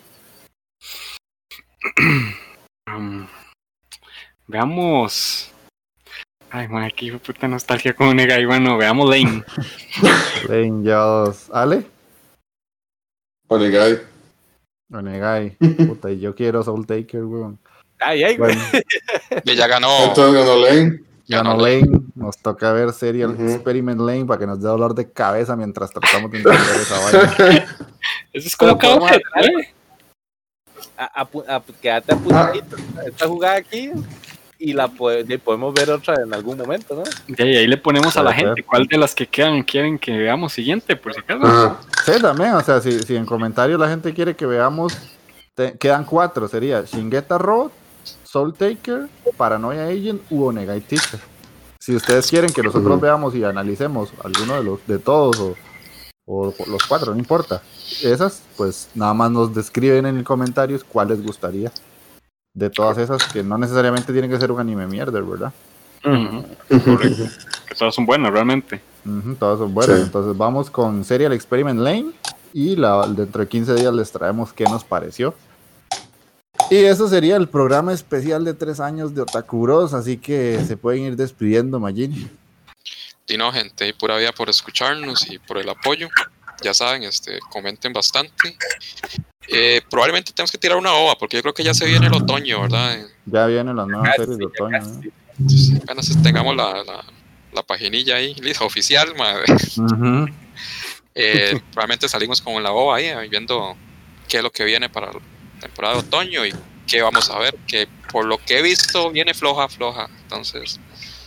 S4: Veamos. Ay, madre, qué hijo de puta nostalgia con Onegai. Bueno, veamos Lane.
S1: Lane, lleva 2. ¿Ale?
S7: Onegai.
S1: Onegai. Puta, y yo quiero Soul Taker, weón.
S3: Ay, ay, güey.
S1: Bueno,
S2: Y ya ganó.
S7: Entonces ganó Lane.
S1: ganó
S2: Ganó
S1: Lane. Nos toca ver Serial
S7: Ujú.
S1: Experiment Lane para que nos dé dolor de cabeza mientras tratamos de entender esa vaina.
S4: Eso es como
S3: Pero
S4: Cuphead,
S3: podemos
S4: ¿eh?
S3: Quédate apuntadito esta jugada aquí y le podemos ver otra en algún momento, ¿no?
S4: De ahí le ponemos a la
S1: Puede ser.
S4: gente cuál de las que quedan quieren que veamos siguiente, por si acaso.
S7: Ajá.
S1: Sí, también, o sea, si en comentarios la gente quiere que veamos, quedan 4, sería Shingeta Robot, Soul Taker, Paranoia Agent u Onegai Teacher. Si ustedes quieren que nosotros veamos y analicemos alguno de todos o los 4, no importa. Esas, pues nada más nos describen en el comentarios cuál les gustaría. De todas esas, que no necesariamente tienen que ser un anime mierder, ¿verdad?
S4: Ujú. Correcto. Que todas son buenas, realmente.
S1: Ujú, todas son buenas.
S7: Sí.
S1: Entonces vamos con Serial Experiment Lane y dentro de 15 días les traemos qué nos pareció. Y eso sería el programa especial de 3 años de Otaku Bros, así que se pueden ir despidiendo, Magini.
S2: Y no, gente, y pura vida por escucharnos y por el apoyo. Ya saben, comenten bastante. Probablemente tenemos que tirar una ova, porque yo creo que ya se viene el otoño, ¿verdad?
S1: Ya vienen las nuevas series de otoño.
S2: Entonces, apenas tengamos la paginilla ahí, lista, oficial, madre.
S1: Uh-huh.
S2: Probablemente salimos con la ova ahí, viendo qué es lo que viene para la temporada de otoño y qué vamos a ver, que por lo que he visto viene floja. Entonces,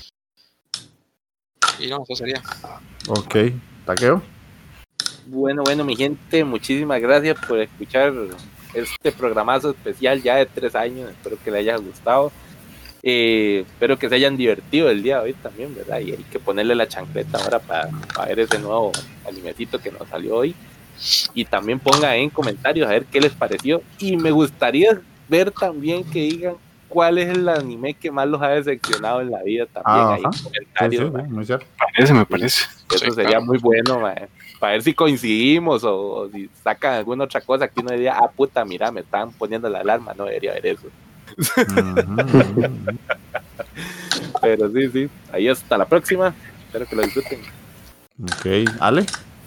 S2: y no, eso sería.
S1: Ok, Takeo.
S3: Bueno, mi gente, muchísimas gracias por escuchar este programazo especial ya de 3 años. Espero que les haya gustado. Espero que se hayan divertido el día de hoy también, ¿verdad? Y hay que ponerle la chancleta ahora para ver ese nuevo animecito que nos salió hoy. Y también pongan en comentarios a ver qué les pareció. Y me gustaría ver también que digan cuál es el anime que más los ha decepcionado en la vida también. Ahí en comentarios.
S1: Sí, muy cierto.
S4: Me parece.
S3: Eso
S2: Sí,
S3: sería
S2: claro.
S3: muy bueno, man. Para ver si coincidimos o si sacan alguna otra cosa que uno diría, puta, mira, me están poniendo la alarma, no debería ver eso. Pero sí, ahí hasta la próxima. Espero que lo disfruten.
S1: Ok, Ale.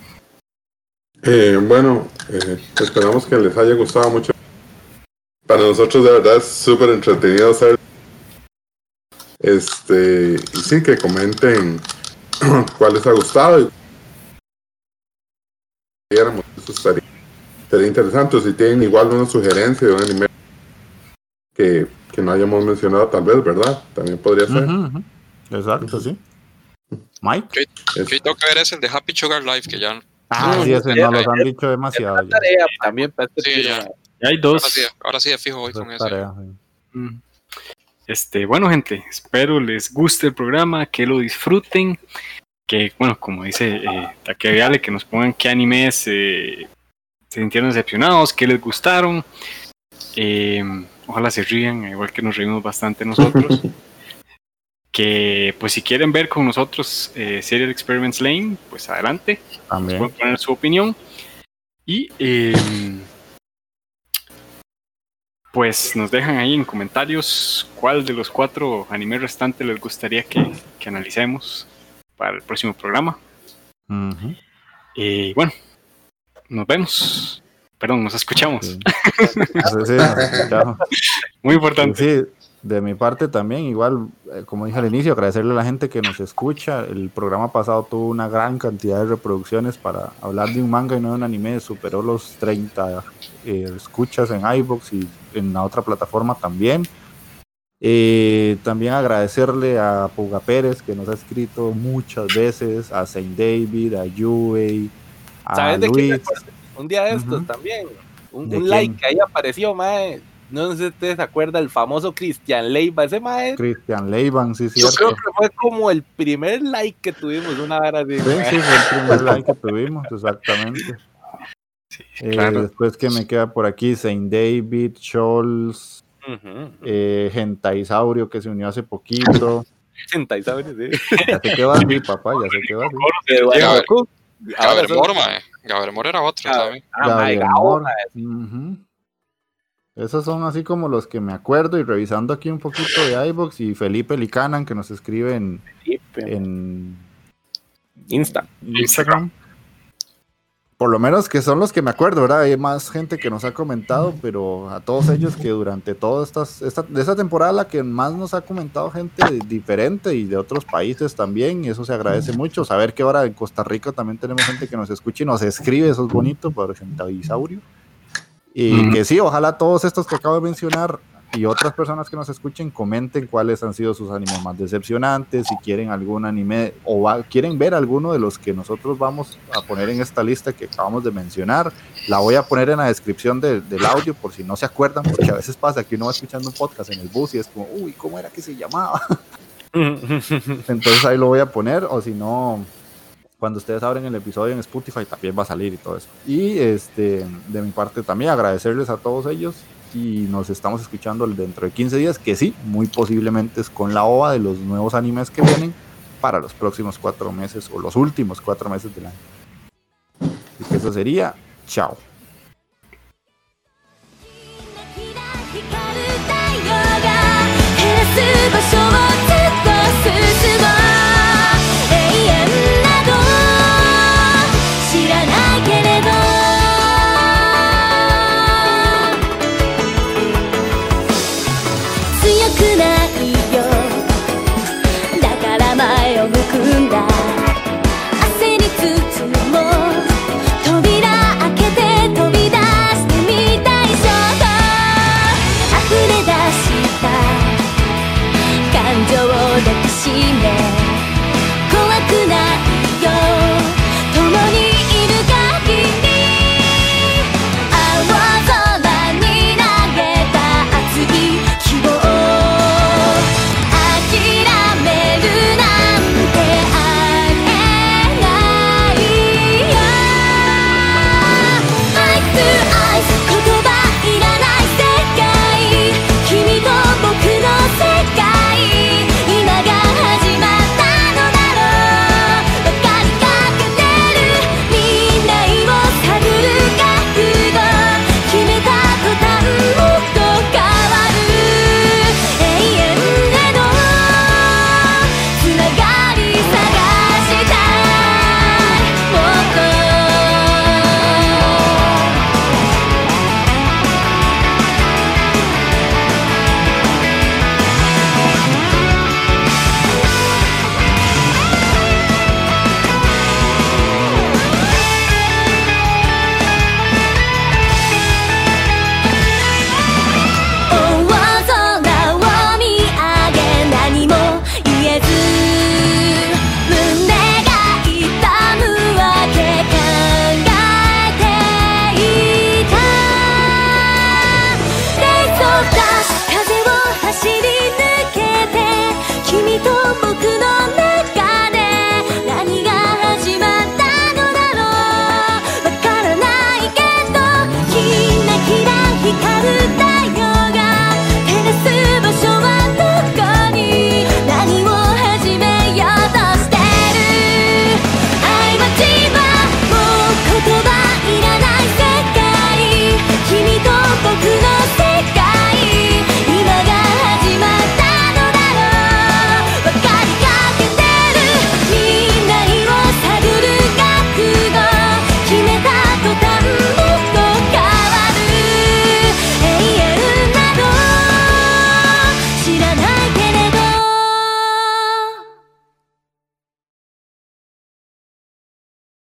S7: Bueno, esperamos que les haya gustado mucho. Para nosotros de verdad es súper entretenido hacer. Y sí, que comenten cuál les ha gustado. Y eso estaría interesante. Si tienen igual una sugerencia de un anime que no hayamos mencionado tal vez, ¿verdad? También podría ser.
S1: Exacto, sí. Mike.
S2: Yo tengo que ver es el de Happy Sugar Life, que ya...
S1: Sí, ese no los han dicho demasiado.
S3: Una tarea también para este
S2: Sí,
S3: tiro,
S2: ya.
S3: man.
S4: Ya hay dos.
S2: Ahora sí de fijo voy con eso.
S1: Tarea, sí.
S4: Bueno, gente, espero les guste el programa, que lo disfruten, que, bueno, como dice Takeo y Ale, que nos pongan qué animes se sintieron decepcionados, qué les gustaron. Ojalá se rían, igual que nos reímos bastante nosotros. Que, pues, si quieren ver con nosotros Serial Experiments Lane, pues adelante,
S1: También.
S4: pueden poner su opinión. Y pues nos dejan ahí en comentarios cuál de los 4 animes restantes les gustaría que analicemos para el próximo programa.
S1: Uh-huh.
S4: Y bueno, nos vemos. Perdón, nos escuchamos.
S1: Sí, nos escuchamos.
S4: Muy importante.
S1: Sí, de mi parte también, igual, como dije al inicio, agradecerle a la gente que nos escucha. El programa pasado tuvo una gran cantidad de reproducciones para hablar de un manga y no de un anime. Superó los 30 escuchas en iVoox y en la otra plataforma también. También agradecerle a Puga Pérez, que nos ha escrito muchas veces, a Saint David, a Yui, a
S3: ¿Sabes de quién me
S1: Luis.
S3: acuerdo? Un día de estos
S1: Ujú.
S3: también.
S1: ¿De
S3: Un
S1: quién?
S3: like que ahí apareció, mae. No sé si ustedes se acuerdan, el famoso Cristian Leiva. Ese mae,
S1: Cristian Leivan, sí,
S3: yo
S1: cierto.
S3: creo que fue como el primer like que tuvimos, una vara así.
S1: Sí,
S3: mae.
S1: sí, fue el primer like que tuvimos, exactamente.
S4: claro.
S1: Después que me queda por aquí, Saint David, Scholz,
S3: Ujú.
S1: Gentaisaurio, que se unió hace poquito.
S3: Sentai, ¿sabes? Sí.
S1: Ya se quedó así, papá, ya se quedó así.
S3: Eduardo Cook. Ahora
S2: Gabermore,
S3: son-
S2: mae. Gabermore era otro también.
S3: mae,
S1: Gabriel
S3: Gao,
S1: Moore.
S3: mae.
S1: Ujú. Esos son así como los que me acuerdo, y revisando aquí un poquito de iVoox, y Felipe Licanan, que nos escribe en Instagram. Por lo menos que son los que me acuerdo, ¿verdad? Hay más gente que nos ha comentado, pero a todos ellos que durante toda esta temporada, la que más nos ha comentado gente diferente y de otros países también, y eso se agradece mucho. Saber que ahora en Costa Rica también tenemos gente que nos escucha y nos escribe, eso es bonito, por Gentaisaurio. Y que sí, ojalá todos estos que acabo de mencionar y otras personas que nos escuchen comenten cuáles han sido sus animes más decepcionantes, si quieren algún anime o quieren ver alguno de los que nosotros vamos a poner en esta lista que acabamos de mencionar. La voy a poner en la descripción del audio por si no se acuerdan, porque a veces pasa que uno va escuchando un podcast en el bus y es como, uy, ¿cómo era que se llamaba? Entonces ahí lo voy a poner, o si no, cuando ustedes abren el episodio en Spotify también va a salir y todo eso. Y de mi parte también agradecerles a todos ellos, y nos estamos escuchando dentro de 15 días, que sí, muy posiblemente es con la OVA de los nuevos animes que vienen para los próximos 4 meses o los últimos 4 meses del año. Así que eso sería, chao.